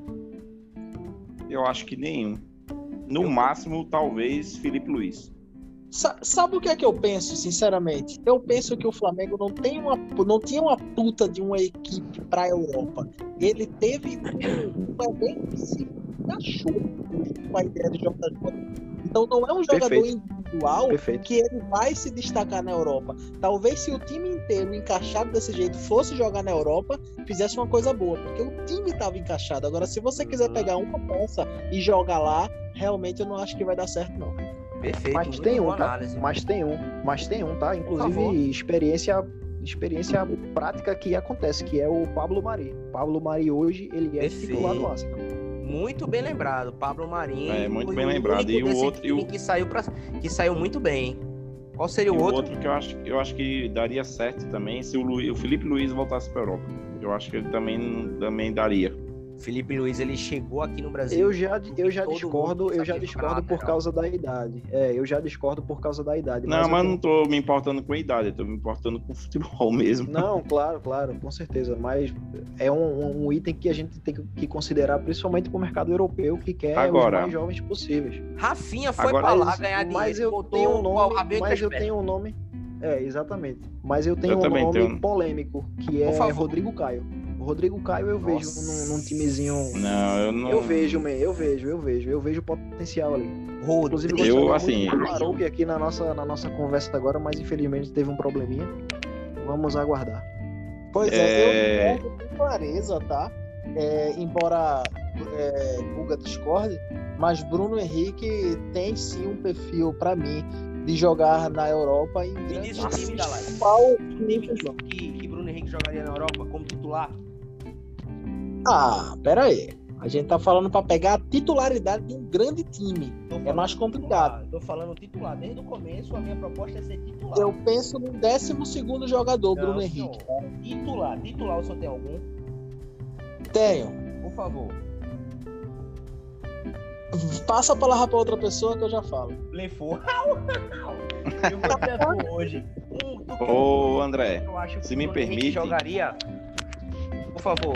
Eu acho que nenhum. No máximo, talvez, Felipe Luiz. Sa- Sabe o que é que eu penso, sinceramente? Eu penso que o Flamengo não tem uma, não tinha uma puta de uma equipe pra Europa. Ele teve um elenco que se encaixou com a ideia de J J. Então não é um jogador Perfeito. individual individual Perfeito. que ele vai se destacar na Europa. Talvez se o time inteiro encaixado desse jeito fosse jogar na Europa, fizesse uma coisa boa, porque o time estava encaixado. Agora, se você quiser pegar uma peça e jogar lá, realmente eu não acho que vai dar certo, não. Perfeito. Mas muito tem boa um, tá? análise. Mas tem um, mas tem um, tá? favor. Inclusive experiência, experiência prática que acontece, que é o Pablo Mari. Pablo Mari hoje, ele é Perfeito. titular do Arsenal. Muito bem lembrado, Pablo Marinho. É, muito foi bem o lembrado. único E o desse outro- e time o- que saiu pra, que saiu muito bem, hein? Qual seria E o o outro? outro que eu acho, eu acho que daria certo também se o, Lu- o Felipe Luiz voltasse para Europa. Eu acho que ele também, também daria. Felipe Luiz, ele chegou aqui no Brasil. Eu já, eu já Todo discordo, mundo eu já sabia jogar discordo por lateral. causa da idade. É, eu já discordo por causa da idade. Não, eu mas tenho- não tô me importando com a idade, eu tô me importando com o futebol mesmo. Não, claro, claro, com certeza. Mas é um, um item que a gente tem que considerar, principalmente para o mercado europeu, que quer Agora- os mais jovens possíveis. Rafinha foi Agora- pra lá Mas, ganhar dinheiro. mas eu botou tenho um o nome, Rabinho mas eu Crespo. tenho um nome. É, exatamente. Mas eu tenho Eu um também nome tenho. polêmico, que Por é favor. Rodrigo Caio. O Rodrigo Caio eu vejo Nossa. num, num timezinho. Não, eu não. Eu vejo, man, eu vejo, eu vejo, eu vejo potencial ali. Inclusive, Rodrigo. Eu, gostaria assim- muito do Farouk aqui na nossa, na nossa conversa agora, mas infelizmente teve um probleminha. Vamos aguardar. Pois é, É. eu concordo com clareza, tá? É, embora é, Guga discorde, mas Bruno Henrique tem sim um perfil, pra mim, de jogar na Europa em Me grande diz o time da live. Qual Time que, que Bruno Henrique jogaria na Europa como titular? Ah, pera aí. A gente tá falando pra pegar a titularidade de um grande time. Tô É falando mais complicado. titular, Tô falando titular. Desde o começo, a minha proposta é ser titular. Eu penso no décimo segundo jogador, Não, Bruno senhor. Henrique. Titular. Titular, o senhor tem algum? Tenho. Por favor. Passa a palavra pra outra pessoa que eu já falo. Lefou. Eu vou ter tu hoje. Um, tu quer- Ô, André, eu acho que se o me Bruno Henrique permite- jogaria. Por favor.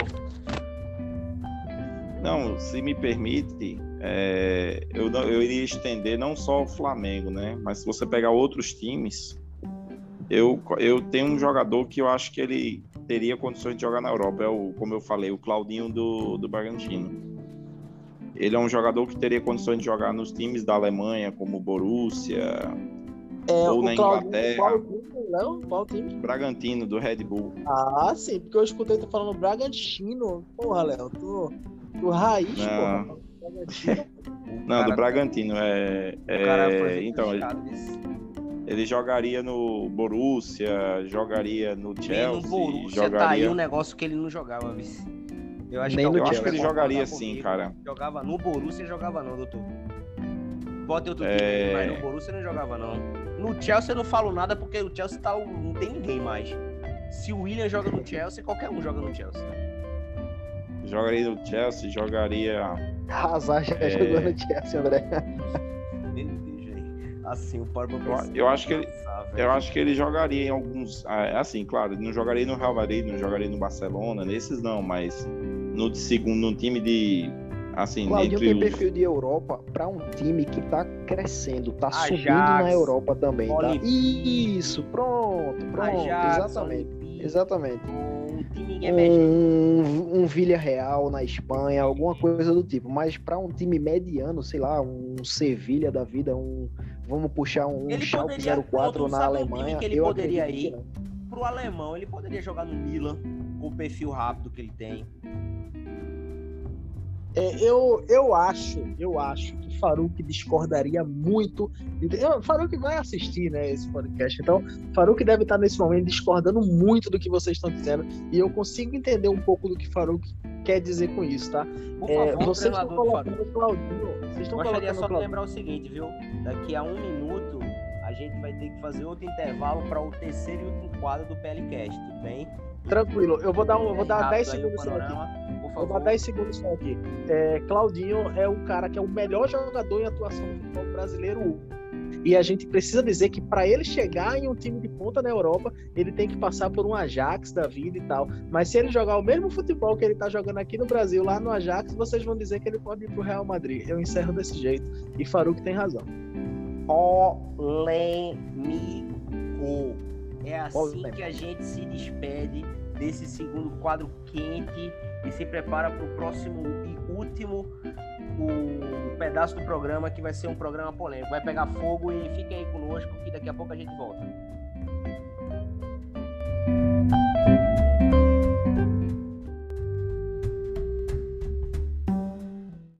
não, se me permite, é, eu, não- eu iria estender não só o Flamengo, né? Mas se você pegar outros times, eu, eu tenho um jogador que eu acho que ele teria condições de jogar na Europa. É o, como eu falei, o Claudinho do, do Bragantino. Ele é um jogador que teria condições de jogar nos times da Alemanha, como o Borussia, É, ou o na Claudinho, Inglaterra. qual time, Léo? Qual time? Bragantino, do Red Bull. Ah, sim, porque eu escutei tu falando Bragantino. Porra, Léo, tu, tu raiz, Não. porra. Bragantino. Não, do Bragantino. É, O cara é, foi então, ele, criticado nisso. ele jogaria no Borussia, jogaria no Nem Chelsea, no Borussia jogaria... tá aí um negócio que ele não jogava, vice. Eu acho Nem que, no Eu alguém acho que ele vai jogaria concordar sim, comigo. cara. Jogava no Borussia e jogava não, doutor. Bota outro time É. aí, mas no Borussia não jogava não. No Chelsea eu não falo nada porque o Chelsea tá, não tem ninguém mais. Se o William joga no Chelsea, qualquer um joga no Chelsea. Jogaria no Chelsea, jogaria... Hazard já É. jogou no Chelsea, André. Meu Deus, velho. Assim, o próprio Eu, eu acho que ele, eu acho que ele jogaria em alguns... ah, Assim, claro, ele não jogaria no Real Madrid, não jogaria no Barcelona, nesses não, mas no segundo, no time de... Assim, Claudinho entre tem os... perfil de Europa para um time que tá crescendo, tá Ajax, subindo na Europa também, tá? Olympique. Isso, pronto, pronto, Ajax, exatamente, Olympique, exatamente. um time emergente. Um, um Villarreal na Espanha, alguma coisa do tipo, mas para um time mediano, sei lá, um Sevilha da vida, um vamos puxar um Ele Schalke poderia- zero quatro pronto, na sabe um time Alemanha, que ele eu poderia acredito ir? que não. Pro alemão, ele poderia jogar no Milan, com o perfil rápido que ele tem. É, eu, eu acho, eu acho que Farouk discordaria muito. Eu, Farouk vai assistir, né, esse podcast, então Farouk deve estar nesse momento discordando muito do que vocês estão dizendo e eu consigo entender um pouco do que Farouk quer dizer com isso, tá? Por É, favor, vocês estão treinador do Farouk. colocando o Claudinho. Vocês estão Gostaria colocando só o de Claudinho. lembrar o seguinte, viu? Daqui a um minuto a gente vai ter que fazer outro intervalo para o terceiro e último quadro do P L Cast, tudo bem? Tranquilo, eu vou dar, um, eu vou dar Rápido dez aí o segundos só aqui. panorama, por Vou dar favor. dez segundos só aqui. É, Claudinho é um cara que é o melhor jogador em atuação no futebol brasileiro. E a gente precisa dizer que para ele chegar em um time de ponta na Europa, ele tem que passar por um Ajax da vida e tal. Mas se ele jogar o mesmo futebol que ele tá jogando aqui no Brasil, lá no Ajax, vocês vão dizer que ele pode ir pro Real Madrid. Eu encerro desse jeito. E Farouk tem razão. Polêmico. É assim Polêmico. que a gente se despede desse segundo quadro quente e se prepara para o próximo e último o pedaço do programa que vai ser um programa polêmico. Vai pegar fogo e fiquem aí conosco que daqui a pouco a gente volta.